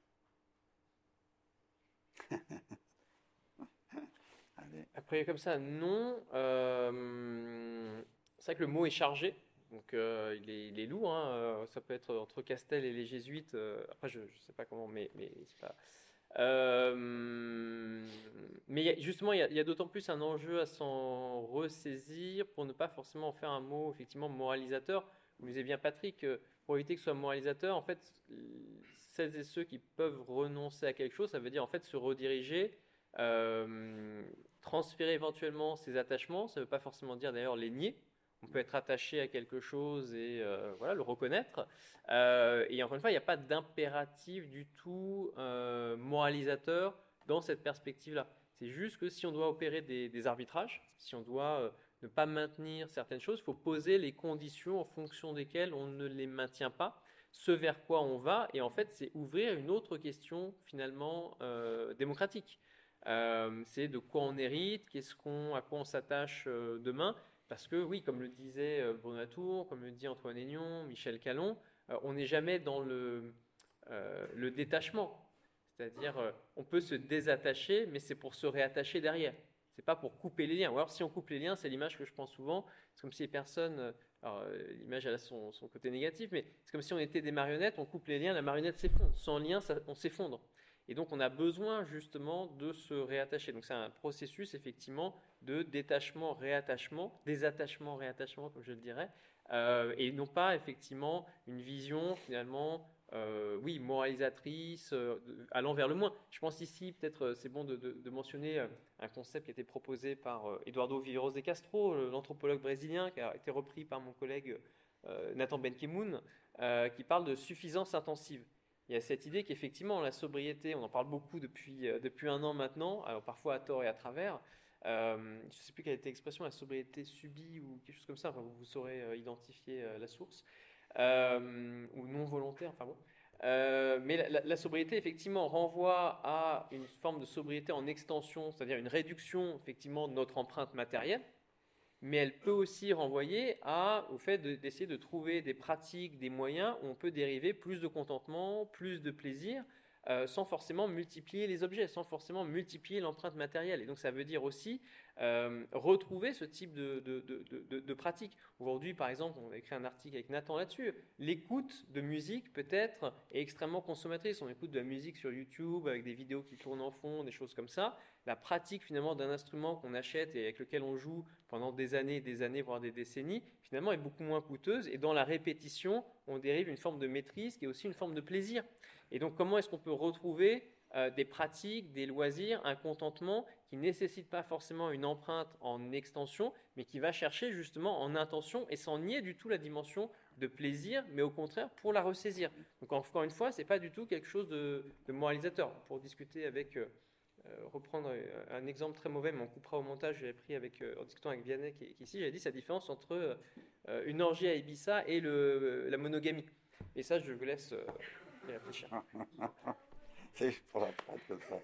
Après, comme ça, non. Euh, c'est vrai que le mot est chargé, donc euh, il, est, il est lourd. Hein. Ça peut être entre Castel et les jésuites. Euh, après, je ne sais pas comment, mais, mais c'est pas. Euh, mais y a, justement, il y a, y a d'autant plus un enjeu à s'en ressaisir pour ne pas forcément en faire un mot effectivement moralisateur. Vous le disiez bien, Patrick, pour éviter que ce soit moralisateur, en fait, celles et ceux qui peuvent renoncer à quelque chose, ça veut dire en fait se rediriger, euh, transférer éventuellement ses attachements. Ça ne veut pas forcément dire d'ailleurs les nier. on peut être attaché à quelque chose et euh, voilà, le reconnaître. Euh, et encore une fois, il n'y a pas d'impératif du tout euh, moralisateur dans cette perspective-là. C'est juste que si on doit opérer des, des arbitrages, si on doit euh, ne pas maintenir certaines choses, il faut poser les conditions en fonction desquelles on ne les maintient pas, ce vers quoi on va, et en fait, c'est ouvrir une autre question finalement euh, démocratique. Euh, c'est de quoi on hérite, qu'est-ce qu'on, à quoi on s'attache euh, demain. Parce que oui, comme le disait euh, Bruno Latour, comme le dit Antoine Aignon, Michel Calon, euh, on n'est jamais dans le, euh, le détachement. C'est-à-dire, euh, on peut se désattacher, mais c'est pour se réattacher derrière. C'est pas pour couper les liens. Ou alors, si on coupe les liens, c'est l'image que je prends souvent. C'est comme si les personnes, euh, alors euh, l'image elle a son, son côté négatif, mais c'est comme si on était des marionnettes, on coupe les liens, la marionnette s'effondre. Sans lien, ça, on s'effondre. Et donc, on a besoin justement de se réattacher. Donc, c'est un processus effectivement de détachement, réattachement, désattachement, réattachement, comme je le dirais, euh, et non pas effectivement une vision finalement, euh, oui, moralisatrice, euh, allant vers le moins. Je pense ici, peut-être, euh, c'est bon de, de, de mentionner euh, un concept qui a été proposé par euh, Eduardo Viveiros de Castro, euh, l'anthropologue brésilien, qui a été repris par mon collègue euh, Nathan Benkemoun, euh, qui parle de suffisance intensive. Il y a cette idée qu'effectivement, la sobriété, on en parle beaucoup depuis, euh, depuis un an maintenant, alors parfois à tort et à travers. Euh, je ne sais plus quelle était l'expression, la sobriété subie ou quelque chose comme ça, enfin, vous, vous saurez euh, identifier euh, la source, euh, ou non volontaire, enfin bon. Euh, mais la, la, la sobriété, effectivement, renvoie à une forme de sobriété en extension, c'est-à-dire une réduction, effectivement, de notre empreinte matérielle, mais elle peut aussi renvoyer à, au fait de, d'essayer de trouver des pratiques, des moyens où on peut dériver plus de contentement, plus de plaisir, euh, sans forcément multiplier les objets, sans forcément multiplier l'empreinte matérielle. Et donc ça veut dire aussi euh, retrouver ce type de, de, de, de, de pratique. Aujourd'hui, par exemple, on a écrit un article avec Nathan là-dessus, l'écoute de musique peut-être est extrêmement consommatrice. On écoute de la musique sur YouTube avec des vidéos qui tournent en fond, des choses comme ça. La pratique finalement d'un instrument qu'on achète et avec lequel on joue pendant des années, des années, voire des décennies, finalement est beaucoup moins coûteuse. Et dans la répétition, on dérive une forme de maîtrise qui est aussi une forme de plaisir. Et donc, comment est-ce qu'on peut retrouver euh, des pratiques, des loisirs, un contentement qui ne nécessite pas forcément une empreinte en extension, mais qui va chercher justement en intention et sans nier du tout la dimension de plaisir, mais au contraire pour la ressaisir. Donc, encore une fois, ce n'est pas du tout quelque chose de, de moralisateur. Pour discuter avec... Euh, Euh, reprendre un exemple très mauvais, mais on coupera au montage, j'avais pris avec, euh, en discutant avec Vianney qui, qui est ici, j'avais dit c'est la différence entre euh, une orgie à Ibiza et le, la monogamie. Et ça, je vous laisse euh, y réfléchir. C'est pour la prendre comme ça.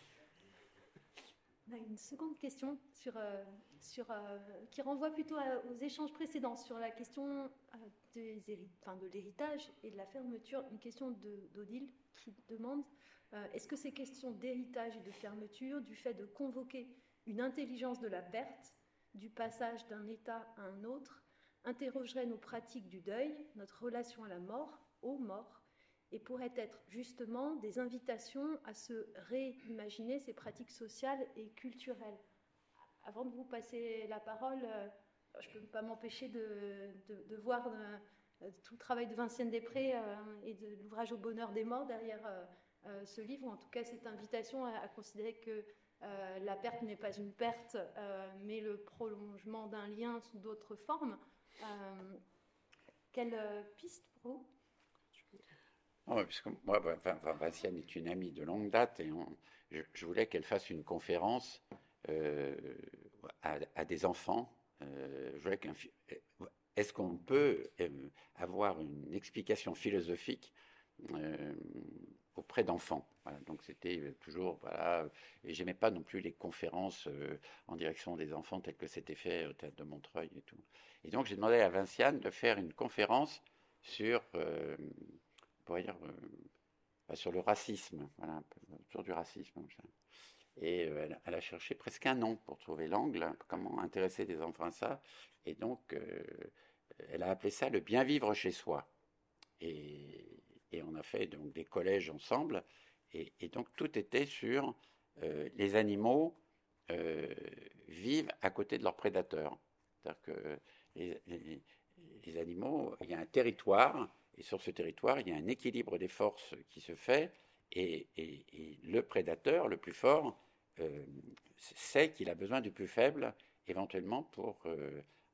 On a une seconde question sur, euh, sur, euh, qui renvoie plutôt à, aux échanges précédents sur la question euh, des héri- enfin, de l'héritage et de la fermeture. Une question de, d'Odile qui demande euh, est-ce que ces questions d'héritage et de fermeture, du fait de convoquer une intelligence de la perte, du passage d'un état à un autre, interrogeraient nos pratiques du deuil, notre relation à la mort, aux morts, et pourraient être justement des invitations à se réimaginer ces pratiques sociales et culturelles. Avant de vous passer la parole, euh, je ne peux pas m'empêcher de, de, de voir euh, tout le travail de Vinciane Després euh, et de l'ouvrage Au bonheur des morts derrière euh, euh, ce livre, ou en tout cas cette invitation à, à considérer que euh, la perte n'est pas une perte, euh, mais le prolongement d'un lien sous d'autres formes. Euh, quelle euh, piste pour vous ? Oh, parce que moi, Vinciane est une amie de longue date et on, je, je voulais qu'elle fasse une conférence euh, à, à des enfants. Euh, je voulais qu'un, est-ce qu'on peut euh, avoir une explication philosophique euh, auprès d'enfants? Voilà, donc c'était toujours, voilà, et j'aimais pas non plus les conférences euh, en direction des enfants telles que c'était fait au théâtre de Montreuil et tout. Et donc j'ai demandé à Vinciane de faire une conférence sur euh, pourrait dire, euh, sur le racisme, voilà, sur du racisme. Et euh, elle, elle a cherché presque un an pour trouver l'angle, hein, comment intéresser des enfants à ça. Et donc, euh, elle a appelé ça le bien vivre chez soi. Et, et on a fait donc des collèges ensemble. Et, et donc, tout était sur euh, les animaux euh, vivent à côté de leurs prédateurs. C'est-à-dire que les, les, les animaux, il y a un territoire. Et sur ce territoire, il y a un équilibre des forces qui se fait, et, et, et le prédateur, le plus fort, euh, sait qu'il a besoin du plus faible, éventuellement pour euh,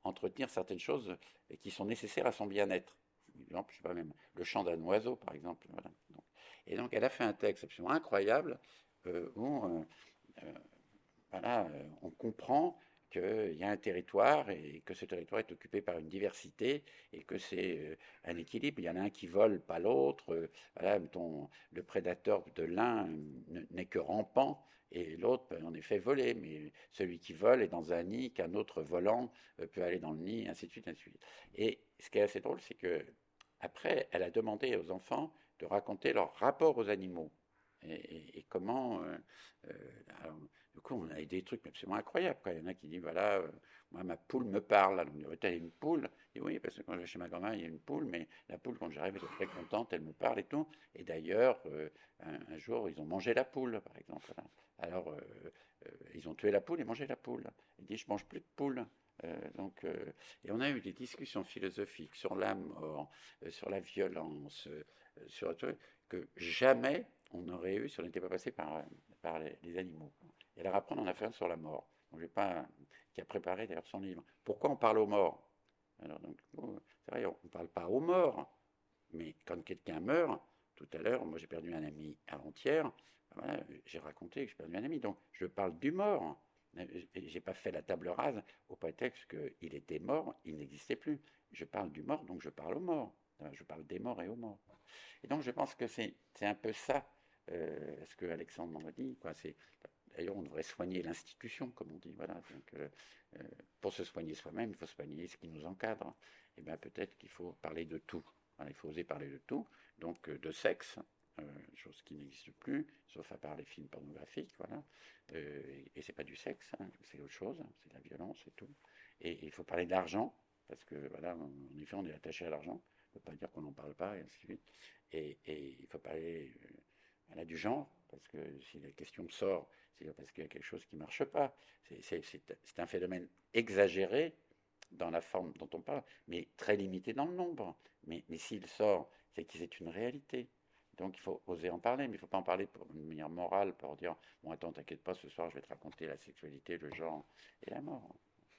entretenir certaines choses qui sont nécessaires à son bien-être. Par exemple, je sais pas, même le chant d'un oiseau, par exemple. Voilà. Donc, et donc, elle a fait un texte absolument incroyable euh, où euh, euh, voilà, euh, on comprend qu'il y a un territoire et que ce territoire est occupé par une diversité et que c'est euh, un équilibre. Il y en a un qui vole, pas l'autre. Euh, voilà, mettons, le prédateur de l'un n'est que rampant et l'autre peut en effet voler. Mais celui qui vole est dans un nid qu'un autre volant euh, peut aller dans le nid, ainsi de suite, ainsi de suite. Et ce qui est assez drôle, c'est que après, elle a demandé aux enfants de raconter leur rapport aux animaux. Et, et, et comment... Euh, euh, alors, du coup, on a des trucs absolument incroyables. Quoi. Il y en a qui disent, voilà, euh, moi, ma poule me parle. Alors, on dit, t'as une poule? Je dis, oui, parce que quand je vais chez ma grand-mère, il y a une poule, mais la poule, quand j'arrive, elle est très contente, elle me parle et tout. Et d'ailleurs, euh, un, un jour, ils ont mangé la poule, par exemple. Voilà. Alors, euh, euh, ils ont tué la poule et mangé la poule. Il dit, je mange plus de poule. Euh, donc, euh, et on a eu des discussions philosophiques sur la mort, euh, sur la violence, euh, sur un truc que jamais on aurait eu si on n'était pas passé par, par les, les animaux. Et alors après, on en a fait un sur la mort, donc, j'ai pas, qui a préparé d'ailleurs son livre. Pourquoi on parle aux morts? Alors, donc, c'est vrai, on ne parle pas aux morts, mais quand quelqu'un meurt, tout à l'heure, moi j'ai perdu un ami avant-hier, voilà, j'ai raconté que j'ai perdu un ami, donc je parle du mort. J'ai pas fait la table rase au prétexte qu'il était mort, il n'existait plus. Je parle du mort, donc je parle aux morts. Je parle des morts et aux morts. Et donc je pense que c'est un peu ça, euh, ce que Alexandre m'en a dit. D'ailleurs, on devrait soigner l'institution, comme on dit. Voilà. Donc, euh, euh, pour se soigner soi-même, il faut soigner ce qui nous encadre. Et bien peut-être qu'il faut parler de tout. Voilà, il faut oser parler de tout. Donc euh, de sexe, euh, chose qui n'existe plus, sauf à part les films pornographiques. Voilà. Euh, et et c'est pas du sexe, hein, c'est autre chose, c'est de la violence et tout. Et il faut parler de l'argent, parce que voilà, en effet, on est attaché à l'argent. On ne peut pas dire qu'on n'en parle pas, et ainsi de suite. Et, et il faut parler euh, voilà, du genre, parce que si la question sort, c'est parce qu'il y a quelque chose qui ne marche pas. C'est un phénomène exagéré dans la forme dont on parle, mais très limité dans le nombre. Mais, mais s'il sort, c'est que c'est une réalité. Donc il faut oser en parler, mais il ne faut pas en parler pour une manière morale, pour dire bon attends, t'inquiète pas, ce soir je vais te raconter la sexualité, le genre et la mort.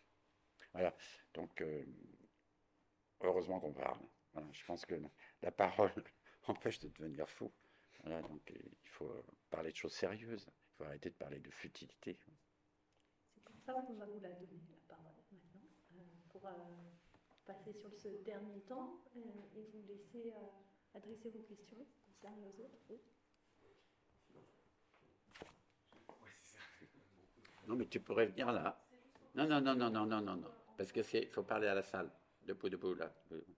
Voilà. Donc euh, heureusement qu'on parle. Voilà. Je pense que la parole empêche de devenir fou. Voilà. Donc il faut parler de choses sérieuses. Il faut arrêter de parler de futilité. C'est pour ça qu'on va vous la donner la parole maintenant, euh, pour euh, passer sur ce dernier temps euh, et vous laisser euh, adresser vos questions concernant les autres. Oui. Non, mais tu pourrais venir là. Non, non, non, non, non, non, non, non. Parce que c'est, faut parler à la salle. Debout, debout, là.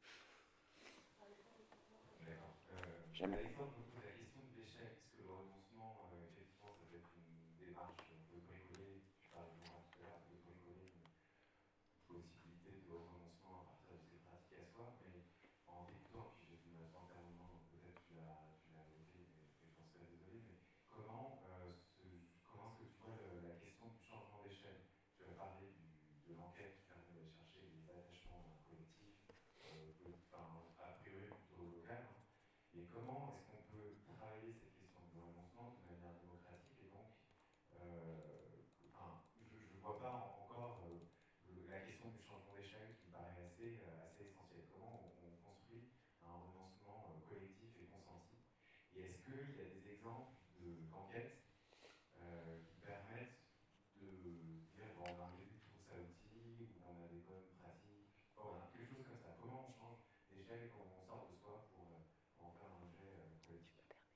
Jamais. Alexandre, je me pose la question de l'échec. Est-ce que le renoncement, euh, effectivement, ça peut être une démarche un peu bricolée? Tu parlais de moi tout à l'heure, un peu bricolée, une possibilité de renoncement à partir de ses pratiques à soi, mais en t'écoutant, puis j'ai dû m'attendre un moment, peut-être tu l'as noté, mais, mais j'en serais désolé, mais comment, euh, ce, comment est-ce que tu vois le, la question du changement d'échelle? Tu as parlé du, de l'enquête qui permet d'aller chercher les attachements collectifs, euh, enfin, a priori plutôt local. Hein. Et comment est-ce qu'on peut travailler cette question de renoncement de manière démocratique et donc, euh, enfin, je ne vois pas en, encore euh, le, la question du changement d'échelle qui me paraît assez, euh, assez essentielle. Comment on, on construit un renoncement euh, collectif et consenti? Et est-ce qu'il y a des exemples d'enquêtes euh, qui permettent de dire bon, on a un début de trousse à outils ou on a des bonnes pratiques, voilà, quelque chose comme ça. Comment on change d'échelle et comment on sort de soi pour euh, en faire un objet euh, collectif?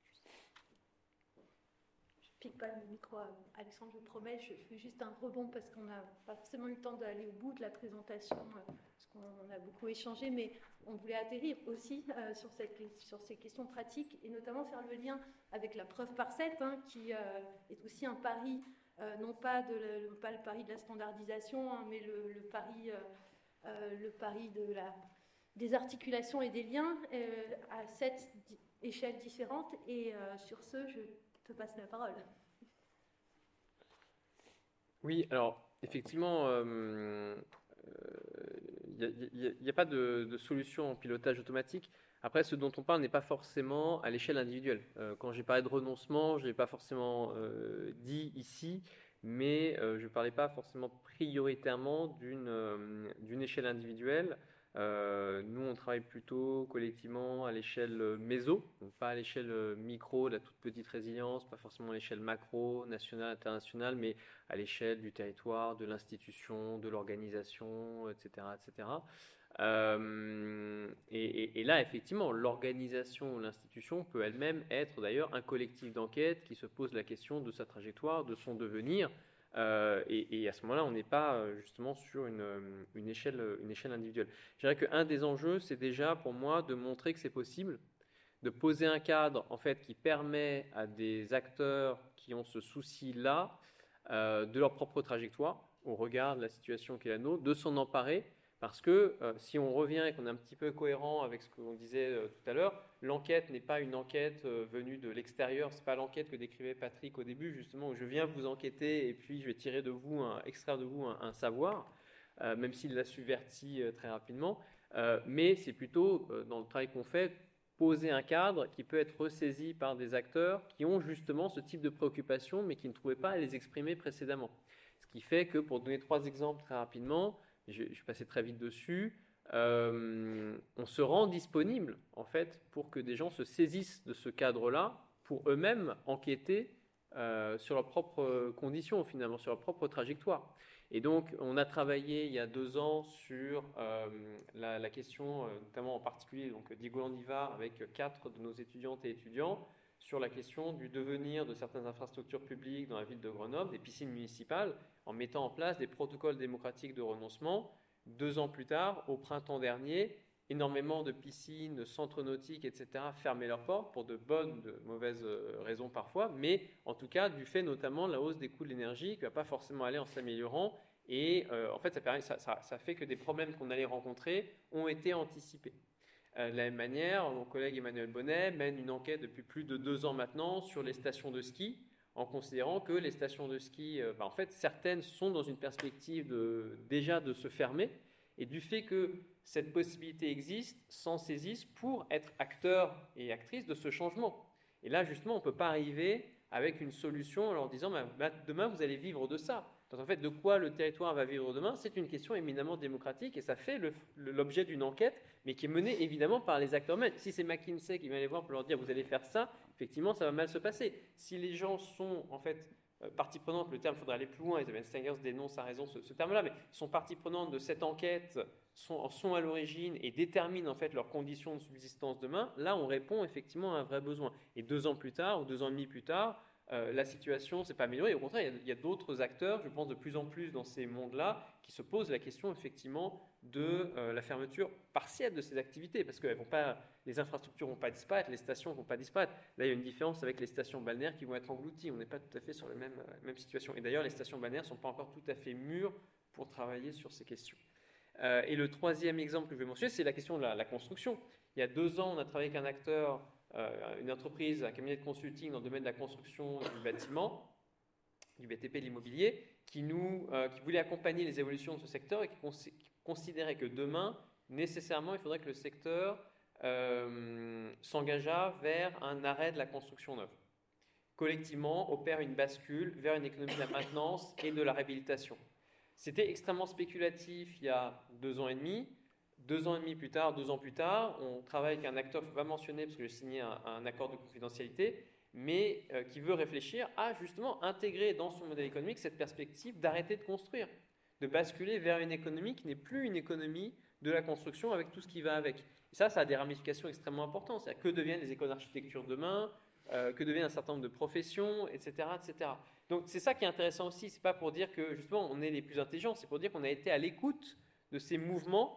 Je pique pas le micro, Alexandre, je promets, je fais juste un rebond parce qu'on n'a pas forcément eu le temps d'aller au bout de la présentation, parce qu'on a beaucoup échangé, mais on voulait atterrir aussi euh, sur, cette, sur ces questions pratiques et notamment faire le lien avec la preuve par sept, hein, qui euh, est aussi un pari, euh, non pas, de le, pas le pari de la standardisation, hein, mais le, le, pari, euh, euh, le pari de la, des articulations et des liens euh, à sept échelles différentes. Et euh, sur ce, je te passe la parole. Oui, alors effectivement, il euh, n'y euh, a, a, a pas de, de solution en pilotage automatique. Après, ce dont on parle n'est pas forcément à l'échelle individuelle. Euh, quand j'ai parlé de renoncement, je n'ai pas forcément euh, dit ici mais euh, je ne parlais pas forcément prioritairement d'une euh, d'une échelle individuelle. Euh, nous, on travaille plutôt collectivement à l'échelle méso, donc pas à l'échelle micro, de la toute petite résilience, pas forcément à l'échelle macro, nationale, internationale, mais à l'échelle du territoire, de l'institution, de l'organisation, et cetera, et cetera. Euh, et, et, et là, effectivement, l'organisation ou l'institution peut elle-même être d'ailleurs un collectif d'enquête qui se pose la question de sa trajectoire, de son devenir. Euh, et, et à ce moment-là, on n'est pas justement sur une, une, échelle, une échelle individuelle. Je dirais qu'un des enjeux, c'est déjà pour moi de montrer que c'est possible, de poser un cadre en fait qui permet à des acteurs qui ont ce souci-là euh, de leur propre trajectoire, au regard de la situation qui est la nôtre, de s'en emparer. Parce que euh, si on revient et qu'on est un petit peu cohérent avec ce qu'on disait euh, tout à l'heure, l'enquête n'est pas une enquête euh, venue de l'extérieur, ce n'est pas l'enquête que décrivait Patrick au début, justement, où je viens vous enquêter et puis je vais tirer de vous, un, extraire de vous un, un savoir, euh, même s'il l'a subverti euh, très rapidement. Euh, mais c'est plutôt, euh, dans le travail qu'on fait, poser un cadre qui peut être ressaisi par des acteurs qui ont justement ce type de préoccupations, mais qui ne trouvaient pas à les exprimer précédemment. Ce qui fait que, pour donner trois exemples très rapidement, je, je suis passé très vite dessus, euh, on se rend disponible en fait pour que des gens se saisissent de ce cadre-là pour eux-mêmes enquêter euh, sur leurs propres conditions, finalement, sur leur propre trajectoire. Et donc, on a travaillé il y a deux ans sur euh, la, la question, notamment en particulier, donc Diego Landivar avec quatre de nos étudiantes et étudiants, sur la question du devenir de certaines infrastructures publiques dans la ville de Grenoble, des piscines municipales, en mettant en place des protocoles démocratiques de renoncement. Deux ans plus tard, au printemps dernier, énormément de piscines, de centres nautiques, et cetera fermaient leurs portes pour de bonnes, de mauvaises raisons parfois, mais en tout cas du fait notamment de la hausse des coûts de l'énergie qui ne va pas forcément aller en s'améliorant. Et euh, en fait, ça, permet, ça, ça, ça fait que des problèmes qu'on allait rencontrer ont été anticipés. Euh, de la même manière, mon collègue Emmanuel Bonnet mène une enquête depuis plus de deux ans maintenant sur les stations de ski, en considérant que les stations de ski, euh, bah, en fait, certaines sont dans une perspective de, déjà de se fermer, et du fait que cette possibilité existe, s'en saisissent pour être acteurs et actrices de ce changement. Et là, justement, on ne peut pas arriver avec une solution en leur disant bah, bah, demain, vous allez vivre de ça. Donc, en fait, de quoi le territoire va vivre demain, c'est une question éminemment démocratique, et ça fait le, le, l'objet d'une enquête, mais qui est menée évidemment par les acteurs eux-mêmes. Si c'est McKinsey qui vient les voir pour leur dire vous allez faire ça, effectivement, ça va mal se passer. Si les gens sont en fait euh, partie prenante, le terme, il faudrait aller plus loin, Isabelle Stengers dénonce à raison ce, ce terme-là, mais sont partie prenante de cette enquête, sont, sont à l'origine et déterminent en fait leurs conditions de subsistance demain, là on répond effectivement à un vrai besoin. Et deux ans plus tard, ou deux ans et demi plus tard, Euh, la situation ne s'est pas améliorée. Au contraire, il y a, il y a d'autres acteurs, je pense de plus en plus dans ces mondes-là, qui se posent la question effectivement de euh, la fermeture partielle de ces activités, parce que elles vont pas, les infrastructures ne vont pas disparaître, les stations ne vont pas disparaître. Là, il y a une différence avec les stations balnéaires qui vont être englouties. On n'est pas tout à fait sur la même, euh, même situation. Et d'ailleurs, les stations balnéaires ne sont pas encore tout à fait mûres pour travailler sur ces questions. Euh, et le troisième exemple que je vais mentionner, c'est la question de la, la construction. Il y a deux ans, on a travaillé avec un acteur, Euh, une entreprise, un cabinet de consulting dans le domaine de la construction du bâtiment, du B T P, de l'immobilier, qui, nous, euh, qui voulait accompagner les évolutions de ce secteur et qui, cons- qui considérait que demain, nécessairement, il faudrait que le secteur euh, s'engageât vers un arrêt de la construction neuve. Collectivement, opère une bascule vers une économie de la maintenance et de la réhabilitation. C'était extrêmement spéculatif il y a deux ans et demi. Deux ans et demi plus tard, deux ans plus tard, on travaille avec un acteur, il ne faut pas mentionner parce que j'ai signé un, un accord de confidentialité, mais euh, qui veut réfléchir à justement intégrer dans son modèle économique cette perspective d'arrêter de construire, de basculer vers une économie qui n'est plus une économie de la construction avec tout ce qui va avec. Et ça, ça a des ramifications extrêmement importantes. C'est-à-dire que deviennent les écoles d'architecture demain, euh, que deviennent un certain nombre de professions, et cetera, et cetera. Donc c'est ça qui est intéressant aussi. C'est pas pour dire que justement on est les plus intelligents, c'est pour dire qu'on a été à l'écoute de ces mouvements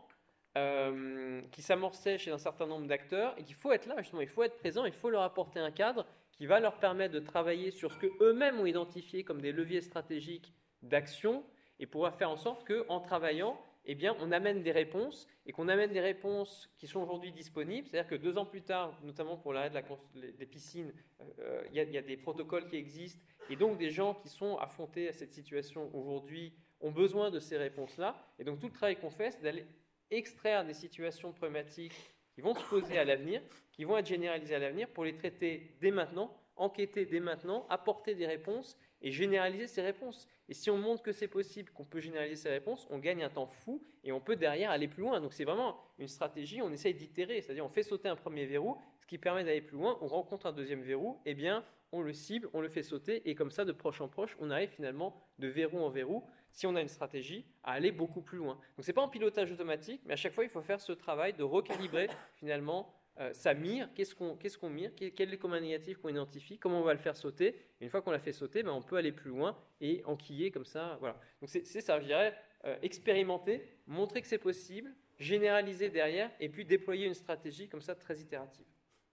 Euh, qui s'amorçait chez un certain nombre d'acteurs et qu'il faut être là, justement, il faut être présent, il faut leur apporter un cadre qui va leur permettre de travailler sur ce qu'eux-mêmes ont identifié comme des leviers stratégiques d'action et pouvoir faire en sorte qu'en travaillant, eh bien, on amène des réponses et qu'on amène des réponses qui sont aujourd'hui disponibles. C'est-à-dire que deux ans plus tard, notamment pour l'arrêt de la, des piscines, euh, il y a, il y a des protocoles qui existent et donc des gens qui sont affrontés à cette situation aujourd'hui ont besoin de ces réponses-là. Et donc tout le travail qu'on fait, c'est d'aller extraire des situations problématiques qui vont se poser à l'avenir, qui vont être généralisées à l'avenir pour les traiter dès maintenant enquêter dès maintenant, apporter des réponses et généraliser ces réponses. Et si on montre que c'est possible, qu'on peut généraliser ces réponses, on gagne un temps fou et on peut derrière aller plus loin. Donc c'est vraiment une stratégie, on essaye d'itérer, c'est-à-dire on fait sauter un premier verrou, ce qui permet d'aller plus loin, on rencontre un deuxième verrou, eh bien on le cible, on le fait sauter, et comme ça, de proche en proche, on arrive finalement de verrou en verrou, si on a une stratégie, à aller beaucoup plus loin. Donc c'est pas en pilotage automatique, mais à chaque fois, il faut faire ce travail de recalibrer finalement euh, sa mire, qu'est-ce qu'on qu'est-ce qu'on mire, quel est le commun négatif qu'on identifie, comment on va le faire sauter. Et une fois qu'on l'a fait sauter, ben, on peut aller plus loin et enquiller comme ça. Voilà. Donc c'est, c'est ça, je dirais, euh, expérimenter, montrer que c'est possible, généraliser derrière, et puis déployer une stratégie comme ça très itérative.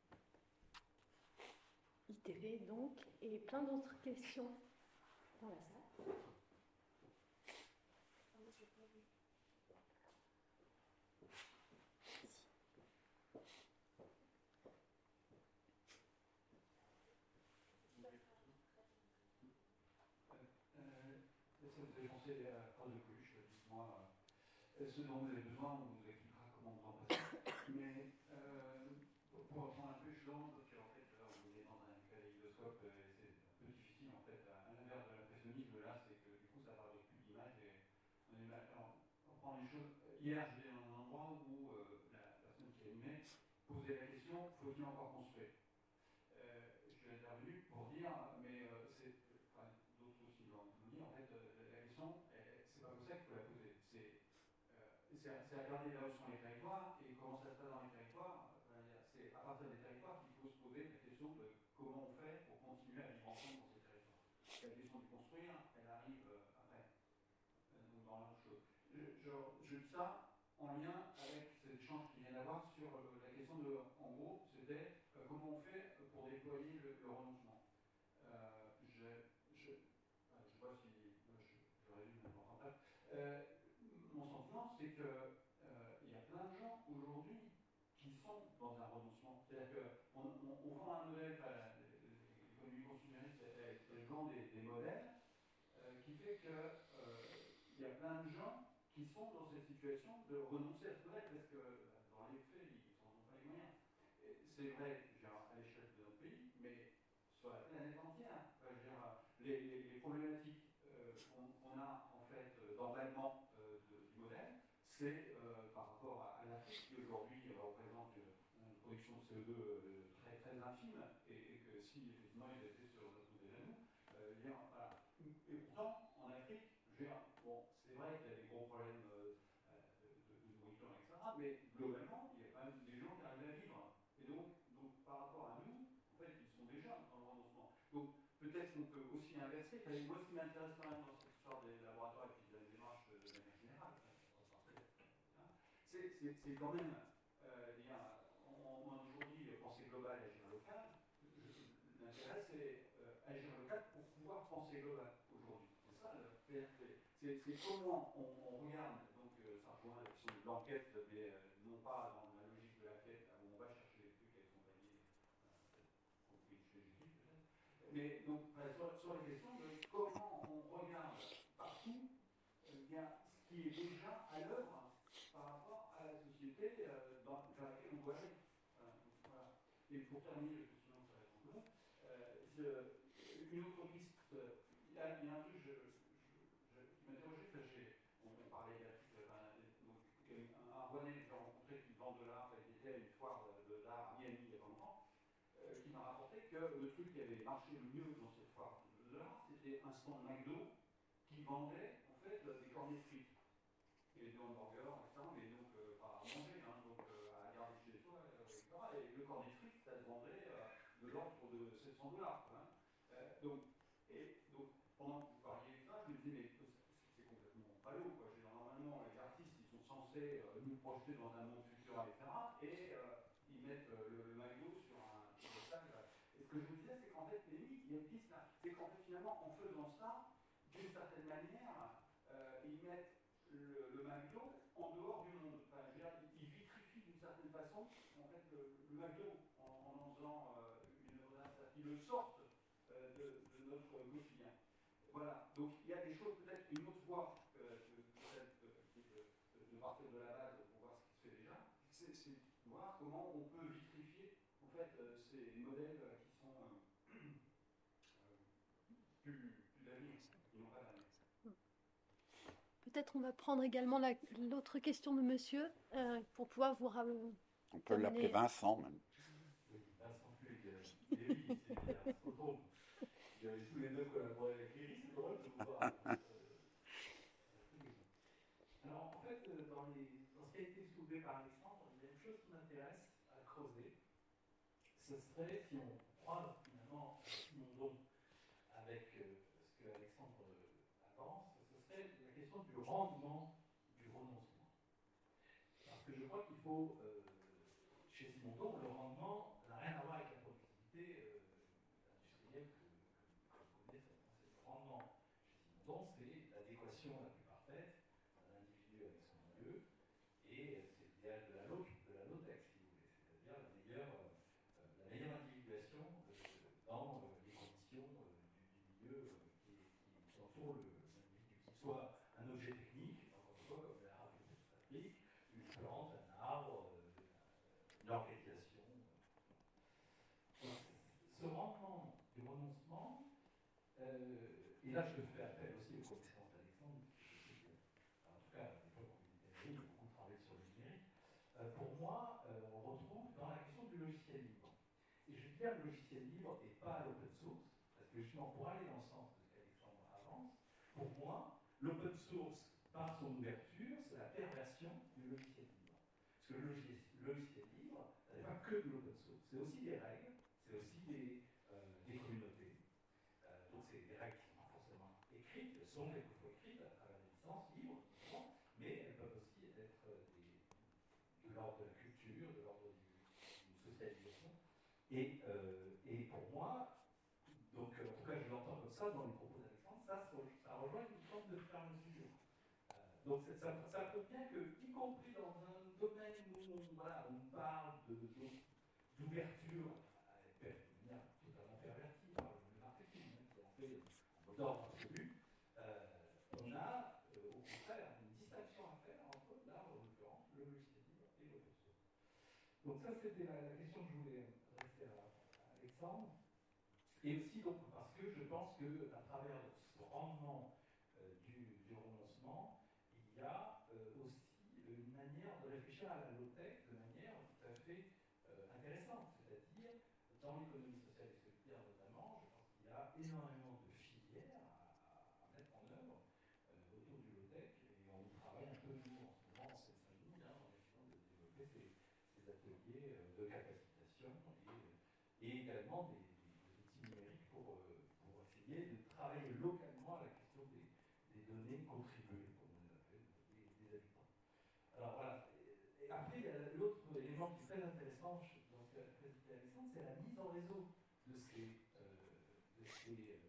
Itérer donc, et plein d'autres questions dans la salle. Ça me fait penser à Carl de Coluche, dites-moi ce dont vous avez besoin, on vous expliquera comment vous en passer. Mais euh, pour reprendre un peu échelon, parce qu'en fait, là, on est dans un kaléidoscope, et c'est un peu difficile, en fait, à l'inverse de l'impressionnisme, là, c'est que du coup, ça fabrique plus d'images, et on est mal. Alors, on prend les choses. Hier, j'étais dans un endroit où euh, la personne qui animait posait la question, faut-il encore construire? euh, Je suis intervenu pour dire, mais euh, c'est, enfin, d'autres aussi l'ont dit, en fait, euh, la question, c'est pas comme ça qu'il faut la poser. C'est c'est à regarder là où sont les territoires et comment ça se passe dans les territoires. C'est à partir des territoires qu'il faut se poser la question de comment on fait pour continuer à vivre ensemble dans ces territoires. La question de construire, elle arrive après, donc dans l'autre chose. Je, je, je dis ça en lien avec cet échange qui vient d'avoir sur la question de, en gros, c'était euh, comment on fait pour déployer le, le renoncement. Euh, je, je, enfin, je sais pas si je, je résume en temps. Euh, mon sentiment, c'est que euh, il y a plein de gens aujourd'hui qui sont dans un renoncement. C'est-à-dire qu'on on, on vend un modèle, enfin, l'économie consumériste, elle, elle vend des, des modèles euh, qui fait qu'il euh, y a plein de gens qui sont dans cette situation de renoncer à ce modèle parce que dans les faits, ils n'en ont pas les moyens. Et c'est vrai, je veux dire, à l'échelle de notre pays, mais sur la planète entière. Enfin, je veux dire, les, les, les problématiques euh, qu'on, qu'on a en fait d'emballement euh, du modèle, c'est euh, par rapport à, à l'Afrique qui aujourd'hui euh, représente une, une production de C O deux euh, très très infime et, et que si effectivement il était sur notre modèle à nous, euh, bien, voilà. Et pourtant en Afrique, je veux dire, bon, c'est vrai qu'il y a des gros problèmes euh, de, de, de nourriture, et cetera. Mais globalement, il y a quand même des gens qui arrivent à vivre. Et donc, donc par rapport à nous, en fait, ils sont déjà dans le renoncement. Donc peut-être qu'on peut aussi inverser. Enfin, moi, ce qui m'intéresse quand même dans cette histoire des laboratoires et puis de la démarche de manière générale, c'est, c'est, c'est quand même, euh, bien, on, on aujourd'hui penser global et agir local. L'intérêt, c'est euh, agir local pour pouvoir penser global aujourd'hui. C'est ça, c'est, c'est, c'est comment on, on regarde, donc euh, ça rejoint la question de l'enquête, mais euh, non pas dans la logique de la quête, où on va chercher les trucs avec son panier, euh, compris chez Jésus peut-être. Mais donc, enfin, sur, sur la question de comment on regarde partout eh bien, ce qui est déjà à l'œuvre par rapport à la société euh, dans, vers laquelle on doit aller. Voilà. Voilà. Et pour terminer, parce que sinon ça va être long, euh, je, une autre piste, euh, il y a, il y a un truc je, je, je, qui m'interrogeait, on, on parlait d'Afrique, ben, donc, un, un Rouennais que j'ai rencontré qui vend de l'art, qui était à une foire de l'art à Miami il y a pas longtemps, euh, qui m'a rapporté que le truc qui avait marché le mieux dans cette foire de l'art, c'était un stand McDo qui vendait en fait des cornets de frites. Et des hamburgers, et cetera. Mais donc euh, pas à manger, hein, donc euh, à garder chez toi, euh, et cetera. Et le cornet de frites, ça se vendait euh, de l'ordre de sept cents dollars. Hein. Euh, donc, et donc, pendant que vous parliez de ça, je me disais, mais c'est complètement ballot, quoi. Normalement, les artistes, ils sont censés euh, nous projeter dans un monde futur, et cetera. Et euh, ils mettent euh, le, le McDo sur un sac. Et ce que je vous disais, c'est qu'en fait, les limites, il y a une piste là. C'est qu'en fait, finalement, en faisant ça, d'une certaine manière, euh, ils mettent le, le McDo en dehors du monde. Enfin, je veux dire, ils vitrifient d'une certaine façon en fait, le, le McDo en, en en faisant euh, une œuvre d'art. Ils le sortent euh, de, de notre quotidien. Voilà. Donc il y a des choses, peut-être une autre voie que, que, que celle de, de, de partir de la base pour voir ce qui se fait déjà, c'est, c'est voir comment on peut vitrifier en fait, euh, ces modèles qui sont. Euh, peut-être on va prendre également la- l'autre question de monsieur euh, pour pouvoir vous ra- On peut terminer. l'appeler Vincent même. Oui, Vincent Puig, euh, et oui, c'est bien, au fond, vous avez tous les deux collaboré avec Iris, c'est drôle de vous voir. euh, Alors, en fait, euh, dans, les, dans ce qui a été soulevé par Alexandre, il y a une chose qui m'intéresse à creuser. Ce serait, si on croise finalement Simondon avec euh, ce que Alexandre avance, ce serait la question du rendement du renoncement. Parce que je crois qu'il faut, euh, chez Simondon, le rendement n'a rien à voir avec la productivité euh, industrielle que, que, que l'on connaît. C'est le rendement chez Simondon, c'est l'adéquation la plus parfaite d'un individu avec son milieu, et c'est l'idéal de la low, de la low-tech, si vous voulez, c'est-à-dire la meilleure, euh, la meilleure individuation euh, dans euh, les conditions euh, du, du milieu euh, qui, qui, qui entoure l'individu, qu'il soit un objet technique, encore une fois, comme la fabrique, une plante, un arbre, euh, une organisation. Donc, ce rendement du renoncement, euh, et là je fais appel aussi aux connaissances d'Alexandre, en tout cas à l'époque où il était il a beaucoup travaillé sur le numérique. Euh, pour moi, euh, on retrouve dans la question du logiciel libre. Et je dis bien le logiciel libre et pas l'open source, parce que justement pour aller dans le sens de ce qu'Alexandre avance, pour moi, l'open source, par son ouverture, c'est la perversion du logiciel libre. Parce que le logiciel, le logiciel libre, ça n'est pas que de l'open source, c'est aussi des règles, c'est aussi des, euh, des communautés. Euh, donc c'est des règles qui sont pas forcément écrites, elles sont quelquefois écrites à travers des licences libres, mais elles peuvent aussi être des, de l'ordre de la culture, de l'ordre d'une socialisation. Et, euh, et pour moi, donc en tout cas je l'entends comme ça dans les propos d'Alexandre, ça, ça rejoint une forme de fermeture. Euh, donc ça, ça prouve bien que, y compris dans un domaine où on, voilà, on parle d'ouverture, de manière totalement pervertie par le marketing, hein, qui en fait un mot d'ordre absolu, euh, on a euh, au contraire une distinction à faire entre, là en l'occurrence, le logiciel libre et l'open source. Donc ça c'était la, la question que je voulais adresser à, à Alexandre. Et aussi donc parce que je pense qu'à travers ce rendement euh, du, du renoncement, il y a euh, aussi une manière de réfléchir à la low-tech de manière tout à fait euh, intéressante. C'est-à-dire, dans l'économie sociale et solidaire notamment, je pense qu'il y a énormément de filières à, à mettre en œuvre euh, autour du low-tech, et on y travaille un peu nous en ce moment en Seine-Saint-Denis, hein, en essayant de développer ces, ces ateliers euh, de capacitation et, et également des, des, des outils numériques pour, euh, pour essayer de travailler localement à la question des, des données contribuées, comme on les appelle, des, des habitants. Alors voilà. Et après, il y a l'autre élément qui est très intéressant dans ce qu'a présenté Alexandre, c'est la mise en réseau de ces, euh, de ces, euh,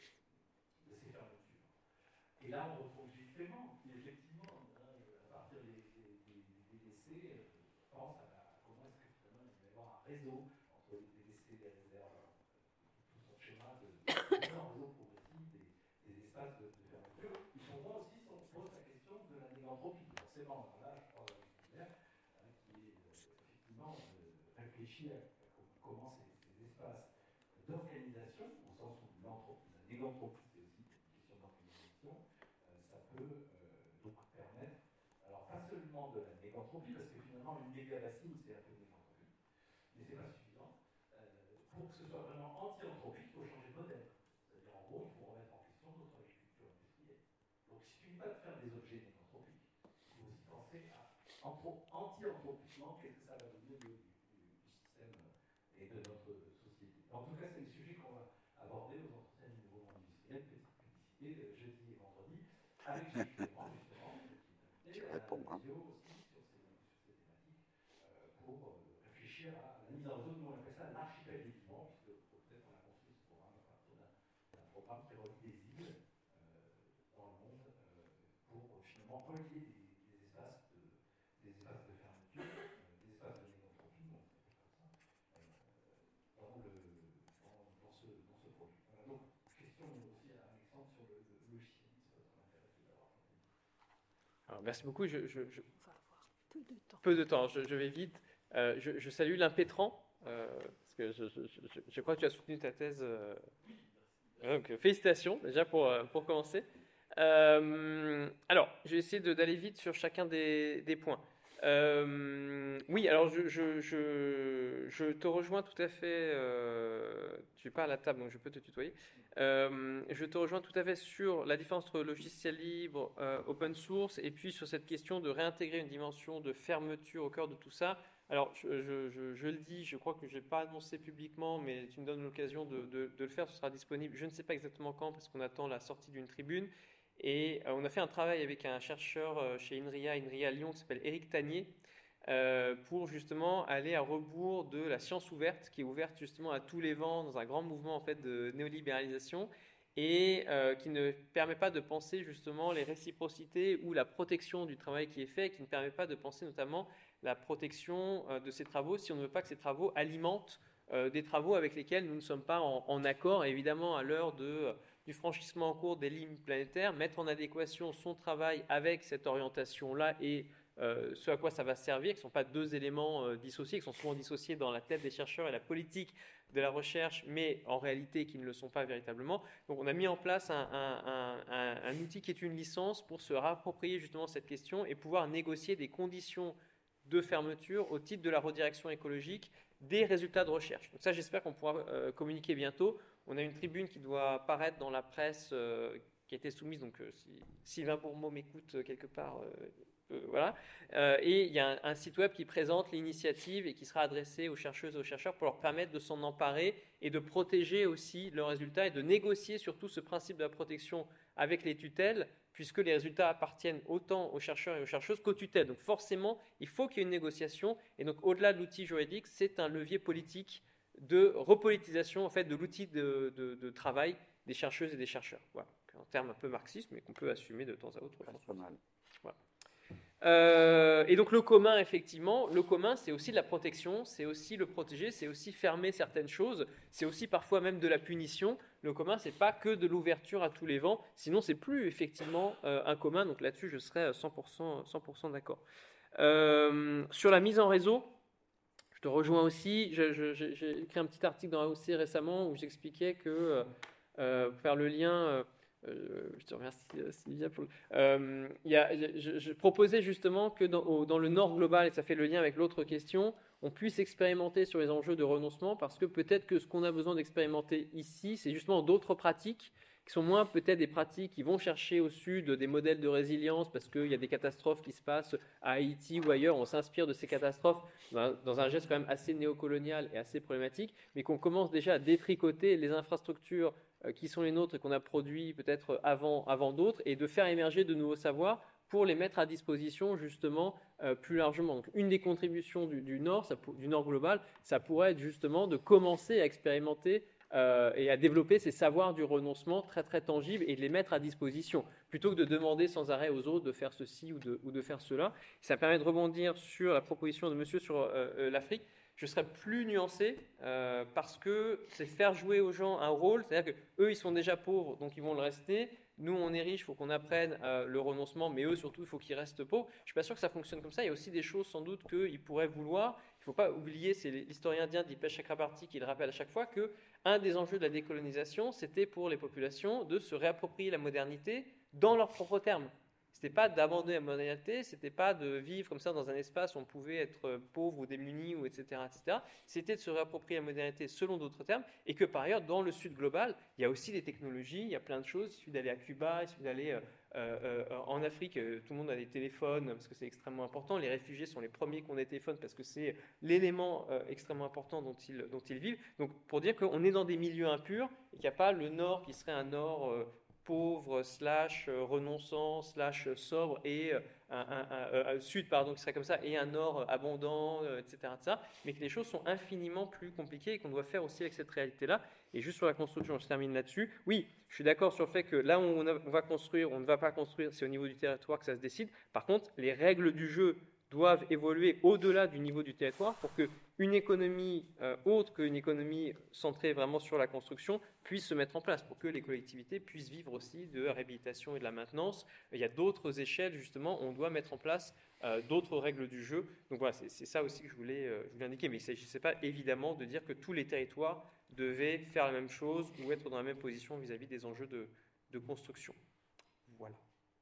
de ces fermetures. Et là, on retrouve Gilles Clément, qui effectivement, hein, à partir des, des, des, des D D C, euh, pense à, la, à comment est-ce que finalement il va y avoir un réseau entre les D D C, les réserves, euh, tout son schéma de, de mise en réseau progressif des, des espaces de, de fermeture. Et pour moi aussi, on pose la question de la négantropie. Forcément, là, je crois, hein, qui est euh, effectivement euh, réfléchi à, à comment ces, ces espaces d'organisation, au sens où la négantropie, c'est aussi une question d'organisation, euh, ça peut euh, donc permettre, alors pas seulement de la négantropie, parce que finalement une méga-bassine, c'est un peu négantropie, mais c'est pas suffisant. Euh, pour que ce soit vraiment anti-anthropique, il faut changer de modèle. C'est-à-dire, en gros, il faut remettre en question notre agriculture industrielle. Donc il ne suffit pas de faire des objets négantropiques, il faut aussi penser à anti-anthropiquement, qu'est-ce que ça va donner du, du, du système et de notre société. En tout cas, c'est le sujet qu'on va aborder aux entretiens du nouveau monde industriel, publicité, jeudi et vendredi, avec Gilles Clément, justement, qui est invité à la visio aussi sur ces, sur ces thématiques, euh, pour euh, réfléchir à la mise en zone, nous on appelle ça l'archipel des vivants, puisque peut-être on a construit ce programme à partir d'un programme qui relie des îles euh, dans le monde, euh, pour finalement relier des, des espaces de des espaces de fermeture, euh, des espaces de négantropie, on s'appelle comme ça, euh, dans, le, dans, dans, ce, dans ce projet. Voilà, donc, question aussi à Alexandre sur le, le logiciel, ça m'intéresse d'avoir ton avis. Alors, merci beaucoup. Je, je, je... On va avoir peu de temps. Peu de temps, je, je vais vite. Euh, je, je salue l'impétrant, euh, parce que je, je, je, je crois que tu as soutenu ta thèse. Euh... Donc, félicitations déjà pour, pour commencer. Euh, alors, je vais essayer de- d'aller vite sur chacun des, des points. Euh, oui, alors je, je, je, je te rejoins tout à fait. Euh, tu n'es pas à la table, donc je peux te tutoyer. Euh, je te rejoins tout à fait sur la différence entre logiciel libre, euh, open source, et puis sur cette question de réintégrer une dimension de fermeture au cœur de tout ça. Alors, je, je, je, je le dis, je crois que je n'ai pas annoncé publiquement, mais tu me donnes l'occasion de, de, de le faire. Ce sera disponible, je ne sais pas exactement quand, parce qu'on attend la sortie d'une tribune. Et euh, on a fait un travail avec un chercheur euh, chez INRIA, INRIA Lyon, qui s'appelle Éric Tanier, euh, pour justement aller à rebours de la science ouverte, qui est ouverte justement à tous les vents dans un grand mouvement en fait de néolibéralisation, et euh, qui ne permet pas de penser justement les réciprocités ou la protection du travail qui est fait, et qui ne permet pas de penser notamment la protection euh, de ces travaux si on ne veut pas que ces travaux alimentent euh, des travaux avec lesquels nous ne sommes pas en, en accord. Et évidemment, à l'heure de du franchissement en cours des limites planétaires, mettre en adéquation son travail avec cette orientation-là et euh, ce à quoi ça va servir, qui ne sont pas deux éléments euh, dissociés, qui sont souvent dissociés dans la tête des chercheurs et la politique de la recherche, mais en réalité qui ne le sont pas véritablement. Donc on a mis en place un, un, un, un outil qui est une licence pour se rapproprier justement cette question et pouvoir négocier des conditions de fermeture au titre de la redirection écologique des résultats de recherche. Donc ça, j'espère qu'on pourra euh, communiquer bientôt. On a une tribune qui doit paraître dans la presse, euh, qui a été soumise, donc euh, si Sylvain Bourmeau m'écoute euh, quelque part, euh, euh, voilà. Euh, et il y a un, un site web qui présente l'initiative et qui sera adressé aux chercheuses et aux chercheurs pour leur permettre de s'en emparer et de protéger aussi leurs résultats et de négocier surtout ce principe de la protection avec les tutelles, puisque les résultats appartiennent autant aux chercheurs et aux chercheuses qu'aux tutelles. Donc forcément, il faut qu'il y ait une négociation. Et donc au-delà de l'outil juridique, c'est un levier politique de repolitisation en fait, de l'outil de, de, de travail des chercheuses et des chercheurs. Voilà. Un terme un peu marxiste, mais qu'on peut assumer de temps à autre. Pas mal. Voilà. Euh, et donc le commun, effectivement, le commun, c'est aussi de la protection, c'est aussi le protéger, c'est aussi fermer certaines choses, c'est aussi parfois même de la punition. Le commun, c'est pas que de l'ouverture à tous les vents, sinon c'est plus effectivement euh, un commun. Donc là-dessus, je serais cent pour cent, cent pour cent d'accord. Euh, sur la mise en réseau, je te rejoins aussi. Je, je, j'ai écrit un petit article dans A O C récemment où j'expliquais que euh, pour faire le lien. Euh, Euh, je te remercie Sylvia pour le... euh, y a, je, je proposais justement que dans, au, dans le nord global, et ça fait le lien avec l'autre question, on puisse expérimenter sur les enjeux de renoncement, parce que peut-être que ce qu'on a besoin d'expérimenter ici, c'est justement d'autres pratiques qui sont moins peut-être des pratiques qui vont chercher au sud des modèles de résilience parce qu'il y a des catastrophes qui se passent à Haïti ou ailleurs, on s'inspire de ces catastrophes dans un geste quand même assez néocolonial et assez problématique, mais qu'on commence déjà à détricoter les infrastructures qui sont les nôtres et qu'on a produits peut-être avant, avant d'autres, et de faire émerger de nouveaux savoirs pour les mettre à disposition justement euh, plus largement. Donc, une des contributions du, du Nord, ça, du Nord global, ça pourrait être justement de commencer à expérimenter euh, et à développer ces savoirs du renoncement très très tangibles et de les mettre à disposition, plutôt que de demander sans arrêt aux autres de faire ceci ou de, ou de faire cela. Ça permet de rebondir sur la proposition de monsieur sur euh, euh, l'Afrique. Je serais plus nuancé euh, parce que c'est faire jouer aux gens un rôle, c'est-à-dire qu'eux, ils sont déjà pauvres, donc ils vont le rester. Nous, on est riches, il faut qu'on apprenne euh, le renoncement, mais eux, surtout, il faut qu'ils restent pauvres. Je ne suis pas sûr que ça fonctionne comme ça. Il y a aussi des choses, sans doute, qu'ils pourraient vouloir. Il ne faut pas oublier, c'est l'historien indien Dipesh Chakrabarty qui le rappelle à chaque fois, qu'un des enjeux de la décolonisation, c'était pour les populations de se réapproprier la modernité dans leurs propres termes. Ce n'était pas d'abandonner la modernité, ce n'était pas de vivre comme ça dans un espace où on pouvait être pauvre ou démuni, ou et cetera, et cetera. C'était de se réapproprier la modernité selon d'autres termes, et que par ailleurs, dans le sud global, il y a aussi des technologies, il y a plein de choses. Il suffit d'aller à Cuba, il suffit d'aller euh, euh, en Afrique, euh, tout le monde a des téléphones, parce que c'est extrêmement important. Les réfugiés sont les premiers qui ont des téléphones, parce que c'est l'élément euh, extrêmement important dont ils, dont ils vivent. Donc pour dire qu'on est dans des milieux impurs, et qu'il n'y a pas le Nord qui serait un Nord... Euh, pauvre, slash euh, renonçant, slash euh, sobre, et euh, un, un, un, un sud, pardon, qui serait comme ça, et un nord abondant, euh, et cetera, et cetera. Mais que les choses sont infiniment plus compliquées et qu'on doit faire aussi avec cette réalité-là. Et juste sur la construction, je termine là-dessus. Oui, je suis d'accord sur le fait que là où on, a, on va construire, on ne va pas construire, c'est au niveau du territoire que ça se décide. Par contre, les règles du jeu doivent évoluer au-delà du niveau du territoire pour qu'une économie euh, autre qu'une économie centrée vraiment sur la construction puisse se mettre en place, pour que les collectivités puissent vivre aussi de la réhabilitation et de la maintenance. Il y a d'autres échelles, justement, on doit mettre en place euh, d'autres règles du jeu. Donc voilà, c'est ça aussi que je voulais, euh, je voulais indiquer, mais il ne s'agissait pas évidemment de dire que tous les territoires devaient faire la même chose ou être dans la même position vis-à-vis des enjeux de, de construction. Voilà.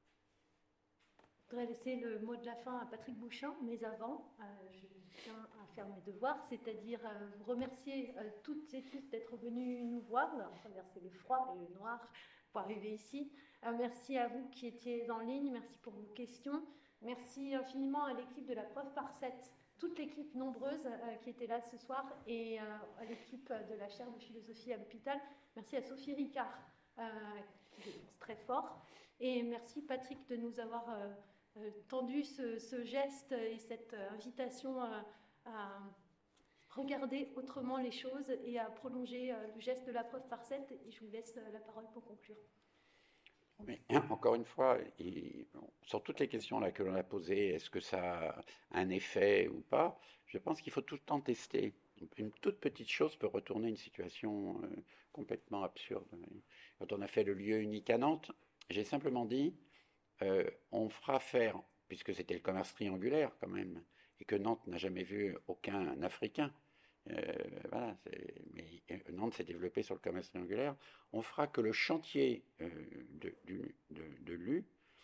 Je voudrais laisser le mot de la fin à Patrick Bouchain, mais avant, euh, je tiens à faire mes devoirs, c'est-à-dire euh, vous remercier euh, toutes et tous d'être venus nous voir, d'avoir traversé le froid et le noir pour arriver ici. Euh, merci à vous qui étiez en ligne, merci pour vos questions. Merci infiniment à l'équipe de la Preuve par sept, toute l'équipe nombreuse euh, qui était là ce soir, et euh, à l'équipe de la chaire de philosophie à l'hôpital. Merci à Sophie Ricard, euh, qui est très fort. Et merci Patrick de nous avoir euh, euh, tendu ce, ce geste et cette euh, invitation à, à regarder autrement les choses et à prolonger euh, le geste de la Preuve par sept. Et je vous laisse euh, la parole pour conclure. Mais encore une fois, il, sur toutes les questions là que l'on a posées, est-ce que ça a un effet ou pas, je pense qu'il faut tout le temps tester. Une toute petite chose peut retourner une situation euh, complètement absurde. Quand on a fait le lieu unique à Nantes, j'ai simplement dit, euh, on fera faire, puisque c'était le commerce triangulaire quand même, et que Nantes n'a jamais vu aucun Africain, euh, voilà, mais Nantes s'est développé sur le commerce triangulaire, on fera que le chantier euh, de, de, de, de l'U,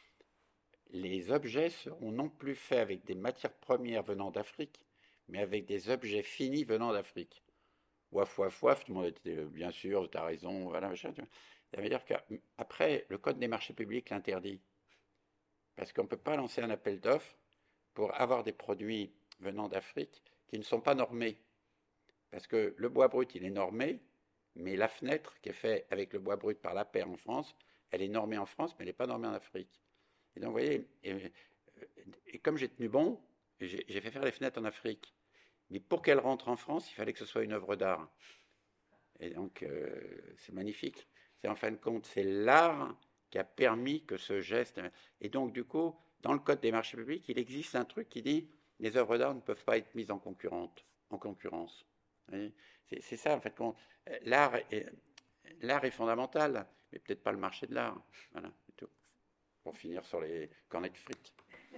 les objets seront non plus faits avec des matières premières venant d'Afrique, mais avec des objets finis venant d'Afrique. Waf, waf, waf, tout le monde était bien sûr, tu as raison, voilà, machin. Ça veut dire qu'après, le Code des marchés publics l'interdit. Parce qu'on ne peut pas lancer un appel d'offres pour avoir des produits venant d'Afrique qui ne sont pas normés. Parce que le bois brut, il est normé, mais la fenêtre qui est faite avec le bois brut par la paire en France, elle est normée en France, mais elle n'est pas normée en Afrique. Et donc, vous voyez, et, et comme j'ai tenu bon, j'ai, j'ai fait faire les fenêtres en Afrique. Mais pour qu'elles rentrent en France, il fallait que ce soit une œuvre d'art. Et donc, euh, c'est magnifique. C'est en fin de compte, c'est l'art qui a permis que ce geste... Et donc, du coup, dans le Code des marchés publics, il existe un truc qui dit les œuvres d'art ne peuvent pas être mises en, concurrente, en concurrence. C'est, c'est ça, en fait. L'art est, l'art est fondamental, mais peut-être pas le marché de l'art. Voilà, c'est tout. Pour finir sur les cornets de frites.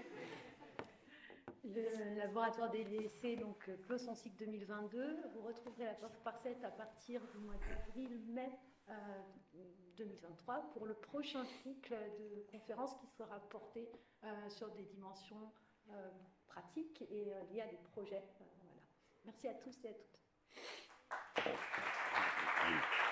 Le laboratoire des décès donc, clôt son cycle deux mille vingt-deux. Vous retrouverez la Preuve par sept à partir du mois d'avril-mai euh, deux mille vingt-trois pour le prochain cycle de conférences qui sera porté euh, sur des dimensions euh, pratiques et euh, liées à des projets. Euh, voilà. Merci à tous et à toutes.